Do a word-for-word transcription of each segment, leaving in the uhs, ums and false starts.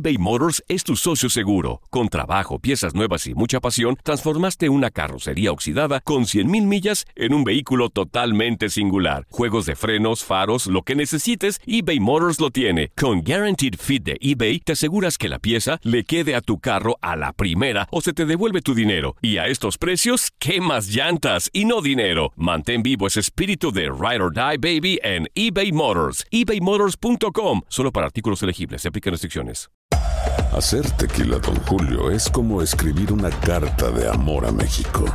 eBay Motors es tu socio seguro. Con trabajo, piezas nuevas y mucha pasión, transformaste una carrocería oxidada con cien mil millas en un vehículo totalmente singular. Juegos de frenos, faros, lo que necesites, eBay Motors lo tiene. Con Guaranteed Fit de eBay, te aseguras que la pieza le quede a tu carro a la primera o se te devuelve tu dinero. Y a estos precios, ¿qué más llantas y no dinero? Mantén vivo ese espíritu de Ride or Die, baby, en eBay Motors. ebay motors punto com. Solo para artículos elegibles. Se aplican restricciones. Hacer tequila Don Julio es como escribir una carta de amor a México.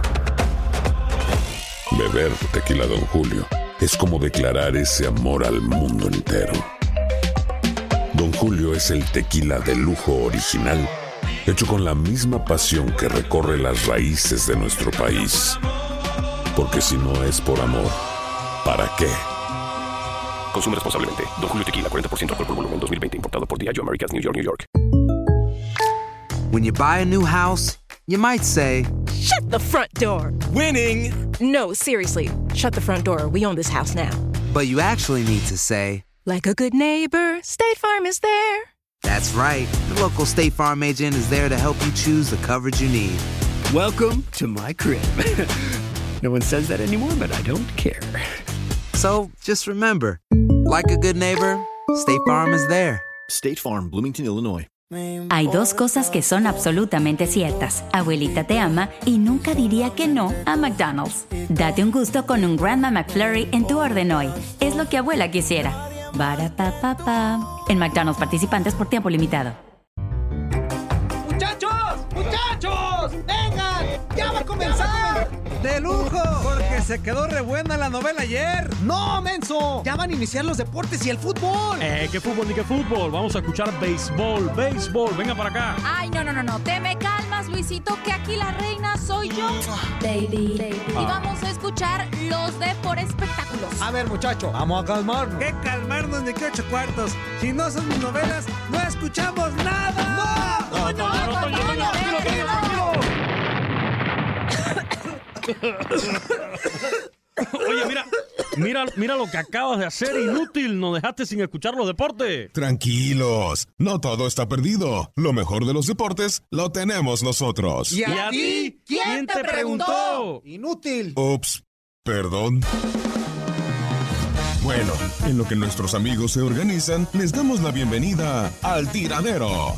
Beber tequila Don Julio es como declarar ese amor al mundo entero. Don Julio es el tequila de lujo original, hecho con la misma pasión que recorre las raíces de nuestro país. Porque si no es por amor, ¿para qué? Consume responsablemente. Don Julio Tequila, cuarenta por ciento alcohol por volumen, dos mil veinte. Importado por Diageo Americas, New York, New York. When you buy a new house, you might say, "Shut the front door." Winning! No, seriously. Shut the front door. We own this house now. But you actually need to say, like a good neighbor, State Farm is there. That's right. The local State Farm agent is there to help you choose the coverage you need. Welcome to my crib. No one says that anymore, but I don't care. So, just remember, like a good neighbor, State Farm is there. State Farm, Bloomington, Illinois. Hay dos cosas que son absolutamente ciertas. Abuelita te ama y nunca diría que no a McDonald's. Date un gusto con un Grandma McFlurry en tu orden hoy. Es lo que abuela quisiera. Barapapapa. En McDonald's participantes por tiempo limitado. ¡Muchachos! ¡Muchachos! ¡Vengan! ¡Ya va a comenzar! ¡De lujo! Porque se quedó re buena la novela ayer. ¡No, menso! Ya van a iniciar los deportes y el fútbol. Eh, ¿qué fútbol ni qué fútbol? Vamos a escuchar béisbol, béisbol. Venga para acá. Ay, no, no, no, no. Te me calmas, Luisito, que aquí la reina soy yo. Baby, baby. Y vamos a escuchar los de por espectáculos. A ver, muchacho, vamos a calmarnos. ¿Qué calmarnos ni qué ocho cuartos? Si no son mis novelas, no escuchamos nada. ¡No! ¡No, no, no, no, no, no, no, Oye, mira, mira, mira lo que acabas de hacer, inútil. Nos dejaste sin escuchar los deportes. Tranquilos, no todo está perdido. Lo mejor de los deportes lo tenemos nosotros. ¿Y a, ¿Y a ti? ¿Quién, ¿Quién te, te preguntó? preguntó? Inútil. Ups, perdón. Bueno, en lo que nuestros amigos se organizan, les damos la bienvenida al Tiradero.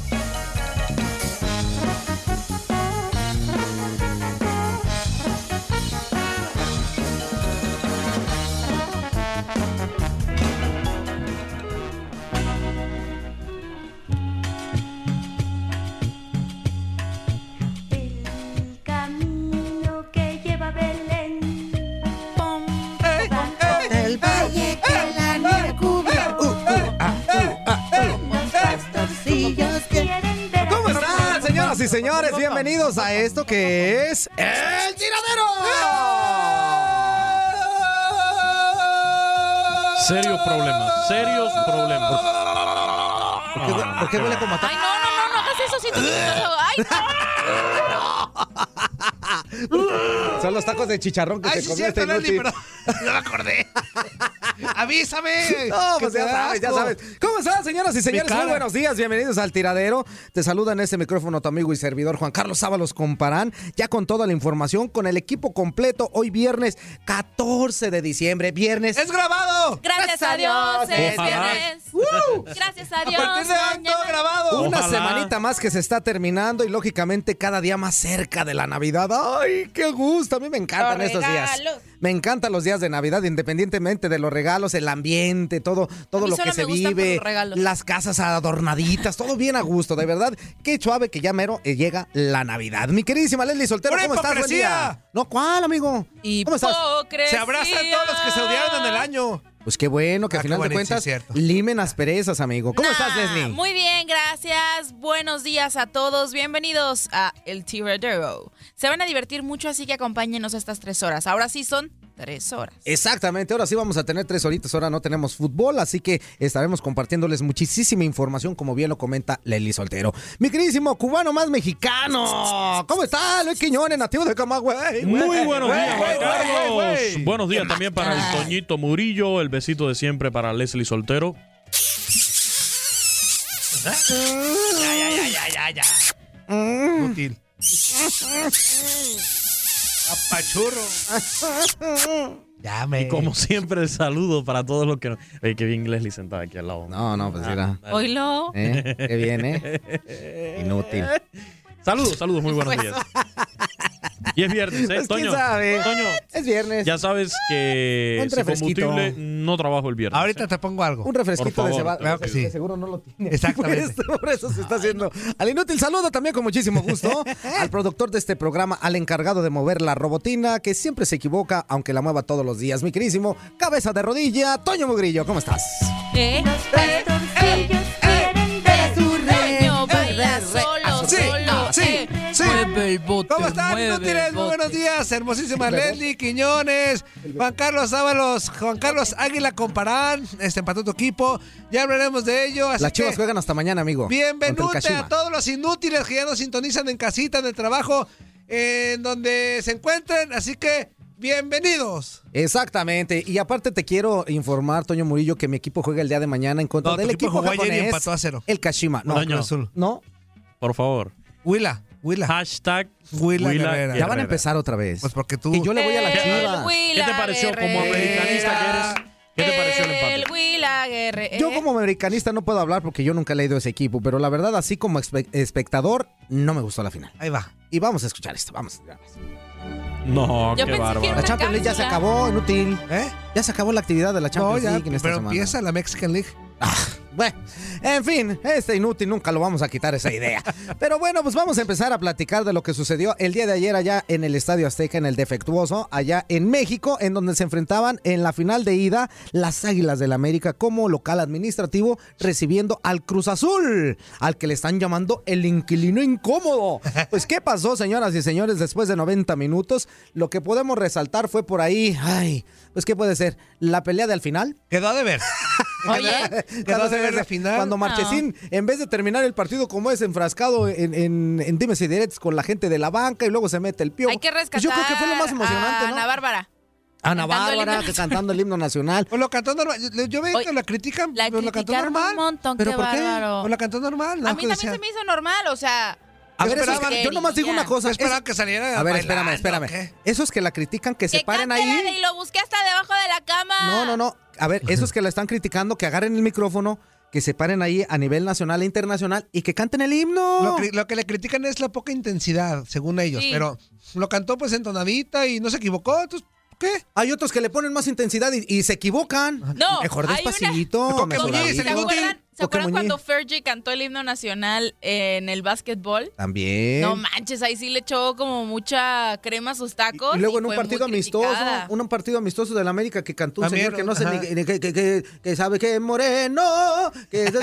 Y señores, bienvenidos a esto que es El Tiradero. Serios problemas, serios problemas. ¿Por qué, ¿por qué huele como a Ay, no, no, no, no hagas eso si tú... Ay, no. Son los tacos de chicharrón que Ay, se sí, comió cierto, este Leslie, pero no me acordé. ¡Avísame! No, pues ya sabes, ya sabes. ¿Cómo están, señoras y señores? Muy buenos días, bienvenidos al Tiradero. Te saluda en este micrófono tu amigo y servidor Juan Carlos Ábalos Comparán, ya con toda la información, con el equipo completo. Hoy viernes catorce de diciembre, viernes. ¡Es grabado! Gracias a Dios, es viernes. Uh, Gracias a Dios. A partir de hoy todo grabado. Una Ojalá. semanita más que se está terminando y lógicamente cada día más cerca de la Navidad. ¡Ay, qué gusto! A mí me encantan Los estos días. regalos. Me encantan los días de Navidad, independientemente de los regalos, el ambiente, todo, todo lo que se vive, las casas adornaditas, todo bien a gusto, de verdad. Qué suave que ya mero eh, llega la Navidad. Mi queridísima Leslie Soltero, ¡Pura ¿cómo estás? Buen día. No, ¿cuál, amigo? ¿Cómo estás? Se abrazan todos los que se odiaron en el año. Pues qué bueno que Ah, al final qué de bueno, cuentas sí, cierto. limen asperezas, amigo. ¿Cómo Nah, estás, Leslie? Muy bien, gracias. Buenos días a todos. Bienvenidos a El Tiradero. Se van a divertir mucho, así que acompáñenos estas tres horas. Ahora sí son tres horas. Exactamente, ahora sí vamos a tener tres horitas, ahora no tenemos fútbol, así que estaremos compartiéndoles muchísima información, como bien lo comenta Leslie Soltero. Mi queridísimo cubano más mexicano, ¿cómo está Luis Quiñones, nativo de Camagüey? Muy buenos días, Juan Güey, Carlos. güey, güey. Buenos días también para el Toñito Murillo, el besito de siempre para Leslie Soltero. Ya, ya, ya, ya, ya, ya. Útil. Apachurro. Ya me. Y como siempre, el saludo para todos los que no. Oye, qué bien Leslie sentada aquí al lado. No, no, pues mira. Oílo. ¿Eh? Qué bien, ¿eh? Inútil. Saludos, saludos, muy buenos días. Y es viernes, ¿eh? Pues, ¿quién Toño, sabe? Toño, Es viernes. ya sabes que Un sin refresquito. combustible no trabajo el viernes. Ahorita ¿eh? te pongo algo. Un refresquito Por de favor, cebada. claro que sí. Seguro no lo tiene. Exactamente. Por eso, por eso se está haciendo. Al inútil saludo también con muchísimo gusto al productor de este programa, al encargado de mover la robotina, que siempre se equivoca, aunque la mueva todos los días. Mi queridísimo cabeza de rodilla, Toño Mugrillo, ¿cómo estás? ¿Eh? ¿Eh? ¿Eh? ¿Eh? Toño baila solo, Sí, solo. sí, eh. sí. Mueve el bote, ¿Cómo están? mueve Inútiles, el muy bote. buenos días. Hermosísima Leslie Quiñones, Juan Carlos Ábalos, Juan Carlos Águila Comparán. Este empató tu equipo. Ya hablaremos de ello. Así Las Chivas que, juegan hasta mañana, amigo. bienvenute contra el Kashima. a todos los inútiles que ya nos sintonizan en casita, en el trabajo, en donde se encuentren. Así que, bienvenidos. Exactamente. Y aparte te quiero informar, Toño Murillo, que mi equipo juega el día de mañana en contra No, tu del equipo equipo jugó ayer y japonés, empató a cero. el Kashima. No, Toño. Cruz Azul. No, Por favor. Huila, Huila. Hashtag Huila Guerrera. ya van a empezar otra vez. Pues porque tú. Y yo le voy a la El Chivas. Huila ¿Qué te pareció como Guerrera. americanista que eres? ¿Qué te pareció el empate? El Huila Guerrera. Yo como americanista no puedo hablar porque yo nunca he leído ese equipo, pero la verdad, así como espe- espectador, no me gustó la final. Ahí va. Y vamos a escuchar esto, vamos. No, Yo qué pensé que bárbaro. era La Champions League ya se cápsula. acabó, inútil. ¿Eh? Ya se acabó la actividad de la No, Champions ya. League en esta Pero semana. empieza la Mexican League. Bueno, en fin, este inútil nunca lo vamos a quitar esa idea. Pero bueno, pues vamos a empezar a platicar de lo que sucedió el día de ayer allá en el Estadio Azteca, en el Defectuoso, allá en México, en donde se enfrentaban en la final de ida las Águilas del América como local administrativo, recibiendo al Cruz Azul, al que le están llamando el inquilino incómodo. Pues, ¿qué pasó, señoras y señores, después de noventa minutos? Lo que podemos resaltar fue por ahí, ay, pues, ¿qué puede ser? La pelea del final. Quedó a deber. Oye, Quedó a deber la final. Cuando Marchesín, en vez de terminar el partido como es, enfrascado en, en, en dimes y diretes con la gente de la banca y luego se mete el piojo. hay que rescatar Pues yo creo que fue lo más emocionante, a ¿no? Ana Bárbara. Ana cantando el Bárbara, himno que cantando el himno nacional. Pues lo cantó normal. Yo, yo veo Oye, que la critican, La pero lo cantó criticaron normal. un montón, ¿Pero qué por qué? bárbaro. Pues la cantó normal. ¿no? A mí Que también decía- se me hizo normal, o sea... A ver, yo eso es que- yo nomás digo una cosa. Yo esperaba eso- que saliera A ver, bailando, espérame, espérame. ¿qué? Esos que la critican, que se Que paren cante la de ahí. y lo busqué hasta debajo de la cama. No, no, no. A ver, esos que la están criticando, que agarren el micrófono, que se paren ahí a nivel nacional e internacional y que canten el himno. Lo, cri- lo que le critican es la poca intensidad, según ellos. Sí. Pero lo cantó pues entonadita y no se equivocó. Entonces, ¿qué? Hay otros que le ponen más intensidad y, y se equivocan. No, Mejor hay una- despacito, Coque mejor Muñiz, ¿Se el suavito. inútil. acuerdan, ¿se Coque acuerdan Muñiz. cuando Fergie cantó el himno nacional en el básquetbol? También. No manches, ahí sí le echó como mucha crema a sus tacos. Y luego en un fue partido muy amistoso, criticada. un partido amistoso de la América que cantó un También, señor que no sé ajá. ni, ni- que, que, que, que sabe que es moreno, que es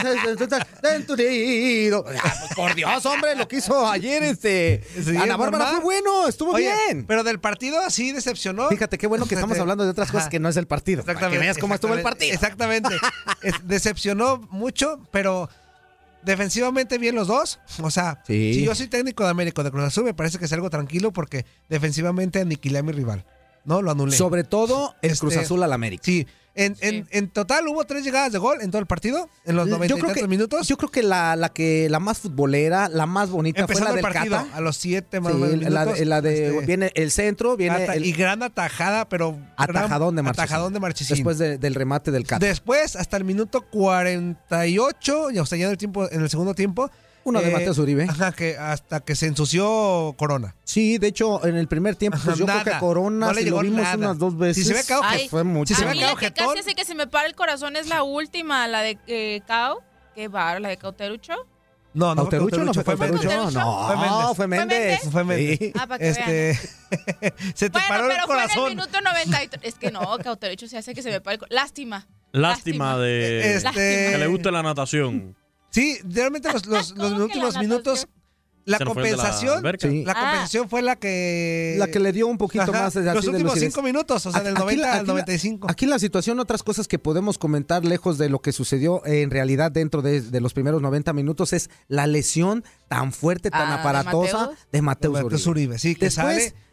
centurido. Por Dios, hombre, lo que hizo ayer este Sí, Ana es Bárbara normal. fue bueno, estuvo Oye, bien. pero del partido así decepcionó. Fíjate qué bueno que estamos hablando de otras cosas Ajá. que no es el partido. Para que veas cómo estuvo el partido. Exactamente. Es- decepcionó mucho, pero defensivamente bien los dos. O sea, Sí. si yo soy técnico de América o de Cruz Azul, me parece que es algo tranquilo porque defensivamente aniquilé a mi rival. No, lo anulé. Sobre todo el Este, Cruz Azul al América. Sí. En, en, en total hubo tres llegadas de gol en todo el partido, en los noventa Yo y creo tantos que, minutos. yo creo que la, la que la más futbolera, la más bonita Empezando fue el la del partido, Cata. a los siete más Sí, o menos la, minutos. de- la de este, viene el centro, viene ata- el y gran atajada, pero atajadón de gran- Marchesín. atajadón de Marchesín. Después de- del remate del Cata. Después, hasta el minuto cuarenta y ocho, ya, o sea, ya en el, tiempo, en el segundo tiempo. Uno de eh, Mateus Uribe. Ajá, que hasta que se ensució Corona. Sí, de hecho, en el primer tiempo, pues yo Nada. creo que a Corona No le si llegó lo vimos nada. unas dos veces. Si se ve cao, Ay, que fue mucho. si se a ve mí cao, la que jetón. casi hace que se me para el corazón es la última, la de eh, Cao. Qué barro, la de Cauterucho. No, no fue ¿Cauterucho? ¿No fue fue Cauterucho? Méndez. No, Fue Méndez. fue Méndez. Fue Méndez. Sí. Ah, para que Este, se te Bueno, paró el pero fue en el corazón. minuto noventa y tres. Es que no, Cauterucho se hace que se me pare el corazón. Lástima. Lástima de Este- que le guste la natación. Sí, realmente los, los, los ¿Cómo que últimos la minutos, natación? la Se nos fue el de la compensación, alberca. Sí. la Ah. compensación fue la que... La que le dio un poquito Ajá, más de los así de últimos lucidez. cinco minutos, o sea, del Aquí- aquí noventa la- al aquí la- noventa y cinco. Aquí la situación, otras cosas que podemos comentar lejos de lo que sucedió en realidad dentro de, de los primeros noventa minutos es la lesión tan fuerte, tan Ah, ¿de aparatosa Mateus? de Mateus Mateus Uribe. Uribe, sí, que Después, sale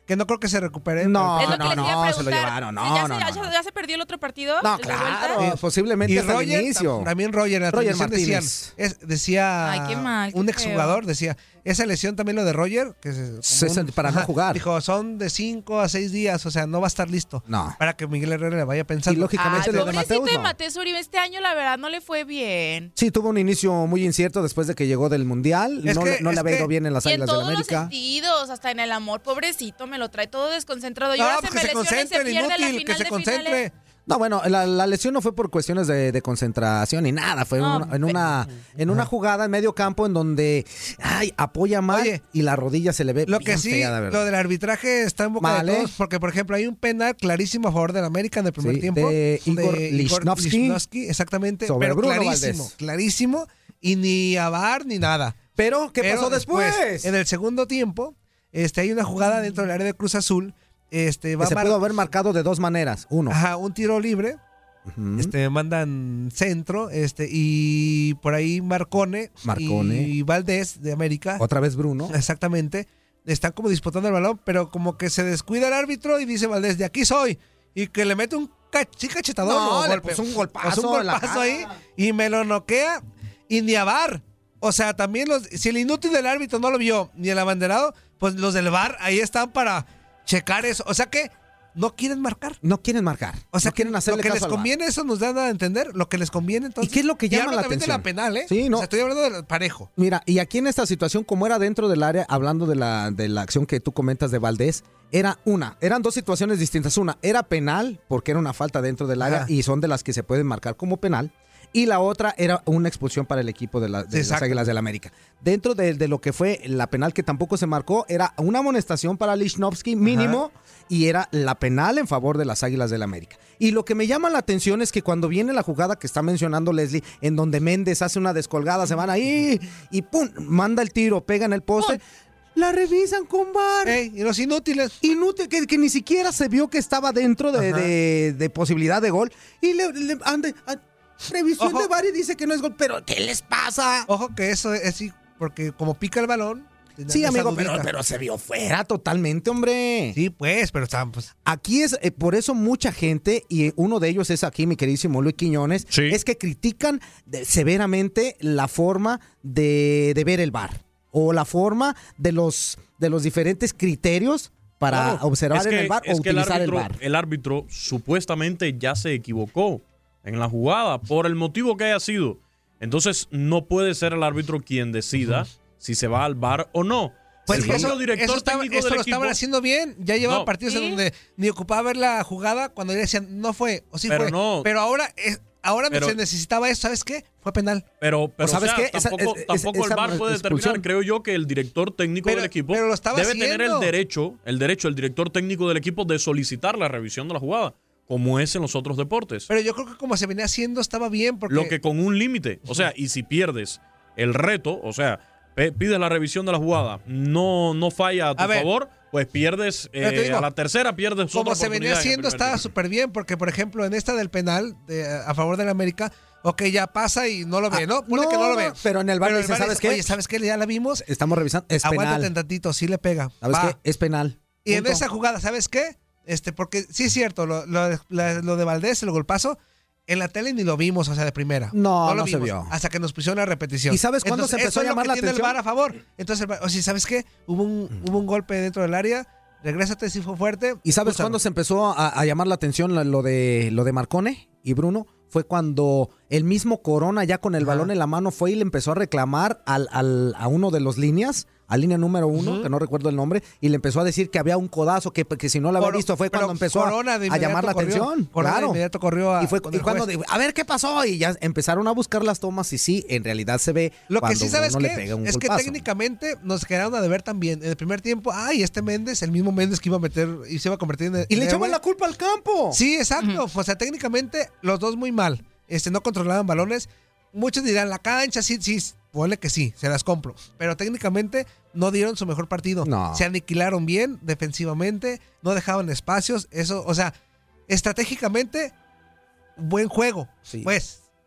que no creo que se recupere. No, Es lo que no, les iba a no, se lo preguntar. llevaron. No, ¿Ya, no, se, no, ya, no. ya se perdió el otro partido? No, ¿El de claro, vuelta? eh, posiblemente Y hasta el Roger, inicio. también Roger, en la Roger transmisión Martínez. decían, es, decía Ay, qué mal, qué un feo. exjugador, decía, esa lesión también lo de Roger, que es Se- como un- para no jugar. Dijo, son de cinco a seis días, o sea, no va a estar listo. No. Para que Miguel Herrera le vaya pensando. Y lógicamente Ay, lo de pobrecito Mateus, de no. Mateus Uribe, este año la verdad no le fue bien. Sí, tuvo un inicio muy incierto después de que llegó del Mundial. Es no que- le- no le es había ido que- bien en las Y en Águilas del todos los América. sentidos, hasta en el amor, pobrecito, me lo trae todo desconcentrado. Y No, ahora pues se que me se lesiona y se concentre, pierde la inútil, final que se de concentre. finales. No, bueno, la, la lesión no fue por cuestiones de, de concentración ni nada, fue No, un- en una en una jugada en medio campo en donde ay, apoya mal Oye, y la rodilla se le ve Lo que bien sí, fea, de verdad. lo del arbitraje está en boca Mal, de ¿eh? todos, porque por ejemplo hay un penal clarísimo a favor del América en el primer Sí, tiempo. de Igor Lichnowsky. Lichnowsky, exactamente, Sobre pero Bruno clarísimo, Valdés. clarísimo, y ni a V A R ni nada. Pero, ¿qué Pero pasó después? En el segundo tiempo, este, hay una jugada dentro del área de Cruz Azul, este, va Que se a mar- pudo haber marcado de dos maneras. Uno. Ajá, un tiro libre. Ujú. Este, mandan centro, este, y por ahí Marcone, Marcone. y Valdés de América. Otra vez Bruno. Exactamente. Están como disputando el balón, pero como que se descuida el árbitro y dice Valdés, de aquí soy. Y que le mete un cach sí, cachetadón. No, o le golpe. puso un golpazo Puso un en la golpazo cara. ahí y me lo noquea y ni a V A R. O sea, también los, si el inútil del árbitro no lo vio, ni el abanderado, pues los del V A R ahí están para checar eso. O sea que no quieren marcar. No quieren marcar. O sea, no quieren hacerle lo que caso les al V A R. conviene, eso nos dan a entender, lo que les conviene entonces. ¿Y qué es lo que llama hablo la también atención? de la penal, ¿eh? Sí, no. O sea, estoy hablando del parejo. Mira, y aquí en esta situación, como era dentro del área, hablando de la, de la acción que tú comentas de Valdés, era una, eran dos situaciones distintas. Una, era penal, porque era una falta dentro del área Ajá. y son de las que se pueden marcar como penal. Y la otra era una expulsión para el equipo de, la- de las Exacto. Águilas del América. Dentro de, de lo que fue la penal que tampoco se marcó, era una amonestación para Lichnowsky mínimo y era la penal en favor de las Águilas del América. Y lo que me llama la atención es que cuando viene la jugada que está mencionando Leslie, en donde Méndez hace una descolgada, se van ahí y ¡pum! Manda el tiro, pega en el poste. La revisan con V A R. Ey, y los inútiles. Inútil, que, que ni siquiera se vio que estaba dentro de, Ajá. de- de posibilidad de gol. Y le, le ande, a- revisión Ojo. de V A R y dice que no es gol. Pero, ¿qué les pasa? Ojo que eso es así, porque como pica el balón. Sí, esa amigo, dudita. pero, pero se vio fuera totalmente, hombre. Sí, pues, pero estaban, pues. Aquí es, eh, por eso mucha gente, y uno de ellos es aquí, mi queridísimo Luis Quiñones, Sí. es que critican de- severamente la forma de, de ver el V A R o la forma de los, de los diferentes criterios para Claro, observar es en que- el V A R o es que el utilizar árbitro, el V A R. el árbitro supuestamente ya se equivocó en la jugada, por el motivo que haya sido. Entonces no puede ser el árbitro quien decida si se va al V A R o no. Pues el que eso, propio director eso estaba- técnico eso del lo equipo, estaban haciendo bien. Ya llevaban No. partidos ¿Sí? en donde ni ocupaba ver la jugada cuando ya decían no fue o sí Pero fue. no. Pero ahora, es, ahora Pero- se necesitaba eso. ¿Sabes qué? Fue penal. Pero, pero ¿sabes o sea, qué? Esa- tampoco, es- tampoco esa el V A R puede expulsión. determinar. Creo yo que el director técnico Pero- del equipo pero lo estaba debe tener el haciendo. derecho, el derecho, el director técnico del equipo de solicitar la revisión de la jugada, como es en los otros deportes. Pero yo creo que como se venía haciendo estaba bien porque Lo que con un límite. O sea, y si pierdes el reto, o sea, pe- pides la revisión de la jugada, no, no falla a tu A ver. favor, pues pierdes, Pero te eh, digo, a la tercera pierdes como otra se venía oportunidad en el haciendo primer estaba tiempo. súper bien porque por ejemplo en esta del penal de- a favor del América, ok, ya pasa y no lo ve, Ah, ¿no? Pone que no lo ve. pero en el V A R Pero dice, V A R ¿sabes dice, qué? Oye, ¿sabes qué? Ya la vimos. Estamos revisando, es Aguántate penal. tantito, sí le pega. ¿Sabes Va. qué? Es penal. Y en Punto. esa jugada, ¿sabes qué? Este, porque sí es cierto, lo, lo, de- la- lo de Valdés, el golpazo, en la tele ni lo vimos, o sea, de primera. No, lo no se vimos, vio. Hasta que nos pusieron la repetición. ¿Y sabes cuándo se Entonces, empezó eso a es lo llamar que la tiene atención? el V A R a favor. Entonces, el V A R, o sea, ¿sabes qué? Hubo un, hubo un golpe dentro del área, regrésate si fue fuerte. ¿Y sabes úsalo. cuándo se empezó a, a llamar la atención la- lo de, lo de Marcone y Bruno? Fue cuando el mismo Corona, ya con el Ajá. balón en la mano, fue y le empezó a reclamar al, al- a uno de los líneas, a línea número uno, Ujú. que no recuerdo el nombre, y le empezó a decir que había un codazo, que, que si no lo había Coro- visto fue pero cuando empezó a, Corona de a llamar la inmediato corrió. atención. Corona de claro. inmediato corrió a- y fue con y el cuando juez. dijo, a ver qué pasó, y ya empezaron a buscar las tomas, y sí, en realidad se ve Lo que cuando sí sabes Bruno qué le pega un es que golpazo. técnicamente nos quedaron a deber también. En el primer tiempo, ay, este Méndez, el mismo Méndez que iba a meter y se iba a convertir en. Y le en echaban héroe. la culpa al campo. Sí, exacto. O sea, técnicamente los dos muy mal. Este, no controlaban balones. Muchos dirán, la cancha, sí, sí, ponle que sí, se las compro. Pero técnicamente no dieron su mejor partido. No. Se aniquilaron bien defensivamente, no dejaban espacios. Eso, o sea, estratégicamente, buen juego. Sí. Pues,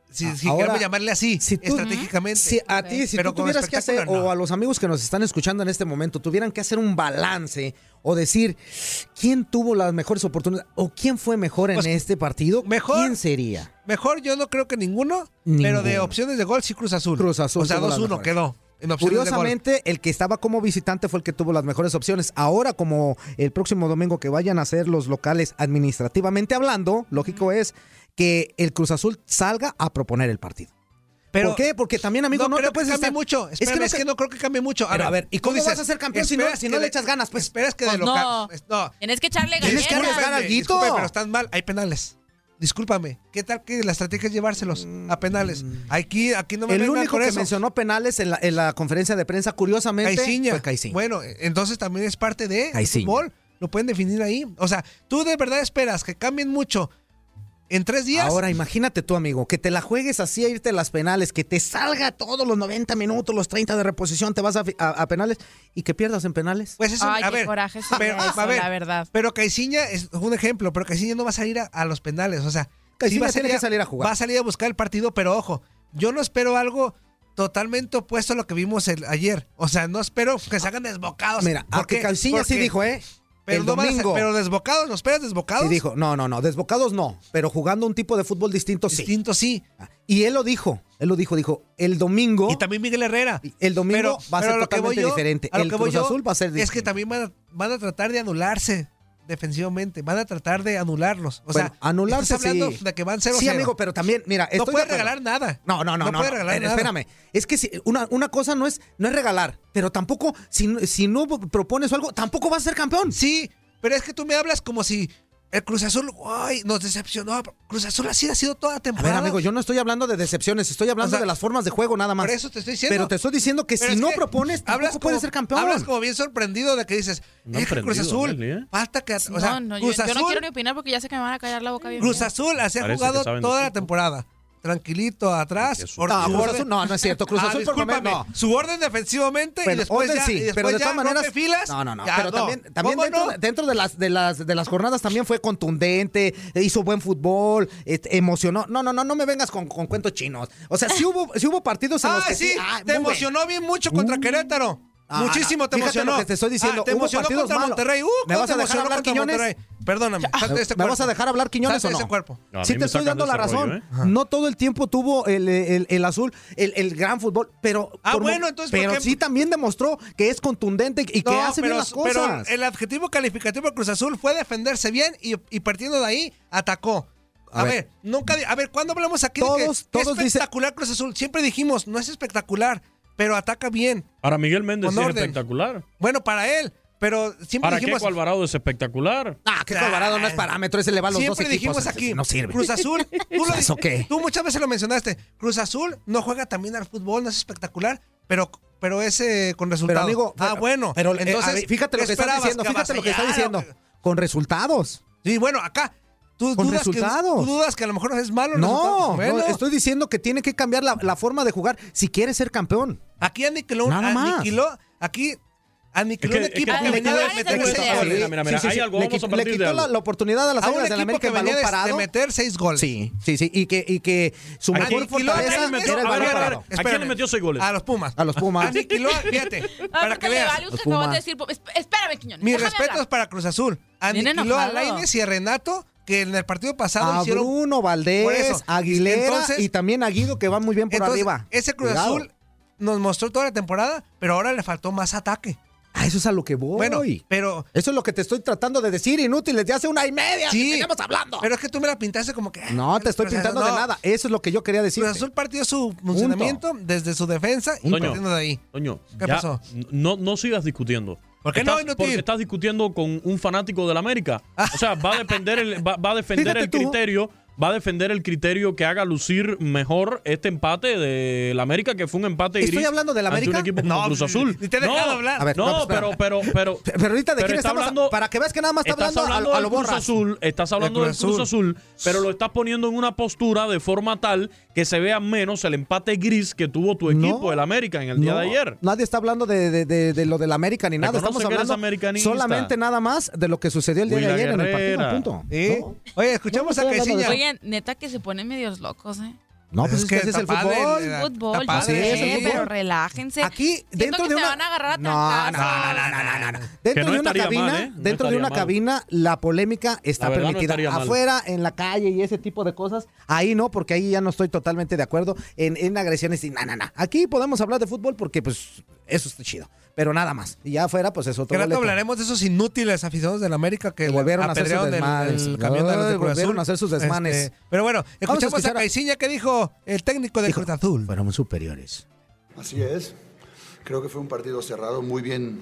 si, si Ahora, queremos llamarle así, si tú, estratégicamente. Si a ti, si pero tú tuvieras que hacer, no. o a los amigos que nos están escuchando en este momento, tuvieran que hacer un balance o decir quién tuvo las mejores oportunidades o quién fue mejor pues, en este partido, mejor, ¿quién sería? Mejor yo no creo que ninguno, ninguno. pero de opciones de gol sí Cruz Azul. Cruz Azul. O sea, dos uno quedó. Curiosamente, el que estaba como visitante fue el que tuvo las mejores opciones. Ahora, como el próximo domingo que vayan a ser los locales administrativamente hablando, lógico es que el Cruz Azul salga a proponer el partido. Pero, ¿por qué? Porque también, amigo, no, no creo te puedes que cambie estar... mucho. Espérame, es, que no, es que no creo que cambie mucho. A, pero, ver, a ver, ¿y cómo dices, vas a ser campeón si no, si no le echas ganas? Pues esperas que pues de local... No. no. Tienes que echarle ganas. Tienes que arriesgar alguito. Disculpe, pero están mal. Hay penales. Discúlpame, ¿qué tal que la estrategia es llevárselos a penales? Aquí, aquí no me El único con que eso. mencionó penales en la, en la conferencia de prensa, curiosamente, Caixinha. fue Caixinha. Bueno, entonces también es parte de Caixinha. fútbol. Lo pueden definir ahí. O sea, tú de verdad esperas que cambien mucho en tres días. Ahora, imagínate tú, amigo, que te la juegues así a irte a las penales, que te salga todos los noventa minutos, los treinta de reposición, te vas a, a, a penales y que pierdas en penales. Pues eso, Ay, a qué ver, coraje pero, eso, a ver, la verdad. Pero Caixinha es un ejemplo, pero Caixinha no va a salir a, a los penales, o sea, Caixinha sí va a tiene salir que salir a jugar. Va a salir a buscar el partido, pero ojo, yo no espero algo totalmente opuesto a lo que vimos el, ayer. O sea, no espero que se hagan desbocados. Mira, porque Caixinha sí dijo, ¿eh? Pero, el no domingo. van a ser, pero desbocados, ¿no esperas desbocados? Y dijo, no, no, no, desbocados no, pero jugando un tipo de fútbol distinto sí. Distinto sí. Y él lo dijo, él lo dijo, dijo, el domingo. Y también Miguel Herrera. El domingo pero, va a pero ser a lo que voy totalmente yo, diferente. A lo El que voy Cruz yo Azul va a ser distinto. Es que también van a, van a tratar de anularse defensivamente, van a tratar de anularlos. O bueno, sea, anularse estás hablando sí. de que van cero Sí, amigo, pero también, mira, no estoy puede de acuerdo. regalar nada. No, no, no, no. No puede no, regalar espera, nada. Espérame, es que si, una, una cosa no es, no es regalar, pero tampoco, si, si no propones algo, tampoco vas a ser campeón. Sí, pero es que tú me hablas como si el Cruz Azul, ay, nos decepcionó. Cruz Azul así ha sido toda la temporada. A ver, amigo, yo no estoy hablando de decepciones, estoy hablando O sea, de las formas de juego nada más. Por eso te estoy diciendo. Pero te estoy diciendo que Pero si es no que propones, tampoco puedes ser campeón. Hablas como bien sorprendido de que dices, No es que Cruz aprendido, Azul, Nelly, ¿eh? falta que... O No, sea, no, yo, Cruz yo Azul, no quiero ni opinar porque ya sé que me van a callar la boca bien. Cruz bien. Azul así ha Parece que jugado saben de toda la fútbol. temporada. Tranquilito, atrás. Qué or- No, su Cruz orden- Azul, no, no es cierto. Cruz Ah, Azul por lo menos, discúlpame, no. Su orden defensivamente y Pero después orden ya, sí, y después pero de ya todas maneras rompe filas. no, no, no, ya, pero también, también ¿Cómo dentro, no? de- dentro de las de las de las jornadas también fue contundente, hizo buen fútbol, eh, emocionó. No, no, no, no me vengas con, con cuentos chinos. O sea, sí hubo sí hubo partidos en los Ah, que sí, ah, te muy bien. emocionó bien mucho contra Uh. Querétaro. Ah, Muchísimo te fíjate emocionó. lo que te estoy diciendo, Ah, te hubo emocionó partidos contra malos. Monterrey. Uh, ¿Me ¿cómo vas te a dejar emocionó hablar, contra Quiñones? Monterrey? Perdóname, salte de ese ¿Me vas cuerpo. a dejar hablar, Quiñones, Salte o de no? ese cuerpo. No, a Sí mí te me estoy sacan dando de la ese razón. rollo, ¿eh? No todo el tiempo tuvo el, el, el azul, el, el gran fútbol, pero Ah, por mo- bueno, entonces, ¿por pero qué? sí también demostró que es contundente y que No, hace pero, bien las pero cosas. el adjetivo calificativo de Cruz Azul fue defenderse bien y, y partiendo de ahí atacó. A, A ver, ver. nunca, di- a ver, ¿cuándo hablamos aquí Todos- de que, que todos es dicen- espectacular Cruz Azul? Siempre dijimos, no es espectacular, pero ataca bien. Para Miguel Méndez Con sí es orden. espectacular. Bueno, para él, pero siempre ¿Para dijimos... qué Alvarado es espectacular? Ah, que Alvarado no es parámetro, ese le va a los dos Siempre equipos. dijimos aquí, No sirve. Cruz Azul, tú, lo, ¿Eso qué? tú muchas veces lo mencionaste, Cruz Azul no juega también al fútbol, no es espectacular, pero pero es eh, con Pero resultados. amigo, ah, bueno, pero eh, entonces a ver, fíjate lo que estás esperabas diciendo, fíjate lo que estás avasallara? diciendo. Con resultados. Sí, bueno, acá tú Con dudas, que, resultados. tú dudas que a lo mejor es malo el No, resultado. no, Bueno, estoy diciendo que tiene que cambiar la, la forma de jugar si quiere ser campeón. aquí aniquiló, Nada más. aniquiló, aquí aniquiló Es un que- es equipo que que tú- venía de tú- meter tú- seis tú- goles. Mira, mira, mira, Sí, sí, hay sí. algo, Le, vamos a qui- partir le de quitó algo. la, la oportunidad a las A un Águilas del equipo América que en venía balón de, parado. de meter seis goles. Sí, sí, sí. Y que, y que su ¿A mejor quién- fortaleza quién le metió? era el A ver, balón a ver, parado. ¿a quién Espérame. le metió seis goles? A los Pumas. A los Pumas. Aniquiló, fíjate, Ah, para porque que le veas. vale usted Los acabas Pumas. de decir. Esp- Espérame, Quiñones. Mis déjame respetos hablar. para Cruz Azul. Viene Aniquiló a enojado. Lainez y a Renato, que en el partido pasado A hicieron... Bruno Por Valdés, eso. Aguilera Entonces- y también a Guido, que va muy bien por Entonces, arriba. ese Cruz Cuidado. Azul nos mostró toda la temporada, pero ahora le faltó más ataque. Ah, eso es a lo que voy. Bueno, pero... Eso es lo que te estoy tratando de decir, inútil, desde hace una y media Sí, que teníamos hablando. Pero es que tú me la pintaste como que... No, te estoy Cruz Azul, pintando de no. nada. Eso es lo que yo quería decir. Cruz Azul partió su funcionamiento desde su defensa y Toño, partiendo de ahí. Toño, ¿Qué ya pasó? No, no sigas discutiendo. ¿Por qué no, Estás- inútil? Porque estás discutiendo con un fanático del América. O sea, va a defender el, va, va a defender Fíjate el tú. criterio, va a defender el criterio que haga lucir mejor este empate del América, que fue un empate ¿Estoy gris hablando del ante América? un equipo como No, Cruz Azul. ni te he no, dejado hablar. A ver, no, vamos, pero, espera. pero, pero, Pero ahorita de pero quién está estamos hablando- para que veas que nada más está Estás hablando, hablando a, a del lo Cruz borras. Azul, estás hablando De del Cruz Cruz Azul, pero lo estás poniendo en una postura de forma tal que se vea menos el empate gris que tuvo tu equipo, No, el América, en el día No, de ayer. Nadie está hablando de, de, de, de lo del América ni nada. Reconoce Estamos que eres hablando americanista. solamente nada más de lo que sucedió el día Huila de ayer en el partido. Guerrera. Punto. ¿Sí? No. Oye, escuchamos No, a no estoy hablando de Caixinha. Oigan, neta que se ponen medios locos, ¿eh? No, pues es, es que ese es el fútbol. El fútbol, yo sé, sí, pero relájense. Aquí, dentro que de se una... van a agarrar a no, trancazos. no, no, no, no, no, no. Dentro no de una cabina, mal, ¿eh? no dentro de una mal. cabina, la polémica está la permitida. No afuera, en la calle y ese tipo de cosas, ahí no, porque ahí ya no estoy totalmente de acuerdo en, en agresiones y nada, nada. Aquí podemos hablar de fútbol porque, pues, eso está chido. Pero nada más. Y ya afuera, pues es otro ¿Qué rato boleto. hablaremos de esos inútiles aficionados del América que, que volvieron a hacer sus desmanes? El, el camión de los de Cruz volvieron Azul. a hacer sus desmanes. Este, pero bueno, escuchamos a, a Caiciña que dijo el técnico de Cruz Azul. Fueron superiores. Así es. Creo que fue un partido cerrado, muy bien,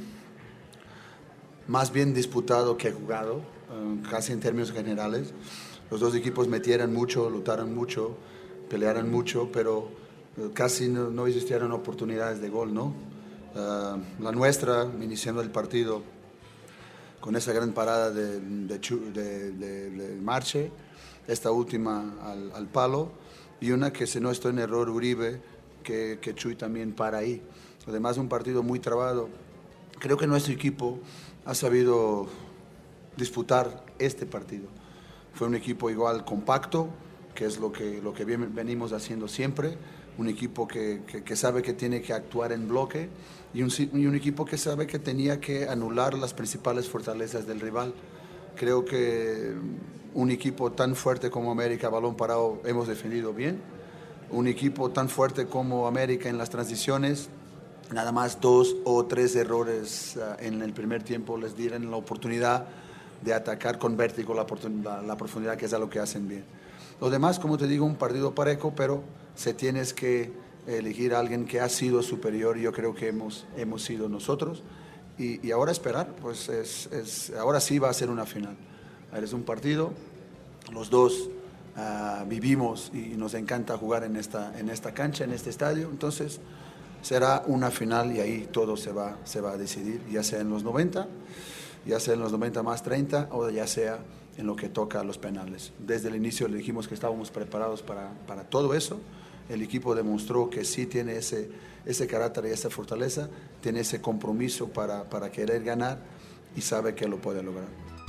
más bien disputado que jugado, eh, casi en términos generales. Los dos equipos metieron mucho, lucharon mucho, pelearon mucho, pero eh, casi no, no existieron oportunidades de gol, ¿no? Uh, la nuestra, iniciando el partido con esa gran parada de, de, de, de, de Marche, esta última al, al palo, y una que, si no estoy en error, Uribe, que, que Chuy también para ahí. Además, un partido muy trabado. Creo que nuestro equipo ha sabido disputar este partido. Fue un equipo igual compacto, que es lo que, lo que bien venimos haciendo siempre. Un equipo que, que, que sabe que tiene que actuar en bloque y un, y un equipo que sabe que tenía que anular las principales fortalezas del rival. Creo que un equipo tan fuerte como América, balón parado, hemos defendido bien. Un equipo tan fuerte como América en las transiciones, nada más dos o tres errores uh, en el primer tiempo les dieron la oportunidad de atacar con vértigo la, la, la profundidad, que es a lo que hacen bien. Lo demás, como te digo, un partido parejo, pero se tienes que elegir a alguien que ha sido superior, y yo creo que hemos, hemos sido nosotros. Y, y ahora esperar, pues es, es, ahora sí va a ser una final. Es un partido, los dos uh, vivimos y nos encanta jugar en esta, en esta cancha, en este estadio, entonces será una final y ahí todo se va, se va a decidir, ya sea en los noventa, ya sea en los noventa más treinta, o ya sea en lo que toca a los penales. Desde el inicio le dijimos que estábamos preparados para, para todo eso. El equipo demostró que sí tiene ese, ese carácter y esa fortaleza, tiene ese compromiso para, para querer ganar y sabe que lo puede lograr.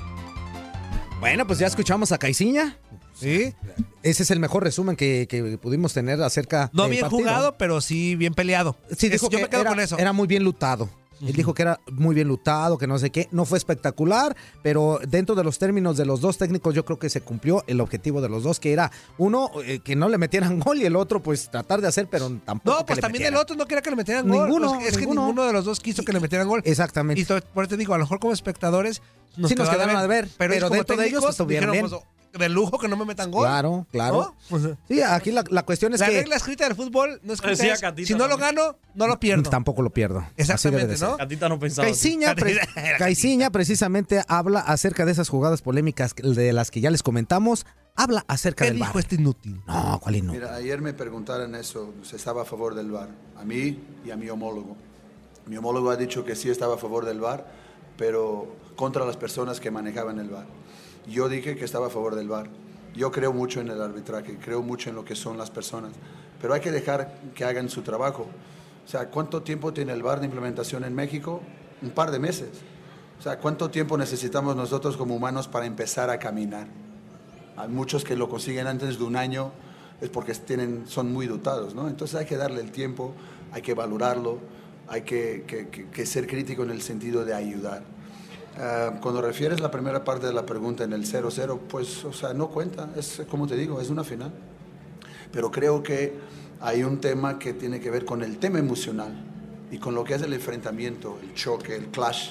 Bueno, pues ya escuchamos a Caiciña. Sí. Ese es el mejor resumen que, que pudimos tener acerca no del bien partido. jugado, pero sí bien peleado. Sí, dijo es, yo que me quedo era, con eso. Era muy bien lutado. Él dijo que era muy bien lutado, que no sé qué. No fue espectacular, pero dentro de los términos de los dos técnicos yo creo que se cumplió el objetivo de los dos, que era uno, eh, que no le metieran gol, y el otro, pues tratar de hacer, pero tampoco No, pues que también le el otro no quería que le metieran gol. Ninguno, Pues es ninguno. que ninguno de los dos quiso que le metieran gol. Exactamente. Y por eso te digo, a lo mejor como espectadores nos, sí, nos quedaron a ver, pero, pero como dentro de ellos estuvieron dijeron, bien. Pues, de lujo que no me metan gol. Claro, claro. ¿No? Pues, sí, aquí la, la cuestión es la que... La regla escrita del fútbol no es que Decía es, Catita si no lo también. gano, no lo pierdo. Tampoco lo pierdo. Exactamente, ¿no? Catita no pensaba así. Caiciña, pre- Caiciña precisamente habla acerca de esas jugadas polémicas de las que ya les comentamos. Habla acerca ¿Qué del dijo V A R. este inútil? No, ¿cuál inútil? Mira, ayer me preguntaron eso, si estaba a favor del V A R, a mí y a mi homólogo. Mi homólogo ha dicho que sí estaba a favor del V A R, pero contra las personas que manejaban el V A R. Yo dije que estaba a favor del V A R. Yo creo mucho en el arbitraje, creo mucho en lo que son las personas, pero hay que dejar que hagan su trabajo. O sea, ¿cuánto tiempo tiene el V A R de implementación en México? Un par de meses. O sea, ¿cuánto tiempo necesitamos nosotros como humanos para empezar a caminar? Hay muchos que lo consiguen antes de un año, es porque tienen, son muy dotados, ¿no? Entonces hay que darle el tiempo, hay que valorarlo, hay que, que, que, que ser crítico en el sentido de ayudar. Uh, cuando refieres la primera parte de la pregunta en el cero cero, pues, o sea, no cuenta, es como te digo, es una final. Pero creo que hay un tema que tiene que ver con el tema emocional y con lo que es el enfrentamiento, el choque, el clash.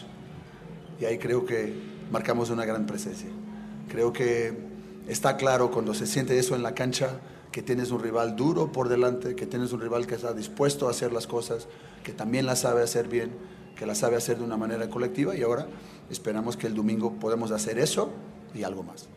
Y ahí creo que marcamos una gran presencia. Creo que está claro cuando se siente eso en la cancha, que tienes un rival duro por delante, que tienes un rival que está dispuesto a hacer las cosas, que también las sabe hacer bien, que las sabe hacer de una manera colectiva, y ahora esperamos que el domingo podamos hacer eso y algo más.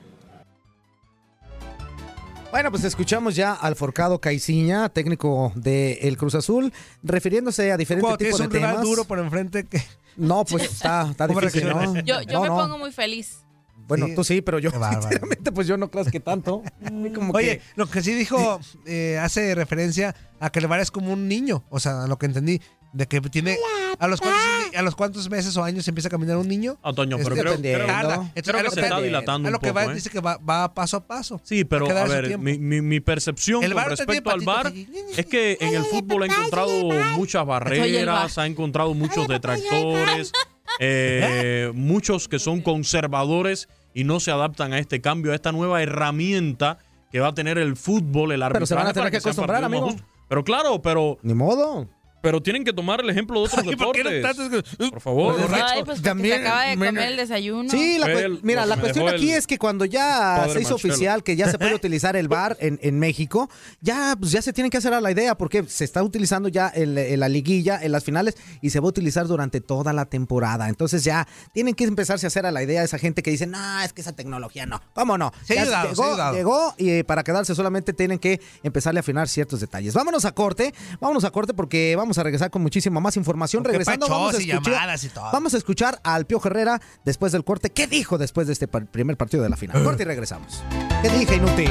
Bueno, pues escuchamos ya al forcado Caiciña, técnico del Cruz Azul, refiriéndose a diferentes Cuando tipos de tienes un rival temas. duro por enfrente que... No, pues está, está ¿Cómo difícil, ¿no? Yo, yo No, me no. pongo muy feliz. Bueno, Sí. tú sí, pero yo, Qué bárbaro. sinceramente, pues yo no creo que tanto. Como Oye, que- lo que sí dijo eh, hace referencia a que el V A R es como un niño, o sea, a lo que entendí, de que tiene ¿A los cuántos, a los cuántos meses o años empieza a caminar un niño? Ah, Toño, pero Este, creo, creo, tarda. creo que lo se está dilatando a un lo que poco. va, ¿eh? dice que va, va paso a paso. Sí, pero Hay que a darse ver, tiempo. mi, mi, mi percepción El con V A R respecto al tiene V A R patitas es que en el fútbol ha encontrado muchas barreras, ha encontrado muchos detractores, eh, muchos que son conservadores y no se adaptan a este cambio, a esta nueva herramienta que va a tener el fútbol, el arbitraje. Pero se van a tener para que sean acostumbrar, partidos amigo. más justos. Pero claro, pero... Ni modo. Pero tienen que tomar el ejemplo de otros Ay, ¿por qué no deportes. tantos- Por favor. Ay, pues porque se acaba de comer el desayuno. Sí, la cu- El- mira, lo la que me cuestión dejó aquí el es que cuando ya padre se hizo Marcelo. oficial que ya se puede utilizar el V A R en, en México, ya, pues, ya se tienen que hacer a la idea porque se está utilizando ya en, en la liguilla, en las finales, y se va a utilizar durante toda la temporada. Entonces ya tienen que empezarse a hacer a la idea a esa gente que dice, no, es que esa tecnología no. ¿Cómo no? Se ha Ya ayudado, se ha llegó, ayudado. llegó y eh, para quedarse solamente tienen que empezarle a afinar ciertos detalles. Vámonos a corte, vámonos a corte porque vamos a regresar con muchísima más información. Con qué Regresando, vamos a pachos y escuchar, llamadas y todo. vamos a escuchar al Piojo Herrera después del corte. ¿Qué dijo después de este par- primer partido de la final? Corte y regresamos. ¿Qué dije, inútil?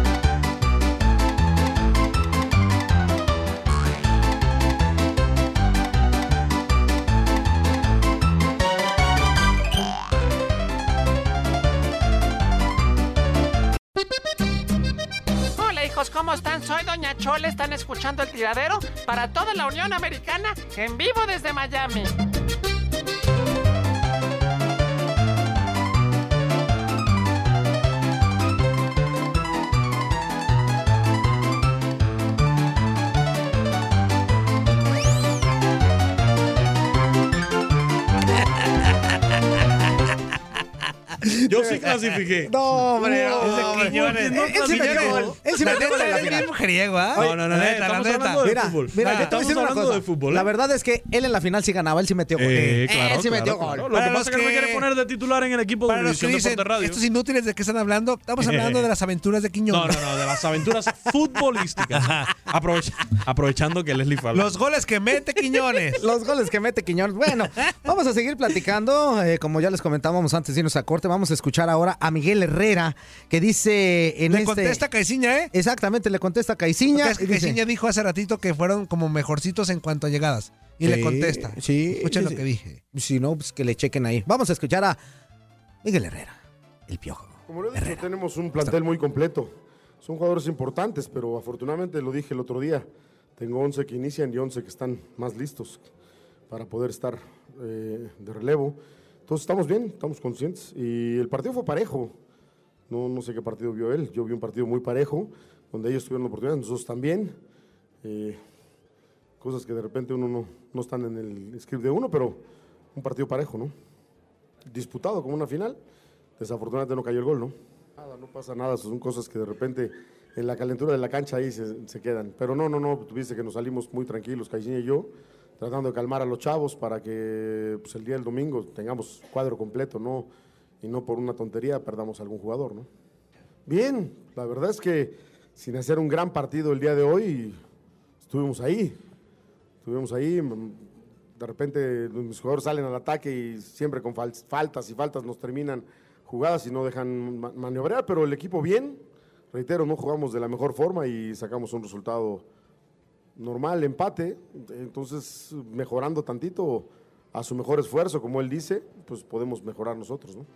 Hola hijos, ¿cómo están? Soy Doña Chole, están escuchando El Tiradero para toda la Unión Americana en vivo desde Miami. Yo sí clasifiqué. No, hombre, no, Ese hombre. Quiñones. Él- él sí metió gol. Él sí La metió gol neta, en la eres final. bien mujeriego, ¿ah? No, no, no, La eh, neta, la estamos neta. hablando de Mira, fútbol. mira, Ah, yo te voy a estamos decir una hablando cosa. de fútbol, ¿eh? La verdad es que él en la final sí ganaba, él sí metió gol. Eh, él claro, sí claro, metió claro. gol. Lo Para que los pasa es que no me que- quiere poner de titular en el equipo de Para los que Univisión dicen, Deporte Radio. estos inútiles de qué están hablando, estamos hablando de las aventuras de No, Quiñones. no, no, de las aventuras futbolísticas. Aprovecha- aprovechando que Leslie Fala. Los goles que mete Quiñones. Los goles que mete Quiñones. Bueno, vamos a seguir platicando. Eh, como ya les comentábamos antes de irnos a corte, vamos a escuchar ahora a Miguel Herrera, que dice en Le este... contesta Caiciña, ¿eh? Exactamente, le contesta a Caiciña. Porque es que y dice- Caiciña dijo hace ratito que fueron como mejorcitos en cuanto a llegadas. Y Sí, le contesta. Sí. Escuchen sí, lo sí. que dije. Si no, pues que le chequen ahí. Vamos a escuchar a Miguel Herrera, el Piojo. Como lo he dicho, tenemos un plantel muy completo. Son jugadores importantes, pero afortunadamente lo dije el otro día. Tengo once que inician y once que están más listos para poder estar eh, de relevo. Entonces estamos bien, estamos conscientes. Y el partido fue parejo. No, no sé qué partido vio él. Yo vi un partido muy parejo, donde ellos tuvieron oportunidad, nosotros también. Eh, cosas que de repente uno no, no están en el script de uno, pero un partido parejo, ¿no? Disputado como una final. Desafortunadamente no cayó el gol, ¿no? Nada, no pasa nada, son cosas que de repente en la calentura de la cancha ahí se, se quedan. Pero no, no, no, tuviste que nos salimos muy tranquilos, Caixinha y yo, tratando de calmar a los chavos para que pues, el día del domingo tengamos cuadro completo, ¿no? Y no por una tontería perdamos a algún jugador, ¿no? Bien, la verdad es que sin hacer un gran partido el día de hoy, estuvimos ahí, estuvimos ahí, de repente mis jugadores salen al ataque y siempre con fal- faltas y faltas nos terminan jugadas y no dejan ma- maniobrar, pero el equipo bien, reitero, no jugamos de la mejor forma y sacamos un resultado normal, empate, entonces mejorando tantito a su mejor esfuerzo, como él dice, pues podemos mejorar nosotros, ¿no?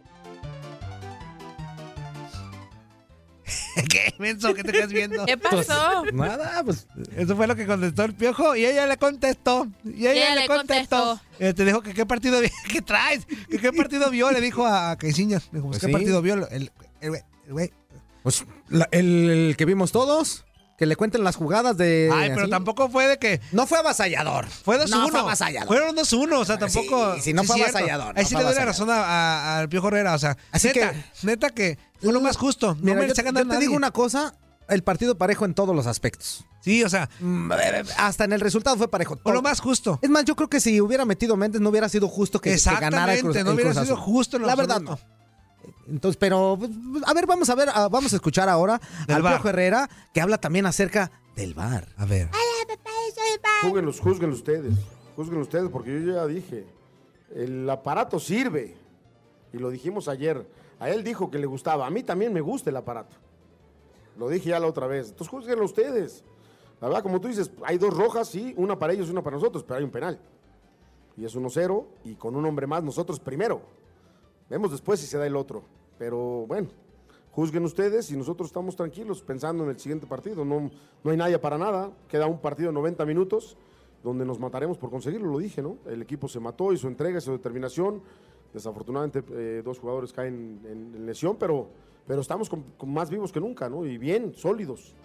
¿Qué, menso? ¿Qué te quedas viendo? ¿Qué pasó? Nada, pues. Eso fue lo que contestó el Piojo y ella le contestó. Y ella, Ella le le contestó. contestó. Eh, te dijo que qué partido vi- ¿qué traes? Que qué partido vio, le dijo a, a Caiciña. Le dijo, pues, Pues ¿qué sí. partido vio? El, el, güey, el güey. Pues la- el, el que vimos todos, que le cuenten las jugadas de. Ay, pero así. tampoco fue de que. No fue avasallador. Fue dos uno. No fue avasallador. Fueron dos uno, o sea, tampoco. Sí, sí, no fue cierto. avasallador, Ahí no sí fue le doy la avasallador. razón a- a- al Piojo Herrera, o sea. Así neta, que- neta que fue lo más justo. No Mira, yo, merece yo ganar te nadie. digo una cosa, el partido parejo en todos los aspectos. Sí, o sea. Mm, Hasta en el resultado fue parejo. Fue lo más justo. Es más, yo creo que si hubiera metido Méndez no hubiera sido justo que, que ganara el Cruz, Exactamente, no el hubiera Cruz sido Azul. justo en lo La verdad absoluto. no. Entonces, pero pues, a ver, vamos a ver, ah, vamos a escuchar ahora Del al V A R. Piojo Herrera, que habla también acerca del V A R. A ver. Júguenlos, júzguenlos ustedes, júzguenlos ustedes, porque yo ya dije, el aparato sirve, y lo dijimos ayer, a él dijo que le gustaba, a mí también me gusta el aparato, lo dije ya la otra vez, entonces júzguenlo ustedes, la verdad, como tú dices, hay dos rojas, sí, una para ellos y una para nosotros, pero hay un penal, y es uno cero, y con un hombre más nosotros primero. Vemos después si se da el otro, pero bueno, juzguen ustedes y nosotros estamos tranquilos pensando en el siguiente partido. No, no hay nadie para nada, queda un partido de noventa minutos donde nos mataremos por conseguirlo, lo dije, ¿no? El equipo se mató y su entrega y su determinación. Desafortunadamente eh, dos jugadores caen en, en lesión, pero, pero estamos con, con más vivos que nunca, ¿no? Y bien, sólidos.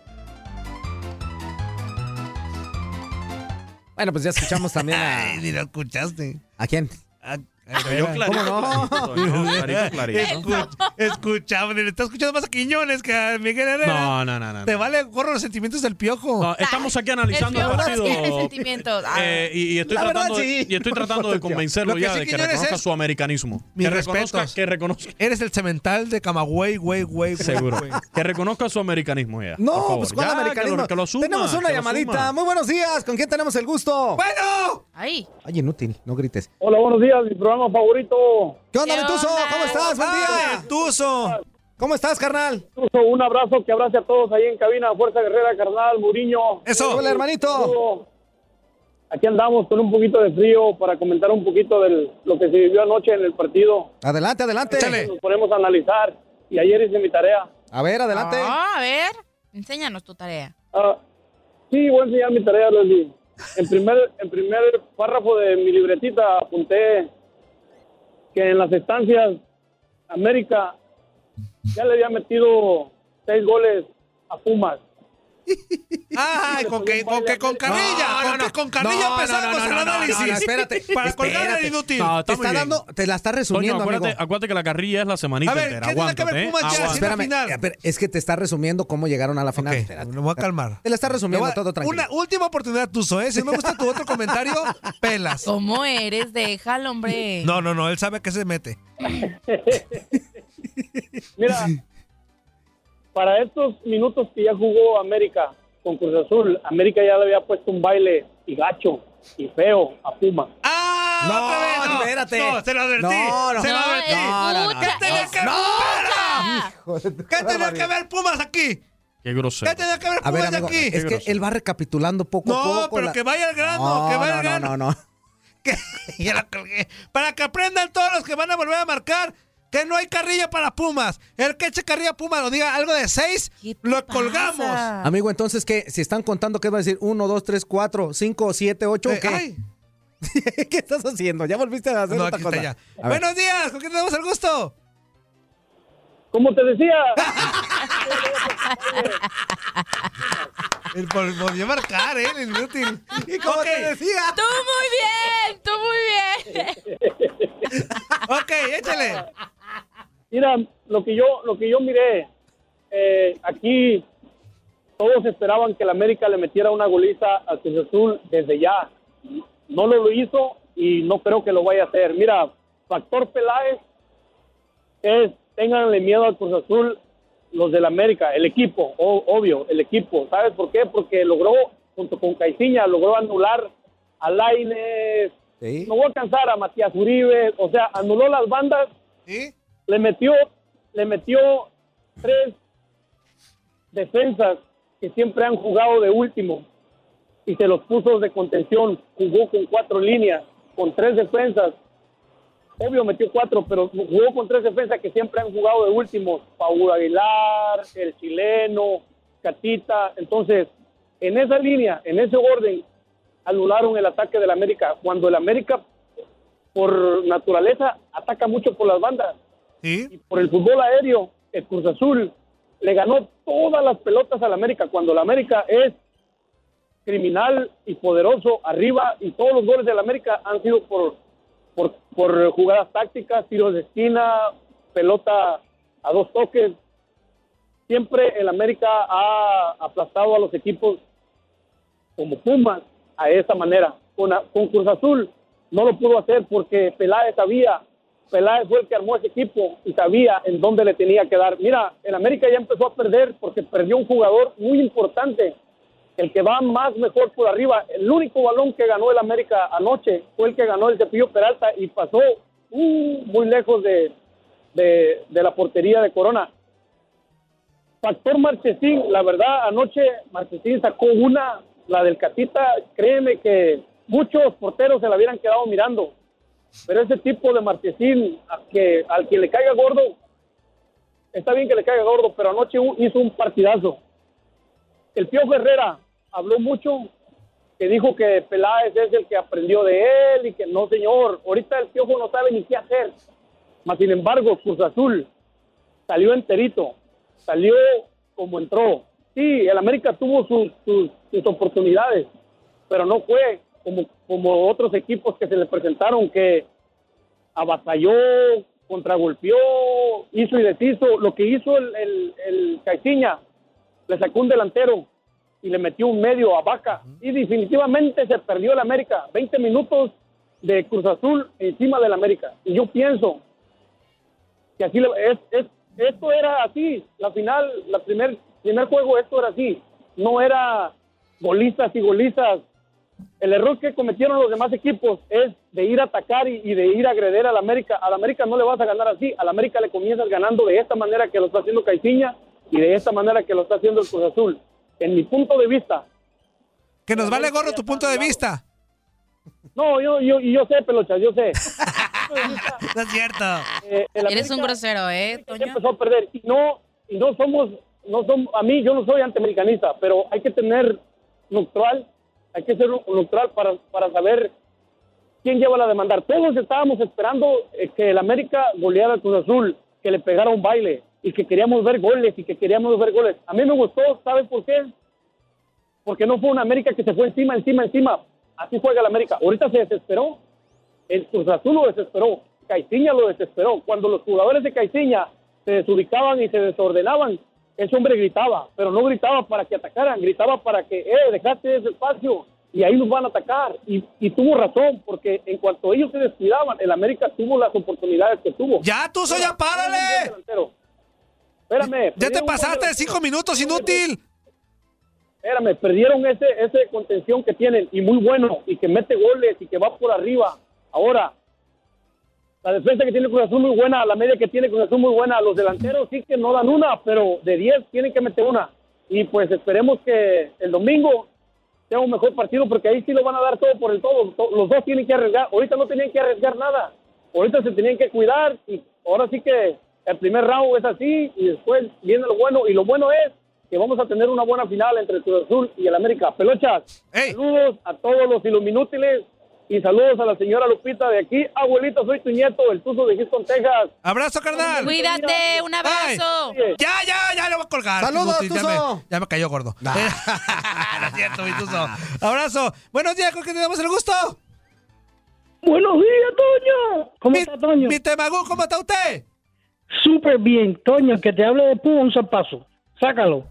Bueno, pues ya escuchamos también a... Ay, ni lo escuchaste. ¿A quién? A, Yo clarito, ¿Cómo no? clarito, clarito, clarito. Escuch, escuchamos, le está escuchando más a Quiñones que a Miguel Herrera. No, no, no, no. Te vale gorro los sentimientos del Piojo. No, estamos aquí analizando el, el partido. Tiene sentimientos. Ah. Eh, y, y estoy La tratando, verdad, sí. de, y estoy tratando de convencerlo Lo que ya sí, de que Quiñones, reconozca es- su americanismo. Mis Que reconozca, respetos. que reconozca. Eres el cemental de Camagüey, güey, güey, güey. Seguro. güey. Que reconozca su americanismo ya. No, por favor. pues ¿cuál Ya, americanismo? Que lo, que lo asuma, tenemos una que lo llamadita. asuma. Muy buenos días. ¿Con quién tenemos el gusto? ¡Bueno! Ahí. Ay, inútil, no grites. Hola, buenos días, mi programa favorito. ¿Qué onda, ¿Qué Ventuso? onda? ¿Cómo estás? Buen ¡Ay, día. Tuzo! ¿Cómo estás, carnal? Un abrazo que abrace a todos ahí en cabina, Fuerza Guerrera, carnal, Muriño. Eso. Hola, hermanito. Aquí andamos con un poquito de frío para comentar un poquito de lo que se vivió anoche en el partido. Adelante, adelante. Échale. Nos ponemos a analizar y ayer hice mi tarea. A ver, adelante. Ah, a ver, enséñanos tu tarea. Ah, sí, voy a enseñar mi tarea, Leslie. En primer, en primer párrafo de mi libretita apunté que en las estancias América ya le había metido seis goles a Pumas. Ay, con que con, que, con carrilla. No, no, con, no. que, con carrilla No, no, empezamos no, no, el no, no, análisis. no, no, espérate. Para colgar Espérate. al inútil. No, Te está muy está bien. dando, te la está Toño, resumiendo, acuérdate, amigo. acuérdate que la carrilla es la semanita A ver, entera. ¿qué tiene que ver Aguántate, ¿eh? Pumas ya? Aguántate. Espera, Espérame, final. espera, es que te está resumiendo cómo llegaron a la final. Ok, Espérate. me voy a calmar. Te la está Le resumiendo voy a- todo tranquilo. Una última oportunidad, Tuzo, ¿eh? Si no me gusta tu otro comentario, pelas. ¿Cómo eres? Déjalo, hombre. No, no, no, él sabe a qué se mete. Mira, para estos minutos que ya jugó América con Cruz Azul, América ya le había puesto un baile y gacho y feo a Pumas. ¡Ah! No, otra vez, no, espérate. No, se lo advertí. No, no. Se lo No, advertí. no, no, no. ¿Qué tenía que ver? ¡Escucha! Hijo de tu ¿Qué tenía barbaridad. que ver Pumas aquí? Qué grosero. ¿Qué tenía que ver A ver, Pumas de amigo, aquí? es que él va recapitulando poco a No, poco. pero la- que vaya al grano, No, que vaya no, al grano. no, no, no. Que- ya la colgué. Para que aprendan todos los que van a volver a marcar que no hay carrilla para Pumas. El que eche carrilla a Pumas lo diga algo de seis, ¿Qué te lo pasa? colgamos. Amigo, entonces, ¿qué? Si están contando, ¿qué va a decir? Uno, dos, tres, cuatro, cinco, siete, ocho, Eh, ¿qué? ay. ¿Qué estás haciendo? ¿Ya volviste a hacer No, otra aquí está cosa? ya. A ver. Buenos días, ¿con quién tenemos el gusto? Como te decía, El vol- volvió a marcar, ¿eh? El inútil. Y como Ok. te decía. Tú muy bien, tú muy bien. Ok, échale. mira, lo que yo, lo que yo miré, eh, aquí todos esperaban que el América le metiera una goliza al Cruz Azul desde ya. No lo hizo y no creo que lo vaya a hacer. Mira, factor Peláez es, ténganle miedo al Cruz Azul los del América, el equipo, o- obvio, el equipo. ¿Sabes por qué? Porque logró, junto con Caixinha, logró anular a Lainez, Sí. no voy a cansar a Matías Uribe, o sea, anuló las bandas, ¿Sí? le metió, le metió tres defensas que siempre han jugado de último y se los puso de contención, jugó con cuatro líneas, con tres defensas, obvio metió cuatro, pero jugó con tres defensas que siempre han jugado de últimos, Paul Aguilar, el chileno, Catita. Entonces, en esa línea, en ese orden, anularon el ataque del América, cuando el América, por naturaleza, ataca mucho por las bandas. ¿Sí? Y por el fútbol aéreo, el Cruz Azul le ganó todas las pelotas al América, cuando el América es criminal y poderoso arriba, y todos los goles del América han sido por Por, por jugadas tácticas, tiros de esquina, pelota a dos toques. Siempre el América ha aplastado a los equipos como Pumas a esa manera. Con, con Cruz Azul no lo pudo hacer porque Peláez sabía, Peláez fue el que armó ese equipo y sabía en dónde le tenía que dar. Mira, el América ya empezó a perder porque perdió un jugador muy importante, el que va más mejor por arriba. El único balón que ganó el América anoche fue el que ganó el Cepillo Peralta y pasó uh, muy lejos de, de, de la portería de Corona. Factor Marchesín, la verdad, anoche Marchesín sacó una, la del Catita, créeme que muchos porteros se la hubieran quedado mirando. Pero ese tipo de Marchesín, a que, al que le caiga gordo, está bien que le caiga gordo, pero anoche hizo un partidazo. El Piojo Herrera habló mucho, que dijo que Peláez es el que aprendió de él y que no, señor. Ahorita el Piojo no sabe ni qué hacer. Mas, sin embargo, Cruz Azul salió enterito, salió como entró. Sí, el América tuvo sus, sus, sus oportunidades, pero no fue como, como otros equipos que se le presentaron, que avasalló, contragolpeó, hizo y deshizo. Lo que hizo el, el, el Caixinha, le sacó un delantero y le metió un medio a Vaca, y definitivamente se perdió el América. veinte minutos de Cruz Azul encima del América, y yo pienso que así le, es, es, esto era así, la final, la primer, primer juego, esto era así, no era golizas y golizas. El error que cometieron los demás equipos es de ir a atacar y, y de ir a agredir al América. Al América no le vas a ganar así, al América le comienzas ganando de esta manera que lo está haciendo Caixinha y de esta manera que lo está haciendo el Cruz Azul. En mi punto de vista. Que nos vale gorro tu punto de vista. No, yo, yo, yo sé, Pelocha, yo sé. No es cierto. Eh, Eres un grosero, ¿eh, Toño? Empezó a perder. Y no, y no somos, no somos, a mí yo no soy antiamericanista, pero hay que tener neutral, hay que ser neutral para, para saber quién lleva la demanda. Todos estábamos esperando eh, que el América goleara al Cruz Azul, que le pegara un baile, y que queríamos ver goles, y que queríamos ver goles. A mí me gustó, ¿sabes por qué? Porque no fue una América que se fue encima, encima, encima. Así juega el América. Ahorita se desesperó. El Cruz Azul lo desesperó. Caixinha lo desesperó. Cuando los jugadores de Caixinha se desubicaban y se desordenaban, ese hombre gritaba, pero no gritaba para que atacaran, gritaba para que, eh, dejaste ese espacio, y ahí nos van a atacar. Y, y tuvo razón, porque en cuanto ellos se descuidaban, el América tuvo las oportunidades que tuvo. ¡Ya, tú, soy ya, párale! Espérame. Ya te pasaste de cinco minutos, inútil. Espérame, perdieron ese, ese contención que tienen, y muy bueno, y que mete goles, y que va por arriba. Ahora, la defensa que tiene Cruz Azul muy buena, la media que tiene Cruz Azul muy buena. Los delanteros sí que no dan una, pero de diez tienen que meter una. Y pues esperemos que el domingo sea un mejor partido, porque ahí sí lo van a dar todo por el todo. Los dos tienen que arriesgar. Ahorita no tenían que arriesgar nada. Ahorita se tenían que cuidar, y ahora sí que el primer round es así, y después viene lo bueno, y lo bueno es que vamos a tener una buena final entre el Cruz Azul y el América. Pelochas, ¡hey! Saludos a todos los iluminútiles, y saludos a la señora Lupita de aquí. Abuelita, soy tu nieto, el Tuzo de Houston, Texas. ¡Abrazo, carnal! ¡Cuídate! ¡Un abrazo! Ay, ya, ya, ya lo voy a colgar. ¡Saludos, Tuzo! Ya me, ya me cayó gordo. Nah. No es cierto, mi Tuzo. ¡Abrazo! Buenos días, ¿con qué te damos el gusto? Buenos días, Toño. ¿Cómo mi, está, Toño? Mi Temagú, ¿cómo está usted? Súper bien, Toño, que te hable de Puma un zapazo. Sácalo.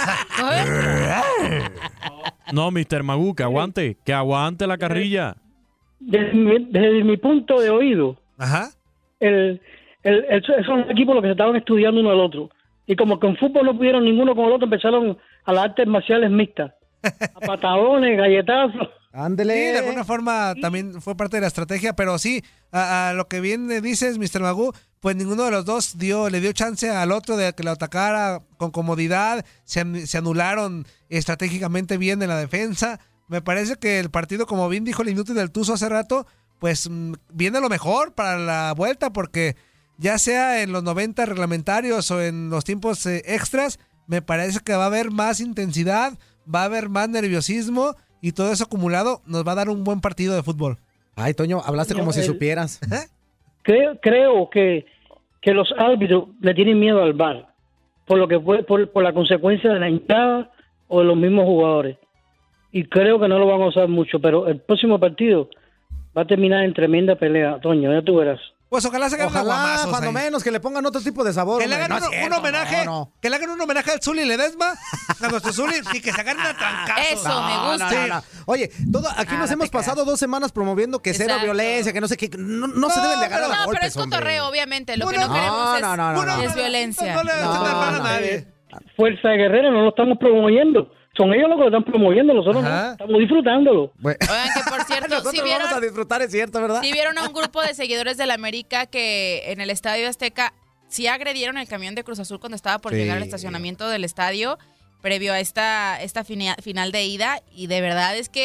No, mister Magú, que aguante, que aguante la carrilla. Desde mi, desde mi punto de oído, Ajá. El, el, el, son equipos los que se estaban estudiando uno al otro. Y como que en fútbol no pudieron ninguno con el otro, empezaron a las artes marciales mixtas. A patadones, galletazos. Ándele. Sí, de alguna forma también fue parte de la estrategia, pero sí, a, a lo que bien dices, mister Magú, pues ninguno de los dos dio, le dio chance al otro de que lo atacara con comodidad, se, se anularon estratégicamente bien en la defensa. Me parece que el partido, como bien dijo el inútil del Tuzo hace rato, pues viene lo mejor para la vuelta, porque ya sea en los noventa reglamentarios o en los tiempos eh, extras, me parece que va a haber más intensidad, va a haber más nerviosismo, y todo eso acumulado nos va a dar un buen partido de fútbol. Ay, Toño, hablaste como si supieras. Creo, creo que, que los árbitros le tienen miedo al V A R, por lo que fue, por, por la consecuencia de la hinchada o de los mismos jugadores. Y creo que no lo van a usar mucho, pero el próximo partido va a terminar en tremenda pelea, Toño, ya tú verás. Pues ojalá se ganen Ojalá, guamazos cuando ahí. menos, que le pongan otro tipo de sabor. Que le hagan no un, es cierto, un homenaje, no, no. que le hagan un homenaje al Zuli Ledesma, a nuestro Zuli, y que se agarren a trancazos. Eso, no, me gusta. No, no, no. Oye, todo, aquí ah, nos hemos pasado dos semanas promoviendo que cero violencia, que no sé qué. No, no, no se deben de agarrar no, a golpes, pero es cotorreo, hombre. obviamente. Lo no, que no, no queremos es, no, no, no, no. es violencia. No, no, no, no, no, no, no, nadie. Fuerza de Guerrero no lo estamos promoviendo. Son ellos los que lo están promoviendo, nosotros no, estamos disfrutándolo. Bueno. Oigan, que por cierto, nosotros si vieron, vamos a disfrutar, es cierto, ¿verdad? Si vieron a un grupo de seguidores del América que en el Estadio Azteca sí agredieron el camión de Cruz Azul cuando estaba por sí. llegar al estacionamiento del estadio previo a esta, esta fina, final de ida, y de verdad es que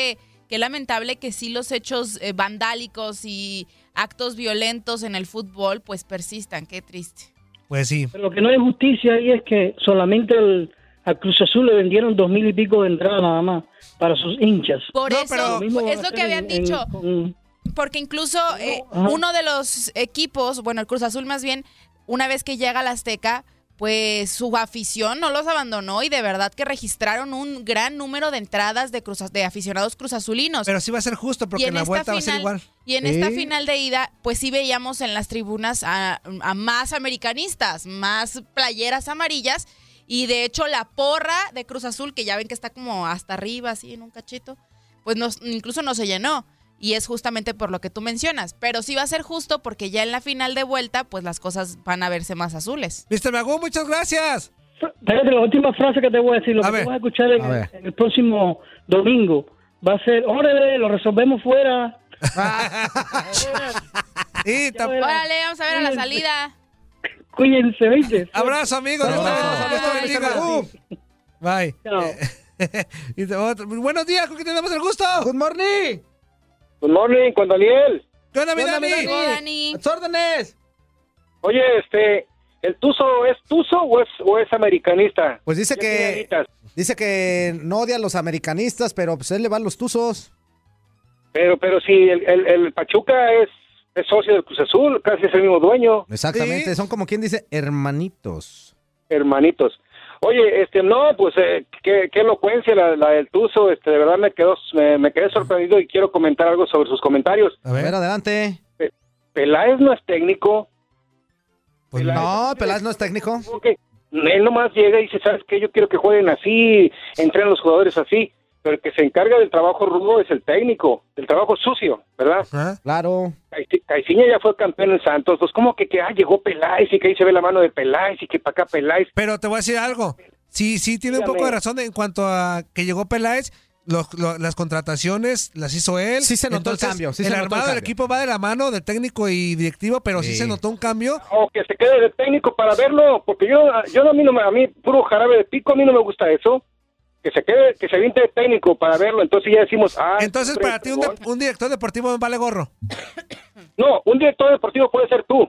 qué lamentable que sí los hechos eh, vandálicos y actos violentos en el fútbol pues persistan, qué triste. Pues sí. Pero lo que no hay justicia ahí es que solamente el, al Cruz Azul le vendieron dos mil y pico de entradas nada más para sus hinchas. Por No, eso, pero- Lo mismo es va lo a que ser habían en- dicho. en- con- Porque incluso eh, Ajá. uno de los equipos, bueno, el Cruz Azul más bien, una vez que llega a la Azteca, pues su afición no los abandonó y de verdad que registraron un gran número de entradas de, cruz, de aficionados cruzazulinos. Pero sí va a ser justo porque Y en la esta vuelta va a ser final- igual. Y en esta final de ida, pues sí veíamos en las tribunas a, a más americanistas, más playeras amarillas. Y de hecho la porra de Cruz Azul, que ya ven que está como hasta arriba, así en un cachito, pues nos, incluso no se llenó. Y es justamente por lo que tú mencionas. Pero sí va a ser justo porque ya en la final de vuelta, pues las cosas van a verse más azules. mister Magoo, muchas gracias. Espérate, la última frase que te voy a decir, lo A que ver. tú vas a escuchar en, A ver. en el próximo domingo va a ser, órale, lo resolvemos fuera. Y tam- Órale, vamos a ver a la salida. Cuídense, ¿viste? Abrazo, amigos. Nos vemos. Dios te bendiga. Magoo. Bye. Eh, y te- otro- buenos días, ¿con quién tenemos el gusto? Good morning. Good morning, con Daniel. ¿Qué onda, mi ¿Qué onda, mi Dani? Dani? Dani. ¡A tus órdenes! Oye, este, ¿el Tuzo es Tuzo o es, o es americanista? Pues dice ¿Qué que señoritas? dice que no odia a los americanistas, pero pues él le van los tuzos. Pero, pero si el, el, el Pachuca es, es socio del Cruz Azul, casi es el mismo dueño, Exactamente, son como quien dice hermanitos. hermanitos. Oye, este, no, pues eh, qué, qué elocuencia la, la del Tuzo, este, de verdad me quedó, me, me quedé sorprendido y quiero comentar algo sobre sus comentarios. A ver, adelante. Pe- Peláez no es técnico. Pues no, Peláez no es técnico. Ok, él nomás llega y dice, ¿sabes qué? Yo quiero que jueguen así, entrenen los jugadores así, pero el que se encarga del trabajo rudo es el técnico, del trabajo sucio, ¿verdad? Claro. Caici- Caiciña ya fue campeón en Santos, pues como que, que ah, llegó Peláez y que ahí se ve la mano de Peláez y que para acá Peláez. Pero te voy a decir algo. Sí, sí, tiene un Dígame. poco de razón en cuanto a que llegó Peláez. Los- lo- las contrataciones las hizo él. Sí se notó el cambio, sí el se notó el armado del cambio. equipo va de la mano del técnico y directivo, pero sí, Sí. se notó un cambio. O que se quede de técnico para verlo, porque yo, yo a mí no me, a mí puro jarabe de pico, a mí no me gusta eso. Que se quede, que se vinte de técnico para verlo, entonces ya decimos, ah. Entonces, hombre, para ti, un, fregón. de- un director deportivo vale gorro. No, un director deportivo puede ser tú.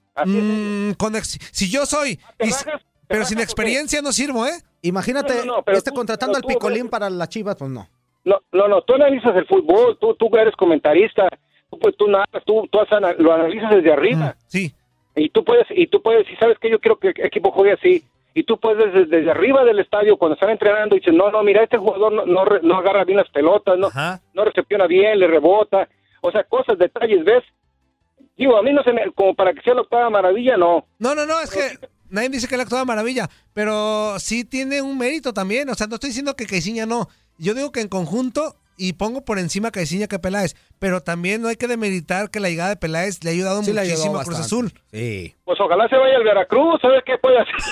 Mm, con ex- si yo soy, ¿Te y- rajas? pero sin experiencia no sirvo, ¿eh? Imagínate, No, no, no, pero este tú- contratando pero al tú- Picolín para las Chivas, pues no. No, no, no, tú analizas el fútbol, tú, tú eres comentarista, tú, pues, tú, narras, tú, tú has ana- lo analizas desde arriba. Sí. Y tú puedes, y tú puedes, si sabes que yo quiero que el equipo juegue así, y tú puedes desde, desde arriba del estadio, cuando están entrenando, y dices, no, no, mira, este jugador no, no, re- no agarra bien las pelotas, no, no recepciona bien, le rebota, o sea, cosas, detalles, ¿ves? Digo, a mí no se me, como para que sea la octava maravilla, no. No, no, no, es que nadie dice que él actúa de maravilla, pero sí tiene un mérito también. O sea, no estoy diciendo que Caiciña no. Yo digo que en conjunto, y pongo por encima a Caiciña que Peláez, pero también no hay que demeritar que la llegada de Peláez le ha ayudado Sí le ayudó muchísimo a Cruz bastante. Azul. Sí. Pues ojalá se vaya al Veracruz, a ver qué puede hacer.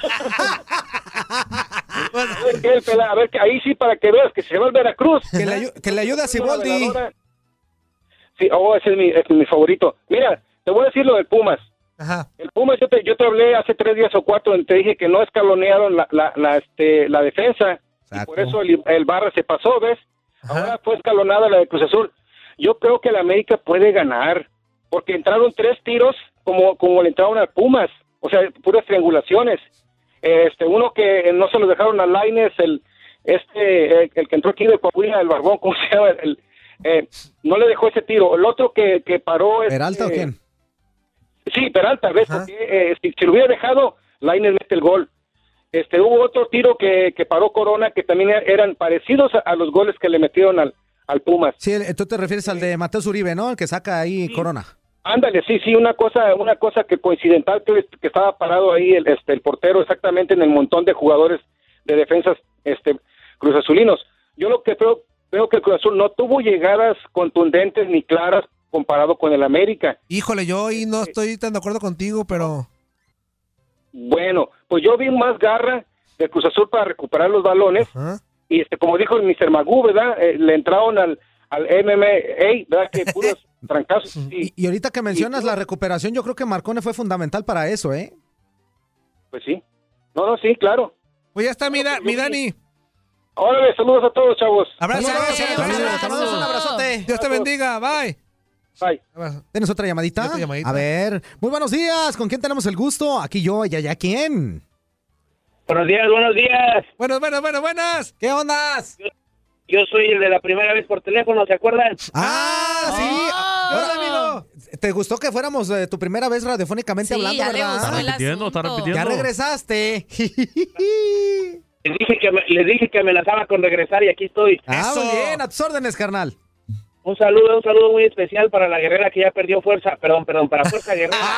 a ver, qué, el Pela- a ver, que ahí sí, para que veas que se va al Veracruz. Que le, ayu- que le ayude a Siboldi. Sí, oh, ese es mi, ese es mi favorito. Mira, te voy a decir lo del Pumas. Ajá. El Pumas, yo te, yo te hablé hace tres días o cuatro, donde te dije que no escalonearon la, la, la, este, la defensa. Y por eso el, el Barra se pasó, ¿ves? Ahora fue escalonada la de Cruz Azul. Yo creo que el América puede ganar, porque entraron tres tiros como, como le entraron al Pumas. O sea, puras triangulaciones. Este, uno que no se lo dejaron a Lainez, el, este, el, el que entró aquí de Coahuila, el Barbón, ¿cómo se llama? El, eh, no le dejó ese tiro. El otro que, que paró... ¿Peralta este, o quién? Sí, Peralta, ¿ves? Porque eh, si, si lo hubiera dejado, Lainez mete el gol. Este, hubo otro tiro que, que paró Corona, que también eran parecidos a, a los goles que le metieron al, al Pumas. Sí, el- tú te refieres al de Mateus Uribe, ¿no? El que saca ahí Corona. Ándale, sí, sí, una cosa, una cosa que coincidental que, que estaba parado ahí el, este, el portero exactamente en el montón de jugadores de defensas, este, Cruz Azulinos. Yo lo que creo, creo que el Cruz Azul no tuvo llegadas contundentes ni claras comparado con el América. Híjole, yo ahí no estoy tan de acuerdo contigo, pero... Bueno, pues yo vi más garra del Cruz Azul para recuperar los balones. Y este, como dijo el mister Magoo, ¿verdad? Eh, le entraron al, al M M A, ¿verdad? Que puros trancazos. Y, y ahorita que mencionas la recuperación, yo creo que Marcone fue fundamental para eso, ¿eh? Pues sí. No, no, sí, claro. Pues ya está, mi, Da- mi Dani. Órale, saludos a todos, chavos. Abrazo, Saludos, abrazo, saludos, abrazo. saludos, un abrazote. Dios te bendiga, bye. Bye. ¿Tienes otra llamadita? Otra llamadita. A ver, muy buenos días. ¿Con quién tenemos el gusto? Aquí yo, y allá quién. Buenos días, buenos días. Buenas, buenas, buenas, buenas. ¿Qué ondas? Yo, yo soy el de la primera vez por teléfono, ¿se acuerdan? Ah, sí. Hola, amigo. ¿Te gustó que fuéramos eh, tu primera vez radiofónicamente Sí, hablando, ya le verdad? gustó el repitiendo, está asunto. repitiendo. Ya regresaste. Les dije que me, les dije que amenazaba con regresar y aquí estoy. Ah, Eso. muy bien, a tus órdenes, carnal. Un saludo, un saludo muy especial para la guerrera que ya perdió fuerza, perdón, perdón, para Fuerza Guerrera.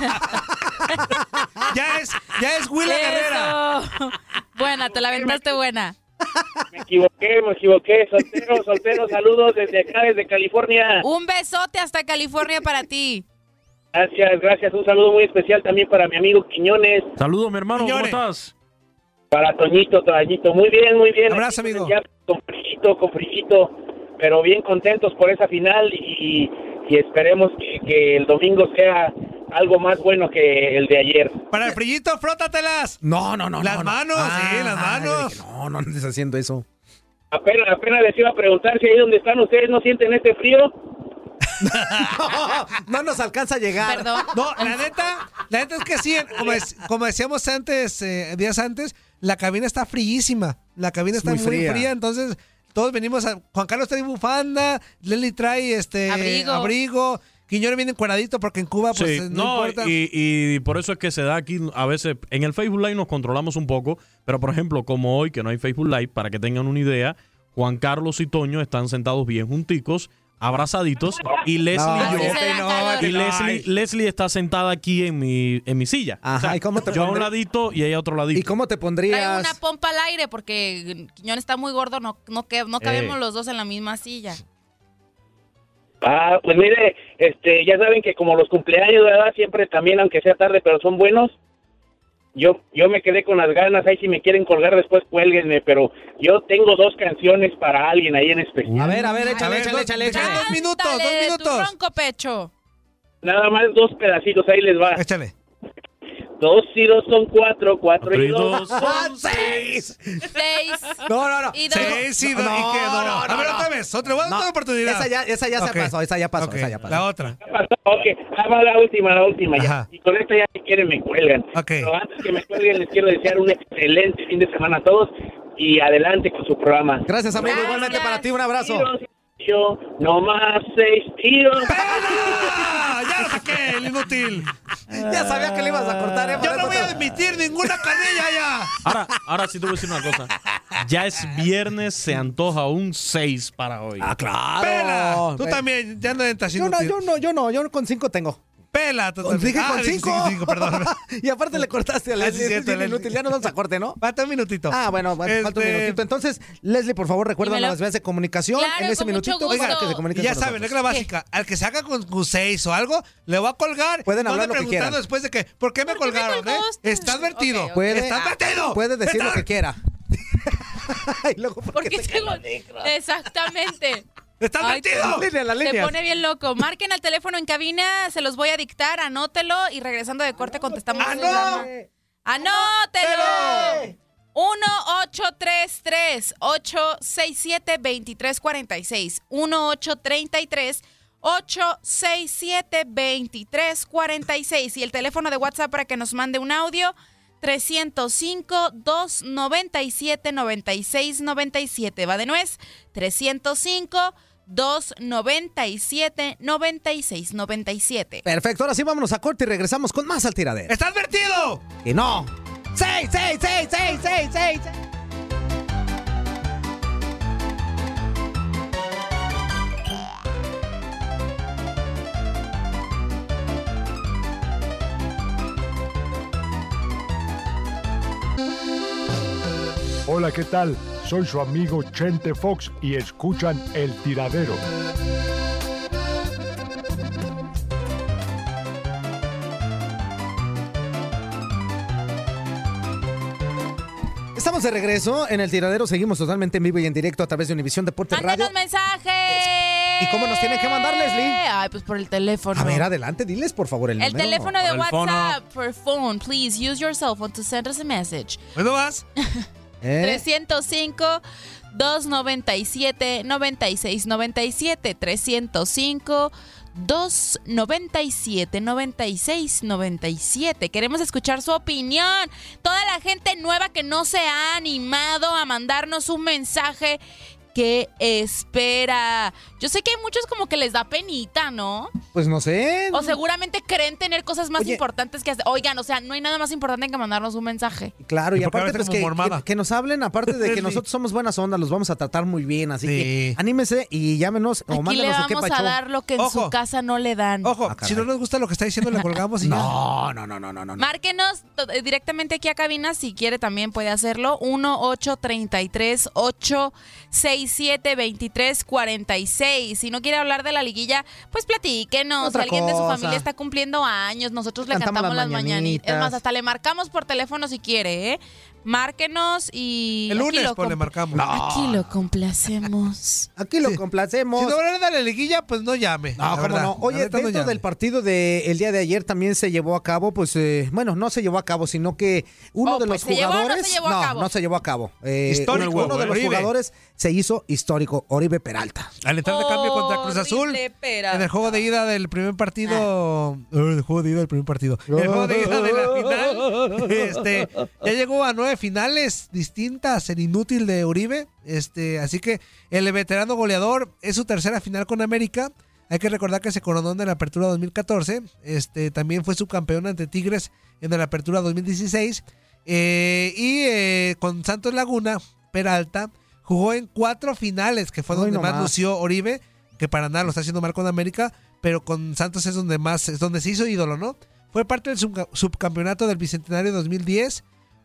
Ya es, ya es Willa Guerrera. Eso. Buena, te la aventaste buena. Me equivoqué, me equivoqué. Soltero, soltero, saludos desde acá, desde California. Un besote hasta California para ti. Gracias, gracias. Un saludo muy especial también para mi amigo Quiñones, Saludos, mi hermano, Quiñones. ¿cómo estás? para Toñito, Toñito. Muy bien, muy bien. Abrazo, Aquí, amigo. ya con frijito, con frijito, pero bien contentos por esa final y, y esperemos que, que el domingo sea algo más bueno que el de ayer. Para el frillito, frótatelas. No, no, no. Las no, no. manos, sí, las Ah, manos. dije, No, no andes haciendo eso. Apenas, apenas les iba a preguntar si ahí donde están ustedes no sienten este frío. No nos alcanza a llegar. Perdón. No, la neta, la neta es que sí, como, es- como decíamos antes, eh, días antes, la cabina está fríísima. La cabina Es está muy muy fría. fría. entonces todos venimos a... Juan Carlos trae bufanda, Leli trae este Abrigo. abrigo, Quiñones viene encueradito porque en Cuba pues Sí, eh, no, no, importa. y, y por eso es que se da aquí a veces, en el Facebook Live nos controlamos un poco, pero por ejemplo, como hoy que no hay Facebook Live, para que tengan una idea, Juan Carlos y Toño están sentados bien junticos, abrazaditos, y Leslie No, y yo, se dan calor. y Leslie, Leslie está sentada aquí en mi, en mi silla. Ajá, O sea, ¿y cómo te yo a un pondré- ladito y ella a otro ladito. ¿Y cómo te Trae pondrías? una pompa al aire porque Quiñón está muy gordo, no, no, que, no cabemos Eh. los dos en la misma silla. Ah, pues mire, este, ya saben que como los cumpleaños, ¿verdad? Siempre también, aunque sea tarde, pero son buenos. Yo, yo me quedé con las ganas, ahí si me quieren colgar después cuélguenme, pero yo tengo dos canciones para alguien ahí en especial. A ver, a ver, échale, A ver, échale, dos- échale, échale. échale. Dos minutos, Cántale dos de minutos. Tu ronco pecho. Nada más dos pedacitos, ahí les va. Échale. Dos y dos son cuatro, cuatro Cuatro y y dos. dos son seis! Seis. No, no, no. Y dos. Sí, sí, No, no, ¿y qué? no, no, a ver, no. otra vez, otra, voy a dar No, otra oportunidad. Esa ya, esa ya Ok. se pasó, esa ya pasó, Ok, esa ya pasó. La otra. Ya pasó, ok, ah, va la última, la última ya. Ajá. Y con esta ya si quieren me cuelgan. Ok. Pero antes que me cuelguen les quiero desear un excelente fin de semana a todos y adelante con su programa. Gracias, amigo. Gracias. Igualmente para ti, un abrazo. Tiros, yo, no más seis tiros. ¡Pela! ¡Ya lo saqué, el inútil! Ya sabía que le ibas a cortar, ¿eh? Por Yo eso no voy te- a admitir ninguna carrilla ya. Ahora, ahora sí te voy a decir una cosa. Ya es viernes, se antoja un seis para hoy. Ah, claro. ¡Pela! Tú Pe- también, ya no entras Yo no, inútil. yo no, yo no, yo con cinco tengo. ¡Pela! Tú Con- también. Dije Ah, con dije cinco. cinco, perdón. Y aparte le cortaste a Ah, Leslie. sí, cierto, es bien Leslie. inútil. Ya nos vamos a corte, ¿no? Falta un minutito. Ah, bueno, bueno, falta un Este, minutito. Entonces, Leslie, por favor, recuerda Dímelo. las vías de comunicación Claro, en ese con mucho minutito gusto. para que se Y comuniquen ya con saben, nosotros. regla básica. Al que se haga con, con seis o algo, le voy a colgar. Pueden No hablar ande lo que preguntando quieran. después de que, ¿por qué me ¿Por qué me colgaron, eh? colgaste? Está advertido. Ok, ok. Puede, Está advertido. puede decir lo Está- que quiera. Y luego, ¿por ¿Por qué qué te se cae la lo- negra? Exactamente. ¡Está Ay, advertido! Línea, las Se líneas. pone bien loco. Marquen al teléfono en cabina, se los voy a dictar, anótelo y regresando de corte contestamos ¡Ah, sus no! llamadas. ¡Anótelo! ¡Pero! uno ocho tres tres, ocho seis siete, dos tres cuatro seis. uno ocho tres tres, ocho seis siete, dos tres cuatro seis. Y el teléfono de WhatsApp para que nos mande un audio, tres cero cinco, dos nueve siete, nueve seis nueve siete. Va de nuez, tres cero cinco, dos nueve siete, nueve seis nueve siete. Perfecto, ahora sí vámonos a corte y regresamos con más al tiradero. ¡Está advertido! Y no. ¡Seis, seis, seis, seis, seis, seis! Hola, ¿qué tal? Soy su amigo Chente Fox y escuchan El Tiradero. Estamos de regreso en el tiradero. Seguimos totalmente en vivo y en directo a través de Univisión Deportes Radio. ¡Mándanos mensajes! ¿Y cómo nos tienen que mandar, Leslie? Ay, pues por el teléfono. A ver, adelante, diles por favor el, El número. teléfono de El WhatsApp for phone, please use your cell phone to send us a message. ¿Pues no vas? ¿Eh? trescientos cinco, doscientos noventa y siete, noventa y seis noventa y siete. trescientos cinco, doscientos noventa y siete, noventa y seis noventa y siete. Queremos escuchar su opinión. Toda la gente nueva que no se ha animado a mandarnos un mensaje. ¿Qué espera? Yo sé que hay muchos como que les da penita, ¿no? Pues no sé. O seguramente creen tener cosas más Oye. importantes que hacer. Oigan, o sea, no hay nada más importante que mandarnos un mensaje. Claro, y, ¿Y por qué aparte hablas pues que, como mormada? que, que nos hablen, aparte de que Sí. nosotros somos buenas ondas, los vamos a tratar muy bien, así Sí. que anímense y llámenos o Aquí le mándenos o qué vamos a pacho. dar lo que en Ojo. su casa no le dan. Ojo, Ah, caray. si no nos gusta lo que está diciendo, le colgamos y ya. No, no, no, no, no, no. Márquenos to- eh, directamente aquí a cabina, si quiere también puede hacerlo. uno ocho tres tres, ocho seis siete, dos tres cuatro seis. Si no quiere hablar de la liguilla, pues platíquenos. Otra Si alguien de su cosa. familia está cumpliendo años, nosotros le Cantamos cantamos las las mañanitas. mañanitas. Es más, hasta le marcamos por teléfono si quiere, ¿eh? Márquenos y... El aquí lunes lo pues le compl- marcamos. Aquí lo complacemos. Aquí lo Sí. complacemos. Si no hablar de la liguilla, pues no llame. No, la cómo verdad. no. Oye, La neta, no dentro llame. del partido del día de ayer también se llevó a cabo, pues, eh, bueno, no se llevó a cabo, sino que uno Oh, de pues, los ¿se llevó o no jugadores. se llevó a cabo? no se llevó a cabo. Eh, Histórico, uno, uno de los Oribe. jugadores se hizo histórico, Oribe Peralta. Al entrar de cambio contra Cruz Azul, Horrible, Peralta. en el juego de ida del primer partido. Eh, El juego de ida del primer partido. El juego de ida de la final. Este, ya llegó a nueve finales distintas, el inútil de Uribe. Este, así que el veterano goleador es su tercera final con América. Hay que recordar que se coronó en la Apertura dos mil catorce. Este, también fue subcampeón ante Tigres en la Apertura dos mil dieciséis. Eh, y eh, con Santos Laguna, Peralta jugó en cuatro finales, que fue Ay, donde no más más. lució Oribe, que para nada lo está haciendo mal con América, pero con Santos es donde más, es donde se hizo ídolo, ¿no? Fue parte del subca- subcampeonato del Bicentenario dos mil diez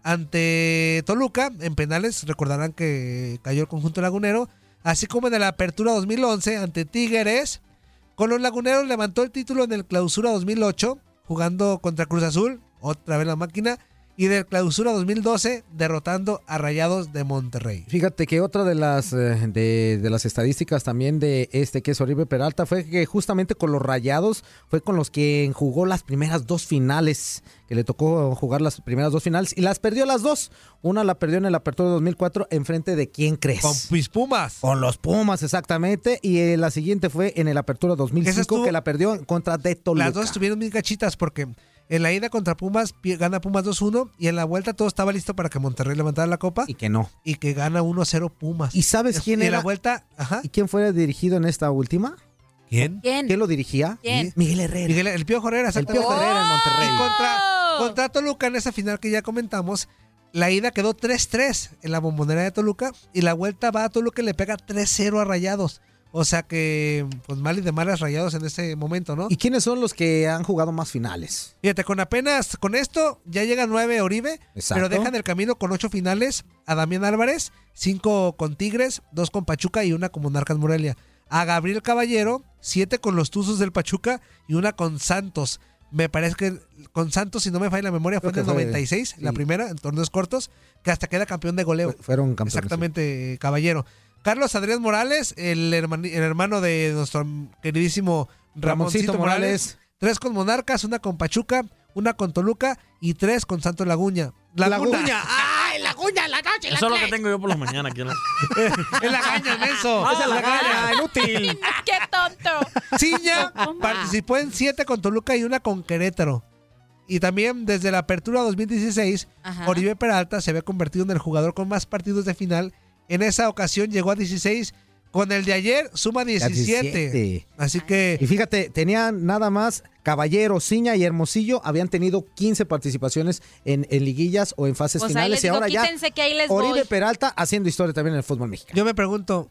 ante Toluca en penales, recordarán que cayó el conjunto lagunero, así como en la Apertura dos mil once ante Tigres. Con los laguneros levantó el título en el Clausura dos mil ocho, jugando contra Cruz Azul, otra vez la máquina, y del Clausura dos mil doce, derrotando a Rayados de Monterrey. Fíjate que otra de las eh, de, de las estadísticas también de este que es Oribe Peralta fue que justamente con los Rayados fue con los que jugó las primeras dos finales, que le tocó jugar las primeras dos finales y las perdió las dos. Una la perdió en el Apertura dos mil cuatro enfrente de ¿quién crees? Con mis Pumas. Con los Pumas, exactamente. Y eh, la siguiente fue en el Apertura dos mil Esa cinco estuvo- que la perdió en contra de Toluca. Las dos estuvieron bien gachitas porque en la ida contra Pumas pi- gana Pumas dos uno y en la vuelta todo estaba listo para que Monterrey levantara la copa Y que no. y que gana uno cero Pumas. ¿Y sabes quién y en era? la vuelta, ajá. ¿Y quién fue dirigido en esta última? ¿Quién? ¿Quién? ¿Quién lo dirigía? ¿Quién? Miguel Herrera. Miguel, el Piojo Herrera, El exactamente. Piojo Herrera en Monterrey. Y contra, contra Toluca en esa final que ya comentamos, la ida quedó tres tres en la Bombonera de Toluca y la vuelta va a Toluca y le pega tres cero a Rayados. O sea que, pues mal y de malas Rayados en ese momento, ¿no? ¿Y quiénes son los que han jugado más finales? Fíjate, con apenas, con esto ya llega nueve Oribe, Exacto. pero dejan el camino con ocho finales a Damián Álvarez, cinco con Tigres, dos con Pachuca y una con Monarcas Morelia. A Gabriel Caballero, siete con los Tuzos del Pachuca y una con Santos. Me parece que con Santos, si no me falla la memoria, fue en Creo el que fue, noventa y seis, la sí. primera, en torneos cortos, que hasta queda campeón de goleo. Fu- Fueron campeones. Exactamente, Caballero. Carlos Adrián Morales, el, hermani- el hermano de nuestro queridísimo Ramoncito, Ramoncito Morales. Morales. Tres con Monarcas, una con Pachuca, una con Toluca y tres con Santos Laguna. Laguna. ¡Ay, la cuña, la noche, la Eso es lo que tres! tengo yo por las mañanas aquí. ¿no? Es la gaña, menso. Esa es la gana, inútil. ¡Qué tonto! Ciña participó en siete con Toluca y una con Querétaro. Y también desde la apertura dos mil dieciséis, Ajá. Oribe Peralta se había convertido en el jugador con más partidos de final. En esa ocasión llegó a dieciséis. Con el de ayer suma diecisiete. diecisiete. Así que Y fíjate, tenían nada más Caballero, Ciña y Hermosillo, habían tenido quince participaciones en, en liguillas o en fases Pues ahí finales. les Y digo, ahora ya quítense que ahí les Oribe voy. Peralta haciendo historia también en el fútbol mexicano. yo me pregunto,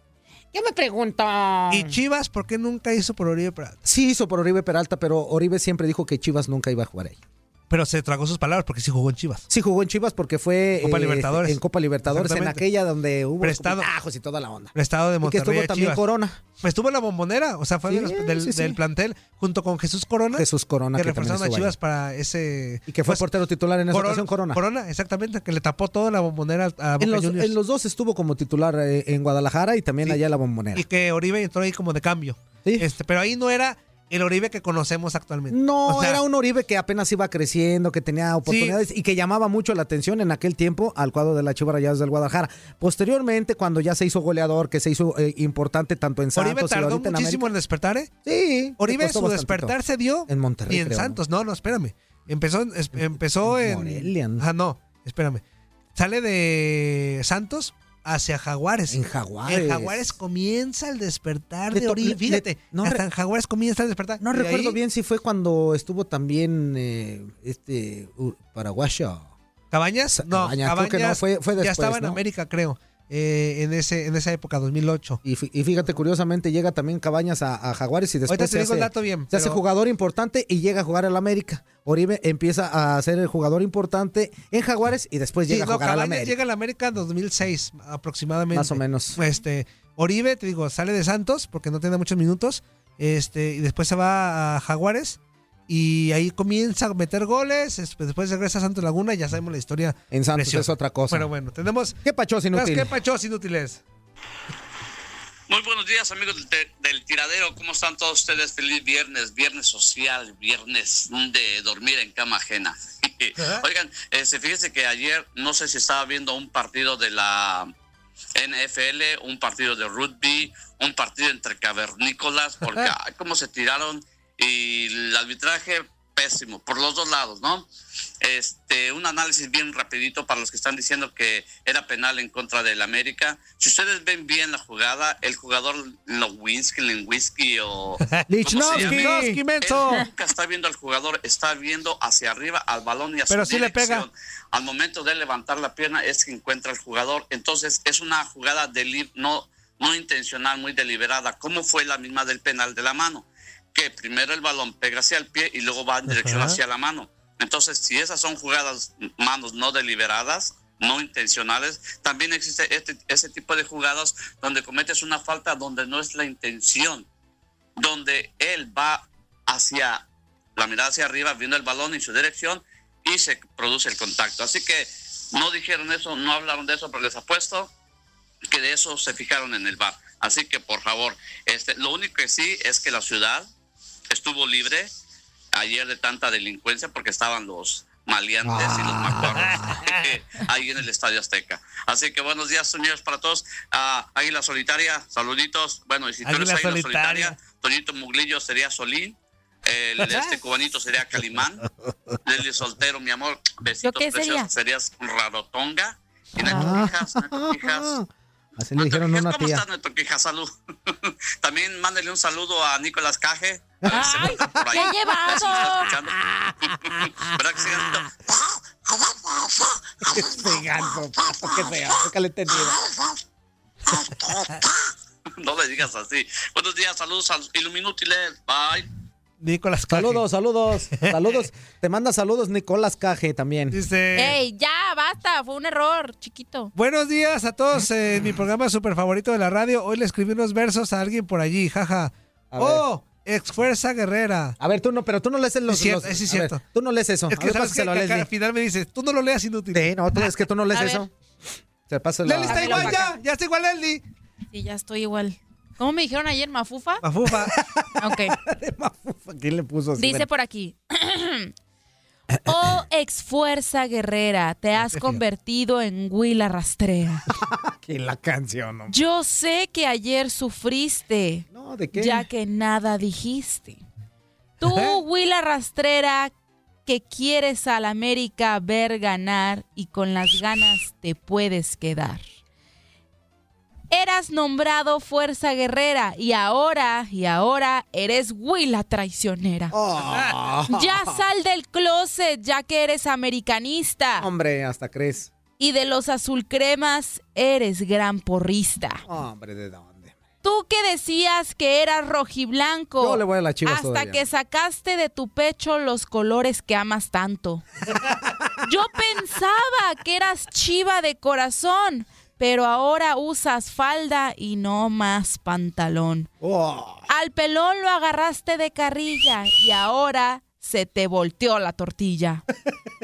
Yo me pregunto. ¿y Chivas por qué nunca hizo por Oribe Peralta? Sí hizo por Oribe Peralta, pero Oribe siempre dijo que Chivas nunca iba a jugar ahí. Pero se tragó sus palabras porque sí jugó en Chivas. Sí jugó en Chivas porque fue Copa eh, Libertadores. en Copa Libertadores, en Exactamente. aquella donde hubo Prestado. escupitajos y toda la onda. Prestado de Y que Monterrey estuvo a también Chivas. Corona. Estuvo en la Bombonera, o sea, fue Sí, de los- del, sí, sí. del plantel junto con Jesús Corona. Jesús Corona, que que también reforzaron a estuvo ahí. Chivas para ese... Y que fue pues, portero titular en esa Corona, ocasión, Corona. Corona, exactamente, que le tapó toda la Bombonera a Boca En los, Juniors. en los dos estuvo como titular eh, en Guadalajara y también Sí. allá en la Bombonera. Y que Oribe entró ahí como de cambio. Sí. Este, pero ahí no era el Oribe que conocemos actualmente. No, O sea, era un Oribe que apenas iba creciendo, que tenía oportunidades y que llamaba mucho la atención en aquel tiempo al cuadro de las Chivas Rayadas del Guadalajara. Posteriormente, cuando ya se hizo goleador, que se hizo eh, importante tanto en Santos Oribe y tardó ahorita en muchísimo América. en despertar, ¿eh? Sí. Oribe, le costó su bastantito. despertar se dio en Monterrey, y en creo, Santos. No, no, espérame. Empezó, es- empezó en... Morelia, ¿no? Ah, no, espérame. Sale de Santos hacia Jaguares. En Jaguares. En Jaguares comienza el despertar Le de to- Oribe. le- Fíjate, le- no hasta re- en Jaguares comienza el despertar. No Y de recuerdo ahí, bien si fue cuando estuvo también eh, este uh, paraguayo. ¿Cabañas? No, Cabañas, Cabañas creo que no, fue, fue después, ya estaba en ¿no? América, creo. eh, en ese en esa época, dos mil ocho. Y, fí- y fíjate, curiosamente, llega también Cabañas a, a Jaguares y después Ahorita te se, digo hace, el dato bien, se hace pero- jugador importante y llega a jugar al América. Oribe empieza a ser el jugador importante en Jaguares y después Sí, llega no, a jugar al Cabañas América. llega al América en dos mil seis aproximadamente. Más o menos. Este, Oribe, te digo, sale de Santos porque no tenía muchos minutos. Este, y después se va a Jaguares y ahí comienza a meter goles. es- Después regresa a Santos Laguna y ya sabemos la historia. En Santos preciosa. es otra cosa. Pero bueno, tenemos. ¿Qué pachos inútil? ¿Qué pachos inútiles? Muy buenos días, amigos del, te- del tiradero. ¿Cómo están todos ustedes? Feliz viernes, viernes social, viernes de dormir en cama ajena. Oigan, este, fíjense que ayer, no sé si estaba viendo un partido de la N F L, un partido de rugby, un partido entre cavernícolas, porque ay, cómo se tiraron y el arbitraje pésimo, por los dos lados, ¿no? Este, un análisis bien rapidito para los que están diciendo que era penal en contra del América. Si ustedes ven bien la jugada, el jugador Lewinsky, Lewinsky o... ¿cómo se Lichnowsky. llame? Lichnowsky, menso. Él nunca está viendo al jugador, está viendo hacia arriba al balón y a Pero su sí le dirección. pega. Al momento de levantar la pierna es que encuentra al jugador. Entonces es una jugada deli- no, no intencional, muy deliberada, como fue la misma del penal de la mano, que primero el balón pega hacia el pie y luego va en dirección Ajá. hacia la mano. Entonces, si esas son jugadas, manos no deliberadas, no intencionales, también existe este, ese tipo de jugadas donde cometes una falta donde no es la intención, donde él va hacia la mirada hacia arriba, viendo el balón en su dirección y se produce el contacto. Así que no dijeron eso, no hablaron de eso, pero les apuesto que de eso se fijaron en el V A R. Así que, por favor, este, lo único que sí es que la ciudad estuvo libre ayer de tanta delincuencia porque estaban los maleantes y los macuarros ahí en el Estadio Azteca. Así que buenos días, señores, para todos. Ah, Águila Solitaria, saluditos. Bueno, y si tú eres Águila Águila Solitaria. Solitaria, Toñito Muglillo sería Solín. El, este cubanito sería Calimán. Leli Soltero, mi amor, besitos ¿Yo qué preciosos. sería? Serías Rarotonga. Y Nacho Ah. Quijas, Nacho Quijas. Así le dijeron a una ¿Cómo tía. estás, Neto Quijas? Salud. También mándele un saludo a Nicolás Caje. ¡Ay, por ahí. qué llevado! A ver si me está escuchando. ¿Verdad que sí, Neto? Este ganso, qué feo, nunca le he entendido. No le digas así. Buenos días, saludos a los Illuminutiles. Bye. Nicolás Caje. Saludos, saludos, saludos. Te manda saludos Nicolás Caje también. Dice. ¡Ey, ya, basta! Fue un error, chiquito. Buenos días a todos. eh, mi programa súper favorito de la radio. Hoy le escribí unos versos a alguien por allí, jaja. A ver. ¡Oh! Ex Fuerza Guerrera. A ver, tú no, pero tú no lees los... Es cierto, los- sí, es a ver, cierto. tú no lees eso. Es A que ver, sabes pásaselo a que, que Leslie. al final me dices, tú no lo leas inútil. Sí, no, tú, es que tú no lees A ver. eso. Se pasa la... Leslie está Dámelo igual pa' ya. Ya está igual Leslie. Sí, ya estoy igual. ¿Cómo me dijeron ayer, Mafufa? Mafufa. Ok. ¿Quién le puso así? Dice por aquí. Oh, ex fuerza guerrera, te has convertido en Huila Rastrea. Que la canción, ¿no? Yo sé que ayer sufriste, No, ¿de qué? ya que nada dijiste. Tú, Huila Rastrera, que quieres al América ver ganar y con las ganas te puedes quedar. Eras nombrado Fuerza Guerrera y ahora, y ahora eres Huila traicionera. Oh. Ya sal del closet, ya que eres americanista. Hombre, hasta crees. Y de los azulcremas eres gran porrista. Hombre, ¿de dónde? Tú que decías que eras rojiblanco. Yo le voy a las Chivas Hasta todavía. que sacaste de tu pecho los colores que amas tanto. Yo pensaba que eras chiva de corazón, pero ahora usas falda y no más pantalón. Oh. Al pelón lo agarraste de carrilla y ahora se te volteó la tortilla.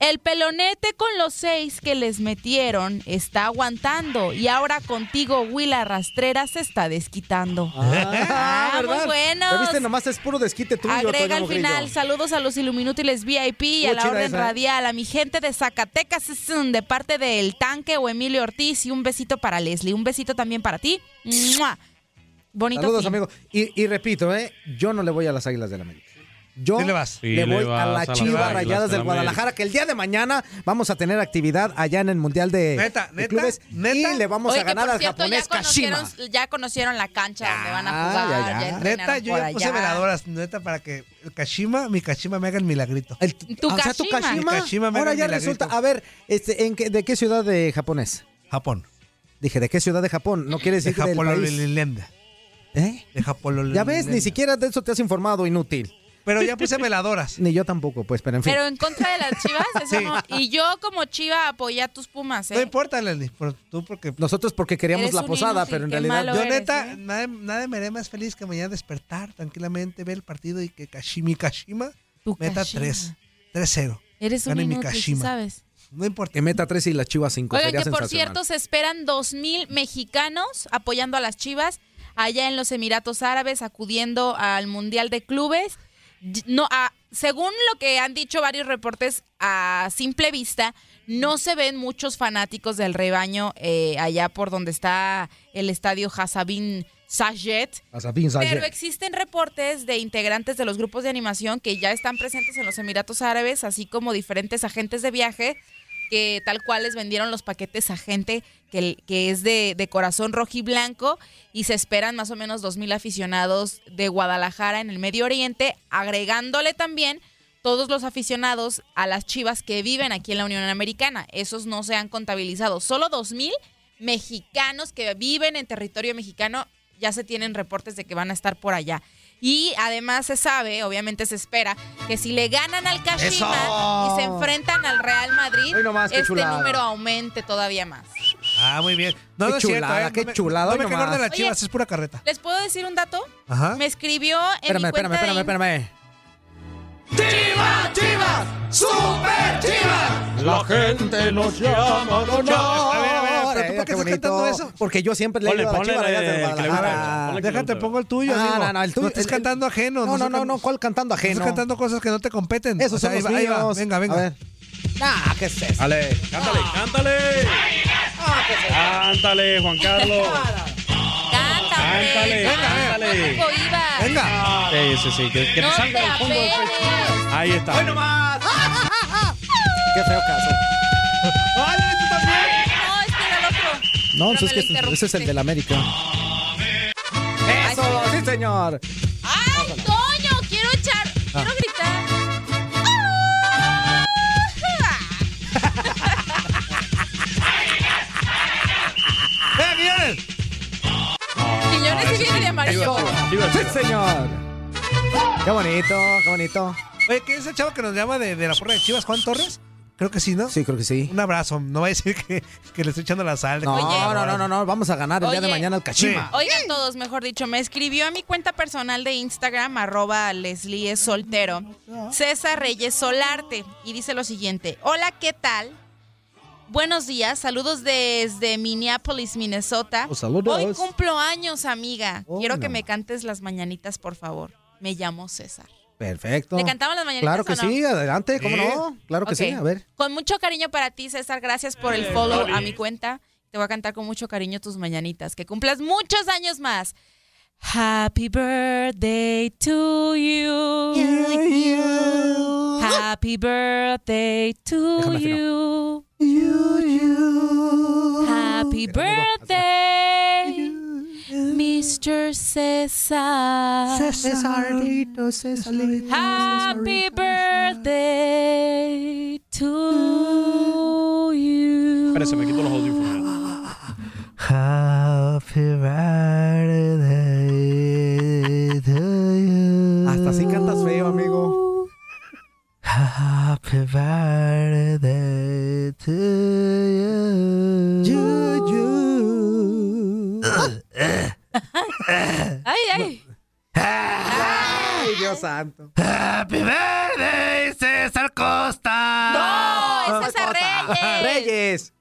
El pelonete con los seis que les metieron está aguantando y ahora contigo, Willa Rastrera, se está desquitando. Ah, ah muy bueno. ¿Ya viste? Nomás es puro desquite tuyo. Agrega al final, saludos a los Iluminútiles V I P y a la orden esa. radial, a mi gente de Zacatecas, de parte del Tanque o Emilio Ortiz, y un besito para Leslie. Un besito también para ti. ¡Mua! Bonito. Saludos, fin. amigo. Y, y repito, ¿eh? Yo no le voy a las Águilas del la América. Yo ¿Sí le, vas? le Sí, voy le vas a las a las Chivas Águilas Rayadas del del Guadalajara, que el día de mañana vamos a tener actividad allá en el Mundial de, ¿Neta, de neta, Clubes neta? y le vamos Oye, a ganar que por al cierto, japonés ya conocieron, Kashima. ya conocieron la cancha Ya, donde van a jugar. ya, ya. ya Neta, entrenaron yo por ya puse allá. veladoras, neta, para que el Kashima, mi Kashima me haga el milagrito. El, ¿Tu o sea, tu Kashima? Kashima. Mi Kashima me Ahora haga el ya milagrito. resulta. A ver, este, ¿en qué, ¿de qué ciudad de Japón es? Japón. Dije, ¿de qué ciudad de Japón? No quiere De decir del país. Japololilenda. ¿Eh? De Japololilenda. Ya ves, ni siquiera de eso te has informado, inútil. Pero ya puse veladoras. Ni yo tampoco, pues, pero en fin. Pero en contra de las Chivas, eso Sí. no. Y yo como Chiva apoyé a tus Pumas, ¿eh? No importa, Leslie, por, tú porque... Nosotros porque queríamos Eres la un posada, inútil, pero en qué realidad... malo Yo eres, neta, ¿eh? nadie, nadie me haré más feliz que mañana despertar tranquilamente, ver el partido y que Kashimi Kashima Tu meta Kashima. tres. tres cero. Eres un Gane mi inútil, ¿sí Kashima. ¿sabes? No importa. Que meta tres y las Chivas cinco. Oigan, Sería que por sensacional. cierto se esperan dos mil mexicanos apoyando a las Chivas allá en los Emiratos Árabes, acudiendo al Mundial de Clubes. No, a, según lo que han dicho varios reportes, a simple vista, no se ven muchos fanáticos del rebaño eh, allá por donde está el estadio Hassan Sayed. Hassan Sayed. Pero existen reportes de integrantes de los grupos de animación que ya están presentes en los Emiratos Árabes, así como diferentes agentes de viaje que tal cual les vendieron los paquetes a gente que, que es de, de corazón rojiblanco, y se esperan más o menos dos mil aficionados de Guadalajara en el Medio Oriente, agregándole también todos los aficionados a las Chivas que viven aquí en la Unión Americana. Esos no se han contabilizado. Solo dos mil mexicanos que viven en territorio mexicano ya se tienen reportes de que van a estar por allá. Y además se sabe, obviamente se espera, que si le ganan al Kashima ¡Eso! y se enfrentan al Real Madrid, Hoy nomás, qué este chulada. número aumente todavía más. Ah, muy bien. No, Qué no es cierto, chulada, ¿eh? qué No me- chulada, No hoy me caigo nomás. de las Oye. Chivas, es pura carreta. ¿Les puedo decir un dato? Ajá. Me escribió en Espérame, mi espérame, cuenta espérame, de espérame. ¡Chivas, Chivas! ¡Super Chivas! La gente nos llama a donar. A ver, a ver, pero ¿tú Ay, por qué qué estás bonito. cantando eso? Porque yo siempre le Ponle, digo a las ponle, Chivas Rayadas del que le guste, Guadalajara. ponle que le Déjate, guste. pongo el tuyo, No, amigo. no, no, el tuyo- No estés el- cantando ajeno. No, no, estás no, no, ¿cuál cantando Estás ajeno? cantando cosas que no te competen. Esos O sea, son los ahí va, ahí va. míos. Venga, A venga. ver. Nah, ¿qué es eso? Dale, cántale, cántale. Cántale, Juan Carlos. Canta, hombre. Cántale, cántale. Tampoco iba. Venga. Sí, sí, sí, que, que No te salga te del fondo del pecho. apenes. Ahí está. ¡Hoy nomás! ¡Qué feo caso! ¡Ay, tú también! No, este era el otro. No, Pero pues me es lo que ese- ese es el interrumpiste. del América. Ay, ¡Eso! ¡Sí, señor! ¡Ay, Toño! Quiero echar. Ah. Quiero gritar. ¡Eh, Guillermo! Quiñones sí viene de amarillo. ¡Sí, señor! ¡Qué bonito, qué bonito! Oye, ¿qué es el chavo que nos llama de, de la porra de Chivas? ¿Juan Torres? Creo que sí, ¿no? Sí, creo que sí. Un abrazo. No va a decir que, que le estoy echando la sal. No, Oye. no, no, no, no, vamos a ganar el día de Oye. mañana al Kashima. Oigan todos, mejor dicho, me escribió a mi cuenta personal de Instagram, arroba Leslie es soltero, César Reyes Solarte, y dice lo siguiente: hola, ¿qué tal? Buenos días, saludos desde Minneapolis, Minnesota. Oh, saludos. Hoy cumplo años, amiga. Oh, Quiero que no. me cantes las mañanitas, por favor. Me llamo César. Perfecto. ¿Le cantamos las mañanitas Claro que o no? sí, adelante, ¿cómo Sí. no? Claro que Ok. sí, a ver. Con mucho cariño para ti, César. Gracias por el follow a mi cuenta. Te voy a cantar con mucho cariño tus mañanitas. Que cumplas muchos años más. Happy birthday to you. Happy birthday to Déjame you. Happy birthday, mister César. Cesarito, Cesarito. Happy birthday to you. Espérese, me quito los audífonos. Happy birthday to you. Hasta así cantas feo, amigo. Happy birthday to you. Ay, ay. Ay, Dios santo. Happy birthday, César Acosta. No, ese es a Reyes. Reyes.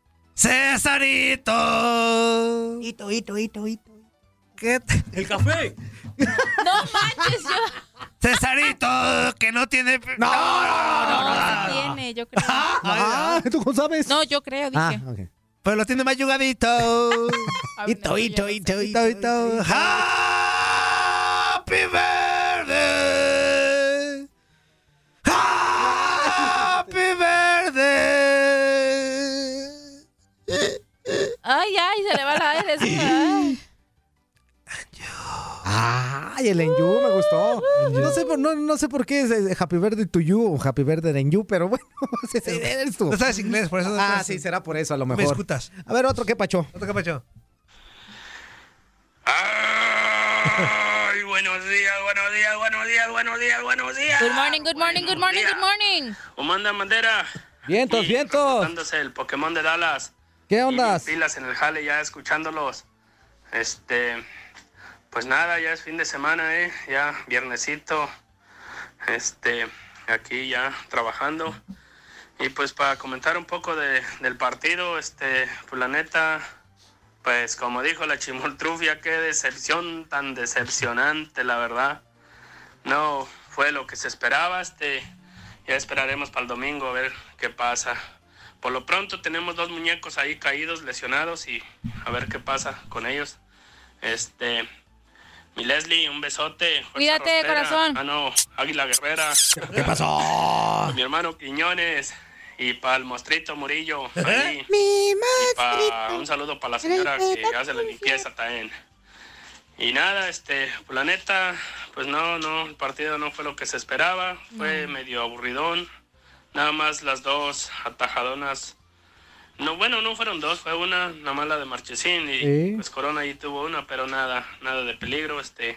Cesarito. Hito, hito, hito, hito. ¿Qué? El café. No manches, yo. Cesarito, que no tiene. No, no, no, no, no. Sí tiene, yo creo. Ah, ¿tú cómo sabes? No, yo creo, dije. Ah, ok. Pero lo tiene más yugadito. Hito, hito, hito, hito, hito. Happy birthday. Happy birthday. Ay, ay, se le va el aire. Sí, ay. Ay, el en you me gustó. No sé, por, no, no sé por qué es eh, Happy Birthday to you o Happy Birthday en you, pero bueno, eres tú. No sabes inglés, por eso. No Ah, sabes. sí, será por eso a lo Me mejor. escutas. A ver, otro, ¿qué pacho? Otro que pacho. Ay, buenos días, buenos días, buenos días, buenos días, buenos días. Good morning, good morning, good morning, good morning. ¿Cómo anda, Bandera? Vientos, vientos. Dándose el Pokémon de Dallas. ¿Qué ondas? Y pilas en el jale ya escuchándolos. Este, pues nada, ya es fin de semana, eh, ya viernesito. Este, aquí ya trabajando. Y pues para comentar un poco de, del partido, este, pues la neta, pues como dijo la Chimoltrufia, qué decepción tan decepcionante, la verdad. No fue lo que se esperaba, este, ya esperaremos para el domingo a ver qué pasa. Por lo pronto tenemos dos muñecos ahí caídos, lesionados, y a ver qué pasa con ellos. Este, mi Leslie, un besote. Cuídate, corazón. Ah, no, Águila Guerrera. ¿Qué pasó? Mi hermano Quiñones. Y para el mostrito Murillo. Ahí. Mi Y pa, un saludo para la señora que hace la limpieza también. Y nada, este, pues la neta, pues no, no, el partido no fue lo que se esperaba. Fue No. medio aburridón. Nada más las dos atajadonas. No, bueno, no fueron dos, fue una, nada más la de Marchesín. Y Sí. pues Corona ahí tuvo una, pero nada, nada de peligro. Este,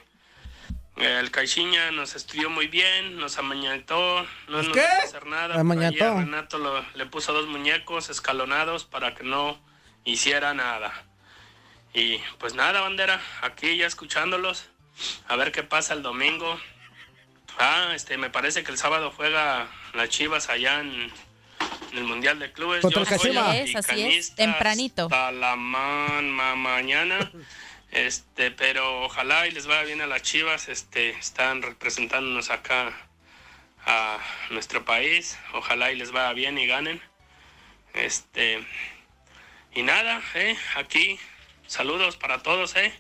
el Caixinha nos estudió muy bien, nos amañató, no nos ¿Qué? dejó hacer nada. Amañató. Por ahí a Renato lo- le puso dos muñecos escalonados para que no hiciera nada. Y pues nada, Bandera, aquí ya escuchándolos, a ver qué pasa el domingo. Ah, este, me parece que el sábado juega las Chivas allá en, en el Mundial de Clubes. Contra Yo el soy Kashima. Así es, así es, americanista tempranito. hasta la man- ma- mañana. Este, pero ojalá y les vaya bien a las Chivas, este, están representándonos acá a nuestro país, ojalá y les vaya bien y ganen. Este, y nada, eh, aquí, saludos para todos, eh.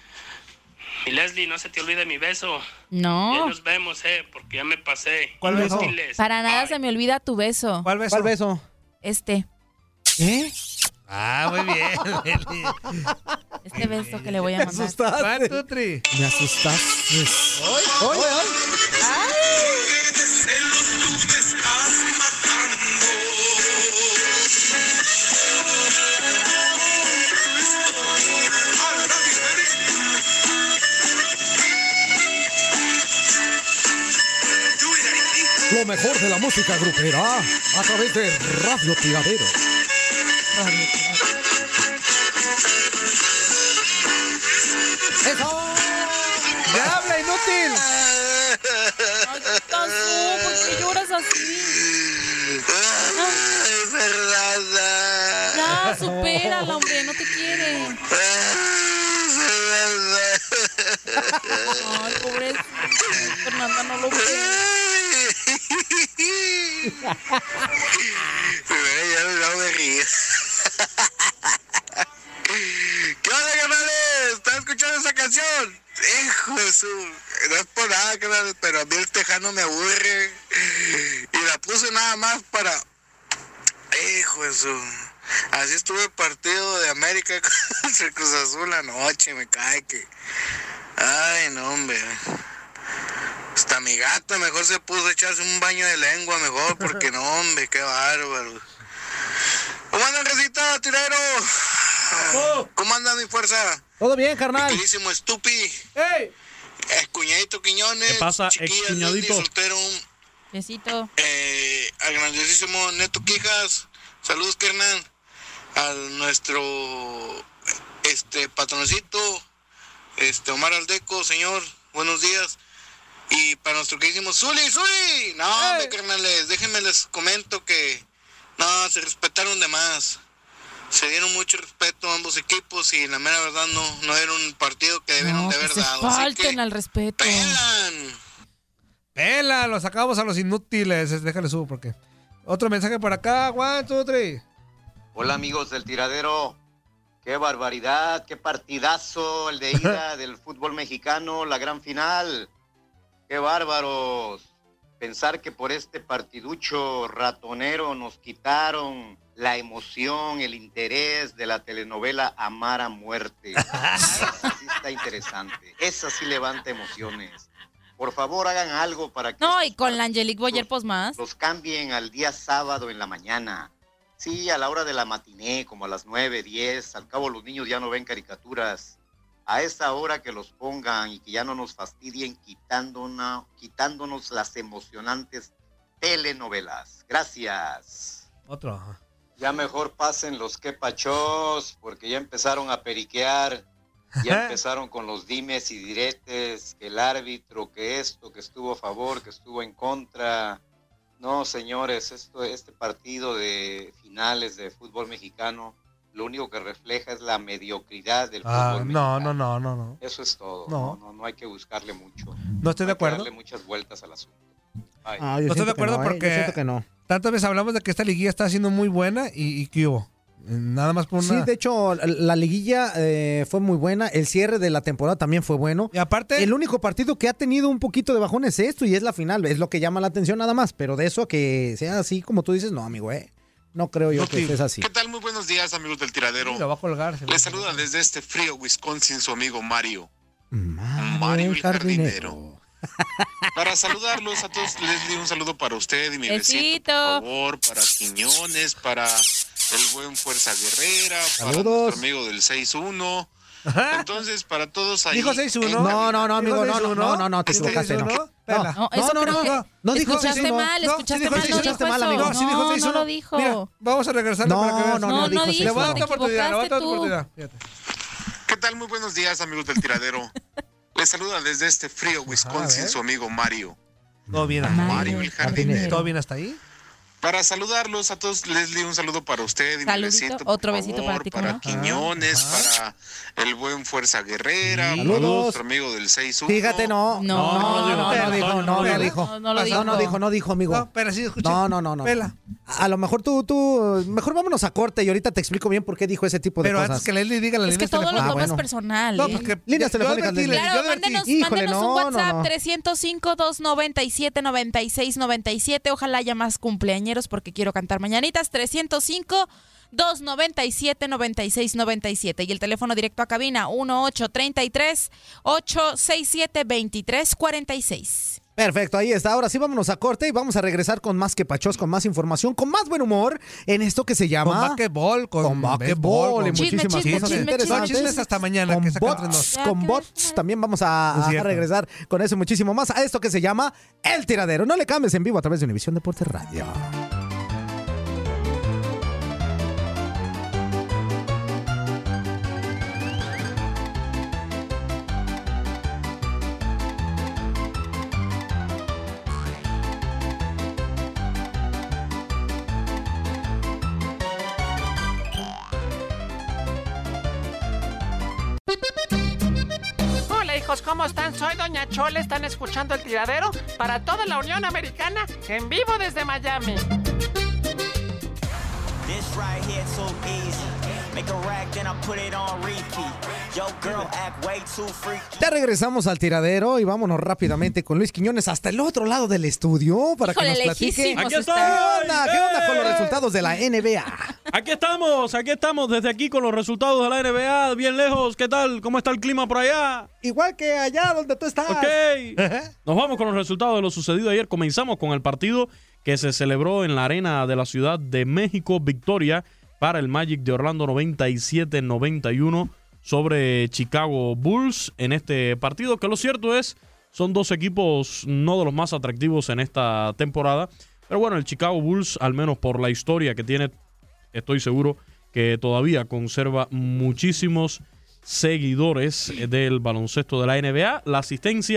Y Leslie, no se te olvide mi beso. No. Ya nos vemos, eh, porque ya me pasé. ¿Cuál beso? Diles. Para nada se me olvida tu beso. ¿Cuál beso? ¿Cuál beso? Este. ¿Eh? Ah, muy bien. Este beso que le voy a mandar. asustaste. One, two, three. Me asustaste. Hoy, hoy, hoy. Lo mejor de la música grupera a través de Radio Tiradero. ¡Eso! ¡Ya habla, inútil! Ay, ¿qué pasó? ¿Por qué lloras así? Es verdad. Ya, supérala, hombre, no te quiere. Ay, pobre. Fernanda no lo ve. Primero ya no me río. ¿Qué onda, carnales? ¿Estás escuchando esa canción? Hijo de su... No es por nada, carnales, pero a mí el tejano me aburre. Y la puse nada más para... Hijo de su... Así estuvo el partido de América contra el Cruz Azul anoche, me cae que... Ay, no, hombre. Hasta mi gata mejor se puso a echarse un baño de lengua mejor, porque no, hombre, qué bárbaro. ¿Cómo andan, Recita, tirero? ¿Cómo anda mi fuerza? Todo bien, carnal. Mi queridísimo Stupi. ¡Ey! El cuñadito Quiñones. ¿Qué pasa, chiquillas, ex cuñadito? Leslie Soltero. Besito. Eh, al grandísimo Neto Quijas. Saludos, carnal. A nuestro este patroncito, este Omar Aldeco, señor. Buenos días. Y para nuestro queridísimo Zuli, Zuli. No, hey. carnales, déjenme les comento que no, se respetaron de más. Se dieron mucho respeto a ambos equipos y la mera verdad no, no era un partido que debieron no, de haber que se dado. Falten Así que al respeto. Pelan. Pela, lo sacamos a los inútiles. Déjale subo porque. Otro mensaje por acá, one, two, three. Hola amigos del tiradero. Qué barbaridad, qué partidazo el de ida del fútbol mexicano, la gran final. Qué bárbaros. Pensar que por este partiducho ratonero nos quitaron la emoción, el interés de la telenovela Amar a Muerte. Esa sí está interesante. Esa sí levanta emociones. Por favor, hagan algo para que... No, y con la Angelique Boyer, pues más. Los cambien al día sábado en la mañana. Sí, a la hora de la matiné, como a las nueve, diez. Al cabo los niños ya no ven caricaturas. A esa hora que los pongan y que ya no nos fastidien quitándonos, quitándonos las emocionantes telenovelas. Gracias. Otro. Ya mejor pasen los quepachos, porque ya empezaron a periquear. Ya empezaron con los dimes y diretes, que el árbitro, que esto, que estuvo a favor, que estuvo en contra. No, señores, esto, este partido de finales de fútbol mexicano, lo único que refleja es la mediocridad del ah, fútbol no, mexicano. No, no, no, no. Eso es todo. No, no, no, no hay que buscarle mucho. No estoy no de acuerdo. Hay que darle muchas vueltas al asunto. Ah, yo no estoy de acuerdo no, ¿eh? porque yo siento que no. Tantas veces hablamos de que esta liguilla está siendo muy buena y, y ¿qué hubo? Nada más por una... Sí, de hecho, la liguilla eh, fue muy buena. El cierre de la temporada también fue bueno. Y aparte... El único partido que ha tenido un poquito de bajón es esto y es la final. Es lo que llama la atención nada más. Pero de eso a que sea así como tú dices, no, amigo, eh. No creo yo no, que estés así. ¿Qué tal? Muy buenos días, amigos del tiradero. Sí, lo va a colgar. Les saluda desde este frío Wisconsin su amigo Mario. Mario, Mario el jardinero. jardinero. Para saludarlos a todos, les doy un saludo para usted y mi besito, besito, por favor, para Quiñones, para el buen Fuerza Guerrera, Saludos. para nuestro amigo del seis uno. Entonces, para todos ahí. ¿Dijo seis uno? No, no, no, amigo, no, no, no, no, no, te equivocaste, no. Pela. No, eso no, no, creo no, que no, no dijo escuchaste seis uno. mal, No, escuchaste sí dijo mal, seis no uno. dijo Escuchaste mal, eso. amigo. No, sí dijo No, seis no uno. lo dijo. Mira, vamos a regresarle No, para que veas. no, No, no dijo no seis Le dijo, voy a uno. dar te otra oportunidad, le voy a dar otra equivocaste tú. oportunidad. Fíjate. ¿Qué tal? Muy buenos días, amigos del tiradero. Les saluda desde este frío Wisconsin Ajá, su amigo Mario. Todo bien. Mario el jardinero. ¿Todo bien hasta ahí? Para saludarlos a todos, Leslie, un saludo para usted y Saludito, mi besito, por otro besito favor, para ti, ¿cómo para no? Quiñones, Ajá. para el buen Fuerza Guerrera, Saludos. para nuestro amigo del seis uno. Fíjate, no. No, no, no, no, no dijo, no, no dijo. No, no lo No, no dijo, no dijo, amigo. No, pero sí escuché. No, no, no, no. Pela. A lo mejor tú, tú, mejor vámonos a corte y ahorita te explico bien por qué dijo ese tipo de Pero cosas. antes que Leslie diga las Es que líneas todo lo telefónicas. tomas bueno. personal. No, ¿eh? pues que Líneas yo- yo telefónicas, advertí, Leslie. yo Claro, advertí. mándenos, Híjole, mándenos no, un no, WhatsApp no. trescientos cinco, doscientos noventa y siete, noventa y seis noventa y siete. Ojalá haya más cumpleañeros porque quiero cantar mañanitas. trescientos cinco, doscientos noventa y siete, noventa y seis noventa y siete. Y el teléfono directo a cabina uno ocho tres tres, ocho seis siete, dos tres cuatro seis. Perfecto, ahí está. Ahora sí, vámonos a corte y vamos a regresar con más quepachos, con más información, con más buen humor en esto que se llama... Con basquetbol, con, Con basquetbol y béisbol, con Chisme, muchísimas chisme, cosas chisme, interesantes. chisme. Chismes hasta mañana, Con que sacan bots, entre nos. con Ya, bots también vamos a, Es a cierto. regresar con eso y muchísimo más a esto que se llama El Tiradero. No le cambies, en vivo a través de Univisión Deportes Radio. Hola hijos, ¿cómo están? Soy Doña Chole, están escuchando El Tiradero para toda la Unión Americana en vivo desde Miami. This right here too easy. Make a rack, then I put it on repeat. Yo, girl, act way too freaky. Ya regresamos al Tiradero y vámonos rápidamente con Luis Quiñones hasta el otro lado del estudio para que Híjole, nos platique. lejísimos Aquí ¿Qué está. onda? ¿Qué onda con los resultados de la N B A? Aquí estamos, aquí estamos desde aquí con los resultados de la N B A, bien lejos. ¿Qué tal? ¿Cómo está el clima por allá? Igual que allá donde tú estás. Ok. Nos vamos con los resultados de lo sucedido ayer. Comenzamos con el partido que se celebró en la arena de la Ciudad de México. Victoria para el Magic de Orlando noventa y siete noventa y uno sobre Chicago Bulls en este partido, que lo cierto es, son dos equipos no de los más atractivos en esta temporada. Pero bueno, el Chicago Bulls, al menos por la historia que tiene, estoy seguro que todavía conserva muchísimos seguidores del baloncesto de la N B A. La asistencia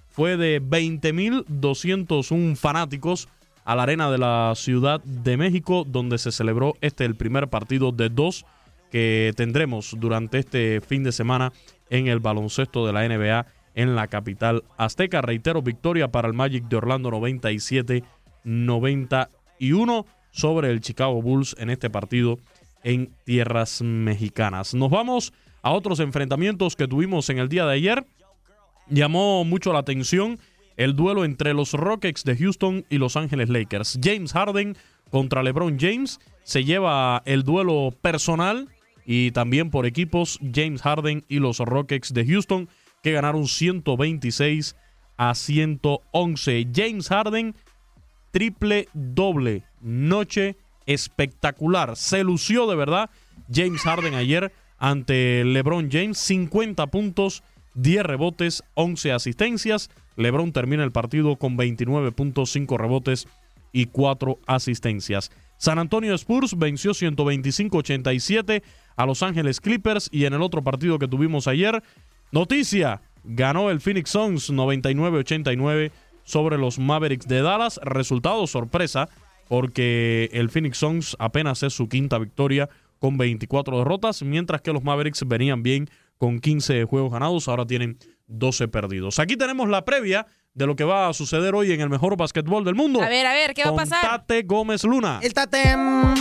fue de veinte mil doscientos uno fanáticos a la arena de la Ciudad de México, donde se celebró este el primer partido de dos que tendremos durante este fin de semana en el baloncesto de la N B A en la capital azteca. Reitero, victoria para el Magic de Orlando noventa y siete noventa y uno sobre el Chicago Bulls en este partido en tierras mexicanas. Nos vamos a otros enfrentamientos que tuvimos en el día de ayer. Llamó mucho la atención el duelo entre los Rockets de Houston y Los Ángeles Lakers. James Harden contra LeBron James se lleva el duelo personal y también por equipos. James Harden y los Rockets de Houston, que ganaron ciento veintiséis a ciento once. James Harden, triple doble, noche espectacular. Se lució de verdad James Harden ayer ante LeBron James. cincuenta puntos, diez rebotes, once asistencias. LeBron termina el partido con veintinueve puntos, cinco rebotes y cuatro asistencias. San Antonio Spurs venció ciento veinticinco a ochenta y siete a Los Ángeles Clippers. Y en el otro partido que tuvimos ayer, noticia, ganó el Phoenix Suns noventa y nueve a ochenta y nueve sobre los Mavericks de Dallas. Resultado sorpresa, porque el Phoenix Suns apenas es su quinta victoria con veinticuatro derrotas, mientras que los Mavericks venían bien con quince juegos ganados, ahora tienen doce perdidos. Aquí tenemos la previa de lo que va a suceder hoy en el mejor básquetbol del mundo. A ver, a ver, ¿qué va a pasar? Tate Gómez Luna. El Tatem.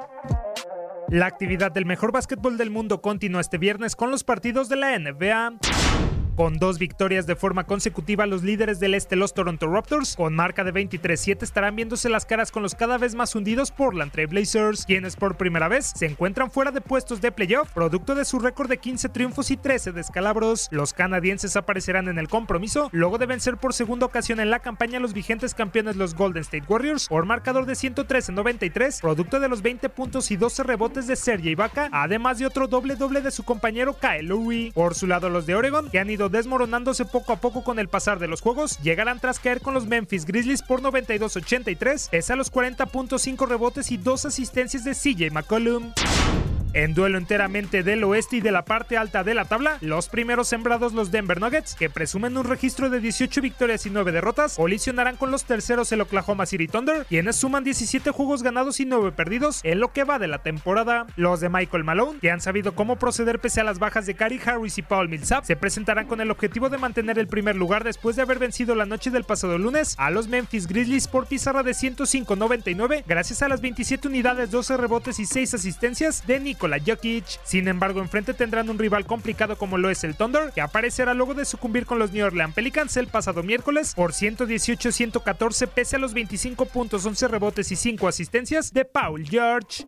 La actividad del mejor básquetbol del mundo continúa este viernes con los partidos de la N B A. Con dos victorias de forma consecutiva, los líderes del este, los Toronto Raptors, con marca de veintitrés siete, estarán viéndose las caras con los cada vez más hundidos Portland Trail Blazers, quienes por primera vez se encuentran fuera de puestos de playoff, producto de su récord de quince triunfos y trece descalabros. Los canadienses aparecerán en el compromiso, luego de vencer por segunda ocasión en la campaña a los vigentes campeones los Golden State Warriors, por marcador de ciento trece a noventa y tres, producto de los veinte puntos y doce rebotes de Serge Ibaka, además de otro doble-doble de su compañero Kyle Lowry. Por su lado, los de Oregon, que han ido desmoronándose poco a poco con el pasar de los juegos, llegarán tras caer con los Memphis Grizzlies por noventa y dos a ochenta y tres, pese a los cuarenta puntos, cinco rebotes y dos asistencias de C J McCollum. En duelo enteramente del oeste y de la parte alta de la tabla, los primeros sembrados, los Denver Nuggets, que presumen un registro de dieciocho victorias y nueve derrotas, colisionarán con los terceros, el Oklahoma City Thunder, quienes suman diecisiete juegos ganados y nueve perdidos en lo que va de la temporada. Los de Michael Malone, que han sabido cómo proceder pese a las bajas de Gary Harris y Paul Millsap, se presentarán con el objetivo de mantener el primer lugar después de haber vencido la noche del pasado lunes a los Memphis Grizzlies por pizarra de ciento cinco a noventa y nueve, gracias a las veintisiete unidades, doce rebotes y seis asistencias de Nikola Jokic. Sin embargo, enfrente tendrán un rival complicado como lo es el Thunder, que aparecerá luego de sucumbir con los New Orleans Pelicans el pasado miércoles por ciento dieciocho a ciento catorce, pese a los veinticinco puntos, once rebotes y cinco asistencias de Paul George.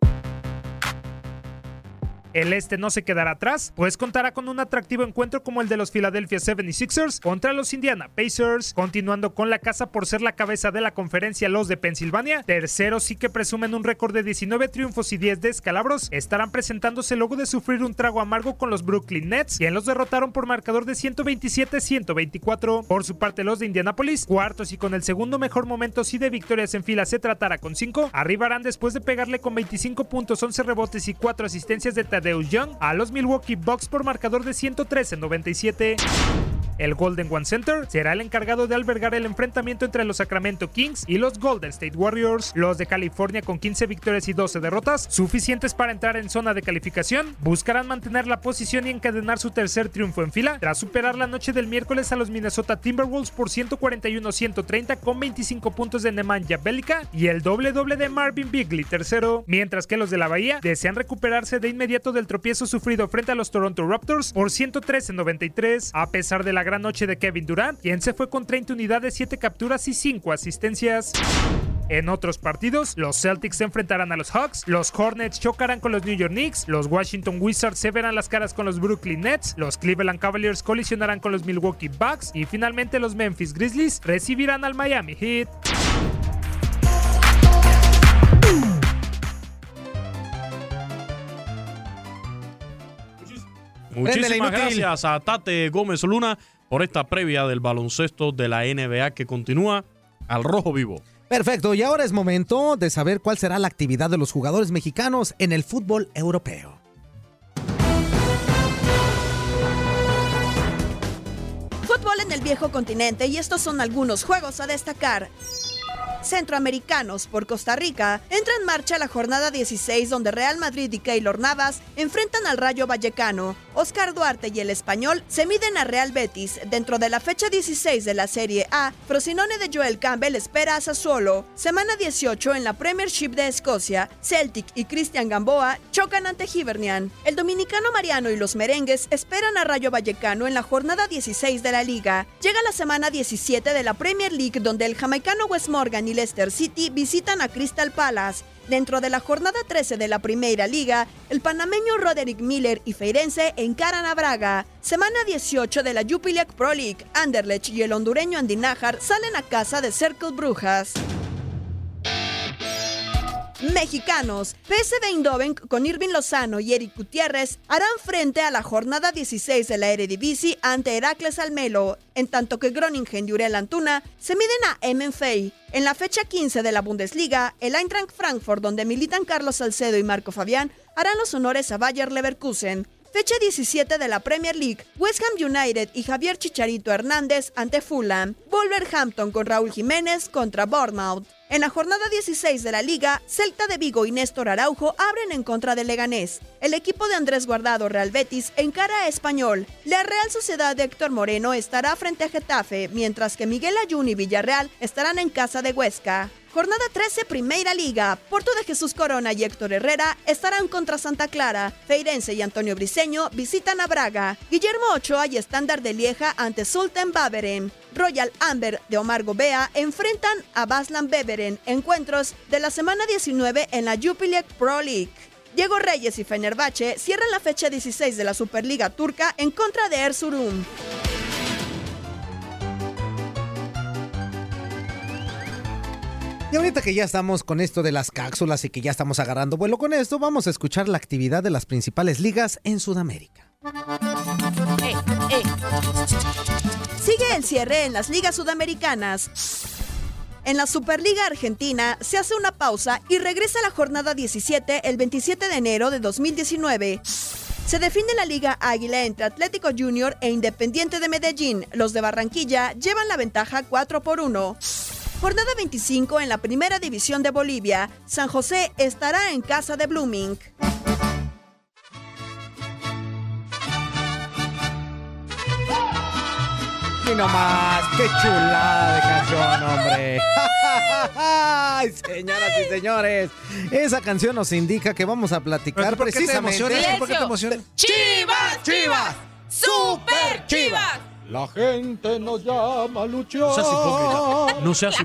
El este no se quedará atrás, pues contará con un atractivo encuentro como el de los Philadelphia setenta y seis ers contra los Indiana Pacers, continuando con la casa por ser la cabeza de la conferencia. Los de Pensilvania, terceros sí que presumen un récord de diecinueve triunfos y diez descalabros, estarán presentándose luego de sufrir un trago amargo con los Brooklyn Nets, quien los derrotaron por marcador de ciento veintisiete a ciento veinticuatro. Por su parte, los de Indianapolis, cuartos y con el segundo mejor momento si de victorias en fila se tratara con cinco, arribarán después de pegarle con veinticinco puntos, once rebotes y cuatro asistencias de Tadeusz Young a los Milwaukee Bucks por marcador de ciento trece a noventa y siete. El Golden One Center será el encargado de albergar el enfrentamiento entre los Sacramento Kings y los Golden State Warriors. Los de California, con quince victorias y doce derrotas, suficientes para entrar en zona de calificación, buscarán mantener la posición y encadenar su tercer triunfo en fila, tras superar la noche del miércoles a los Minnesota Timberwolves por ciento cuarenta y uno a ciento treinta con veinticinco puntos de Nemanja Bjelica y el doble doble de Marvin Bagley tercero, mientras que los de la Bahía desean recuperarse de inmediato del tropiezo sufrido frente a los Toronto Raptors por ciento trece a noventa y tres, a pesar de la gran noche de Kevin Durant, quien se fue con treinta unidades, siete capturas y cinco asistencias. En otros partidos, los Celtics se enfrentarán a los Hawks, los Hornets chocarán con los New York Knicks, los Washington Wizards se verán las caras con los Brooklyn Nets, los Cleveland Cavaliers colisionarán con los Milwaukee Bucks y finalmente los Memphis Grizzlies recibirán al Miami Heat. Muchísimas gracias a Tate Gómez Luna por esta previa del baloncesto de la N B A que continúa al rojo vivo. Perfecto, y ahora es momento de saber cuál será la actividad de los jugadores mexicanos en el fútbol europeo. Fútbol en el el viejo continente y estos son algunos juegos a destacar. Centroamericanos por Costa Rica, entra en marcha la jornada dieciséis donde Real Madrid y Keylor Navas enfrentan al Rayo Vallecano. Oscar Duarte y el Español se miden a Real Betis. Dentro de la fecha dieciséis de la Serie A, Frosinone de Joel Campbell espera a Sassuolo. Semana dieciocho en la Premiership de Escocia, Celtic y Cristian Gamboa chocan ante Hibernian. El dominicano Mariano y los merengues esperan a Rayo Vallecano en la jornada dieciséis de la Liga. Llega la semana diecisiete de la Premier League donde el jamaicano Wes Morgan y Leicester City visitan a Crystal Palace. Dentro de la jornada trece de la Primera Liga, el panameño Roderick Miller y Feirense encaran a Braga. Semana dieciocho de la Jupiler Pro League, Anderlecht y el hondureño Andy Nájar salen a casa de Cercle Brujas. Mexicanos, P S V Eindhoven con Irving Lozano y Eric Gutiérrez harán frente a la jornada dieciséis de la Eredivisie ante Heracles Almelo, en tanto que Groningen y Uriel Antuna se miden a M F A. En la fecha quince de la Bundesliga, el Eintracht Frankfurt, donde militan Carlos Salcedo y Marco Fabián, harán los honores a Bayer Leverkusen. Fecha diecisiete de la Premier League, West Ham United y Javier Chicharito Hernández ante Fulham. Wolverhampton con Raúl Jiménez contra Bournemouth. En la jornada dieciséis de la Liga, Celta de Vigo y Néstor Araujo abren en contra de Leganés. El equipo de Andrés Guardado Real Betis encara a Español. La Real Sociedad de Héctor Moreno estará frente a Getafe, mientras que Miguel Ayun y Villarreal estarán en casa de Huesca. Jornada trece, Primera Liga. Porto de Jesús Corona y Héctor Herrera estarán contra Santa Clara. Feirense y Antonio Briceño visitan a Braga. Guillermo Ochoa y Estándar de Lieja ante Sultan Baveren. Royal Amber de Omar Gobea enfrentan a Baslan Beveren. Encuentros de la semana diecinueve en la Jupiler Pro League. Diego Reyes y Fenerbahce cierran la fecha dieciséis de la Superliga Turca en contra de Erzurum. Y ahorita que ya estamos con esto de las cápsulas y que ya estamos agarrando vuelo con esto, vamos a escuchar la actividad de las principales ligas en Sudamérica. Eh, eh. Sigue el cierre en las ligas sudamericanas. En la Superliga Argentina se hace una pausa y regresa la jornada diecisiete el veintisiete de enero de dos mil diecinueve. Se define la Liga Águila entre Atlético Junior e Independiente de Medellín. Los de Barranquilla llevan la ventaja cuatro por uno. Jornada veinticinco en la Primera División de Bolivia. San José estará en casa de Blooming. Y no más, qué chulada de canción, hombre. Ay, señoras y señores, esa canción nos indica que vamos a platicar ¿Por qué precisamente. te emociona? ¿Por qué te emociona? ¡Chivas, Chivas! ¡Super Chivas! La gente nos llama a luchar. No seas hipócrita. No seas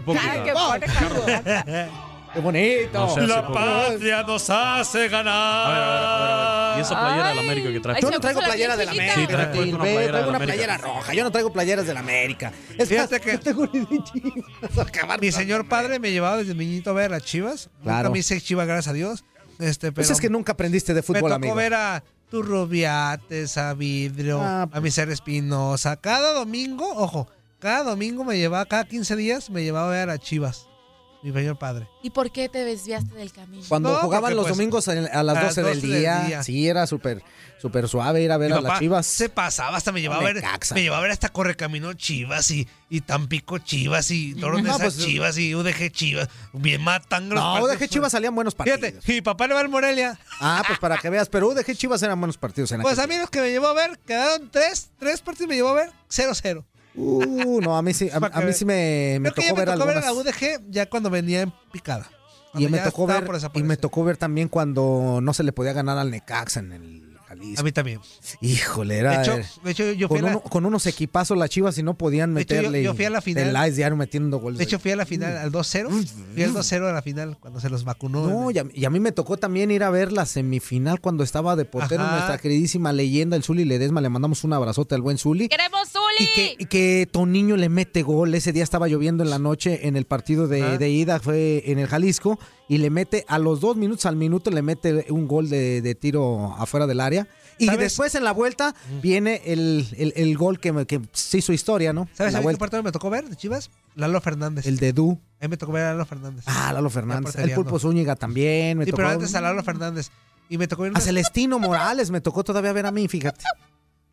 hipócrita. ¡Qué bonito! No seas La hipócrita. patria nos hace ganar. A ver, a ver, a ver, a ver. ¿Y esa playera de la América que traes? Yo no traigo playera de la América. Sí, traes Martín, una ve, playera traigo de la una América. playera roja. Yo no traigo playeras de la América. Es Fíjate más, que- yo tengo una de Chivas. Mi señor padre me llevaba desde niñito a ver a Chivas. Claro. Nunca me hice Chivas, gracias a Dios. Este, pero Pues es que nunca aprendiste de me fútbol, tocó amigo. ver a Turrubiates, a Vidrio, Ah, a Miser Espinosa. Cada domingo, ojo, cada domingo me llevaba, cada quince días me llevaba a ver a Chivas. Mi señor padre. ¿Y por qué te desviaste del camino? Cuando No, jugaban porque, los pues, domingos en- a las a doce, las del, doce del día, día. sí, era súper súper suave ir a ver Mi a las papá Chivas. se pasaba, hasta me llevaba a ver, Necaxa. me llevaba a ver hasta Correcamino Chivas y, y Tampico Chivas y Toronesa No, pues, Chivas y U D G Chivas. Bien matangos. No, U D G Chivas salían buenos partidos. Fíjate, mi papá le va al Morelia. Ah, pues para que veas, pero U D G Chivas eran buenos partidos en Pues aquel a mí los que me llevó a ver, quedaron tres, tres partidos me llevó a ver, cero cero. Uh, no, a mí sí, a, a mí sí me, me Creo que tocó ya me ver tocó ver algunas. a U D G ya cuando venía en picada. Y Cuando me ya tocó estaba ver por y desaparecer. me tocó ver también cuando no se le podía ganar al Necaxa en el Jalisco. A mí también. Híjole, era De hecho, de hecho, yo fui con, a la- uno- con unos equipazos las Chivas y no podían De hecho, yo- meterle. yo fui a la final. El Lice diario metiendo goles. De hecho, fui a la final al dos cero. Fui al dos cero a la final cuando se los vacunó. No, y a, y a mí me tocó también ir a ver la semifinal cuando estaba de portero Ajá. nuestra queridísima leyenda, el Zuli Ledesma. Le mandamos un abrazote al buen Zuli. ¡Queremos Zuli! Y que, y que Toniño le mete gol. Ese día estaba lloviendo en la noche en el partido de, Ajá. de ida, fue en el Jalisco, y le mete a los dos minutos al minuto, le mete un gol de, de tiro afuera del área. Y ¿Sabes? después en la vuelta viene el, el- el gol que, me- que se hizo historia, ¿no? ¿Sabes En la a mí qué vuelta. partido me tocó ver de Chivas? Lalo Fernández. El de Du. A mí me tocó ver a Lalo Fernández. Ah, Lalo Fernández. El porteriando. Pulpo Zúñiga también. Me Sí, tocó. pero antes a Lalo Fernández. Y me tocó ver A Celestino Morales me tocó todavía ver a mí, fíjate.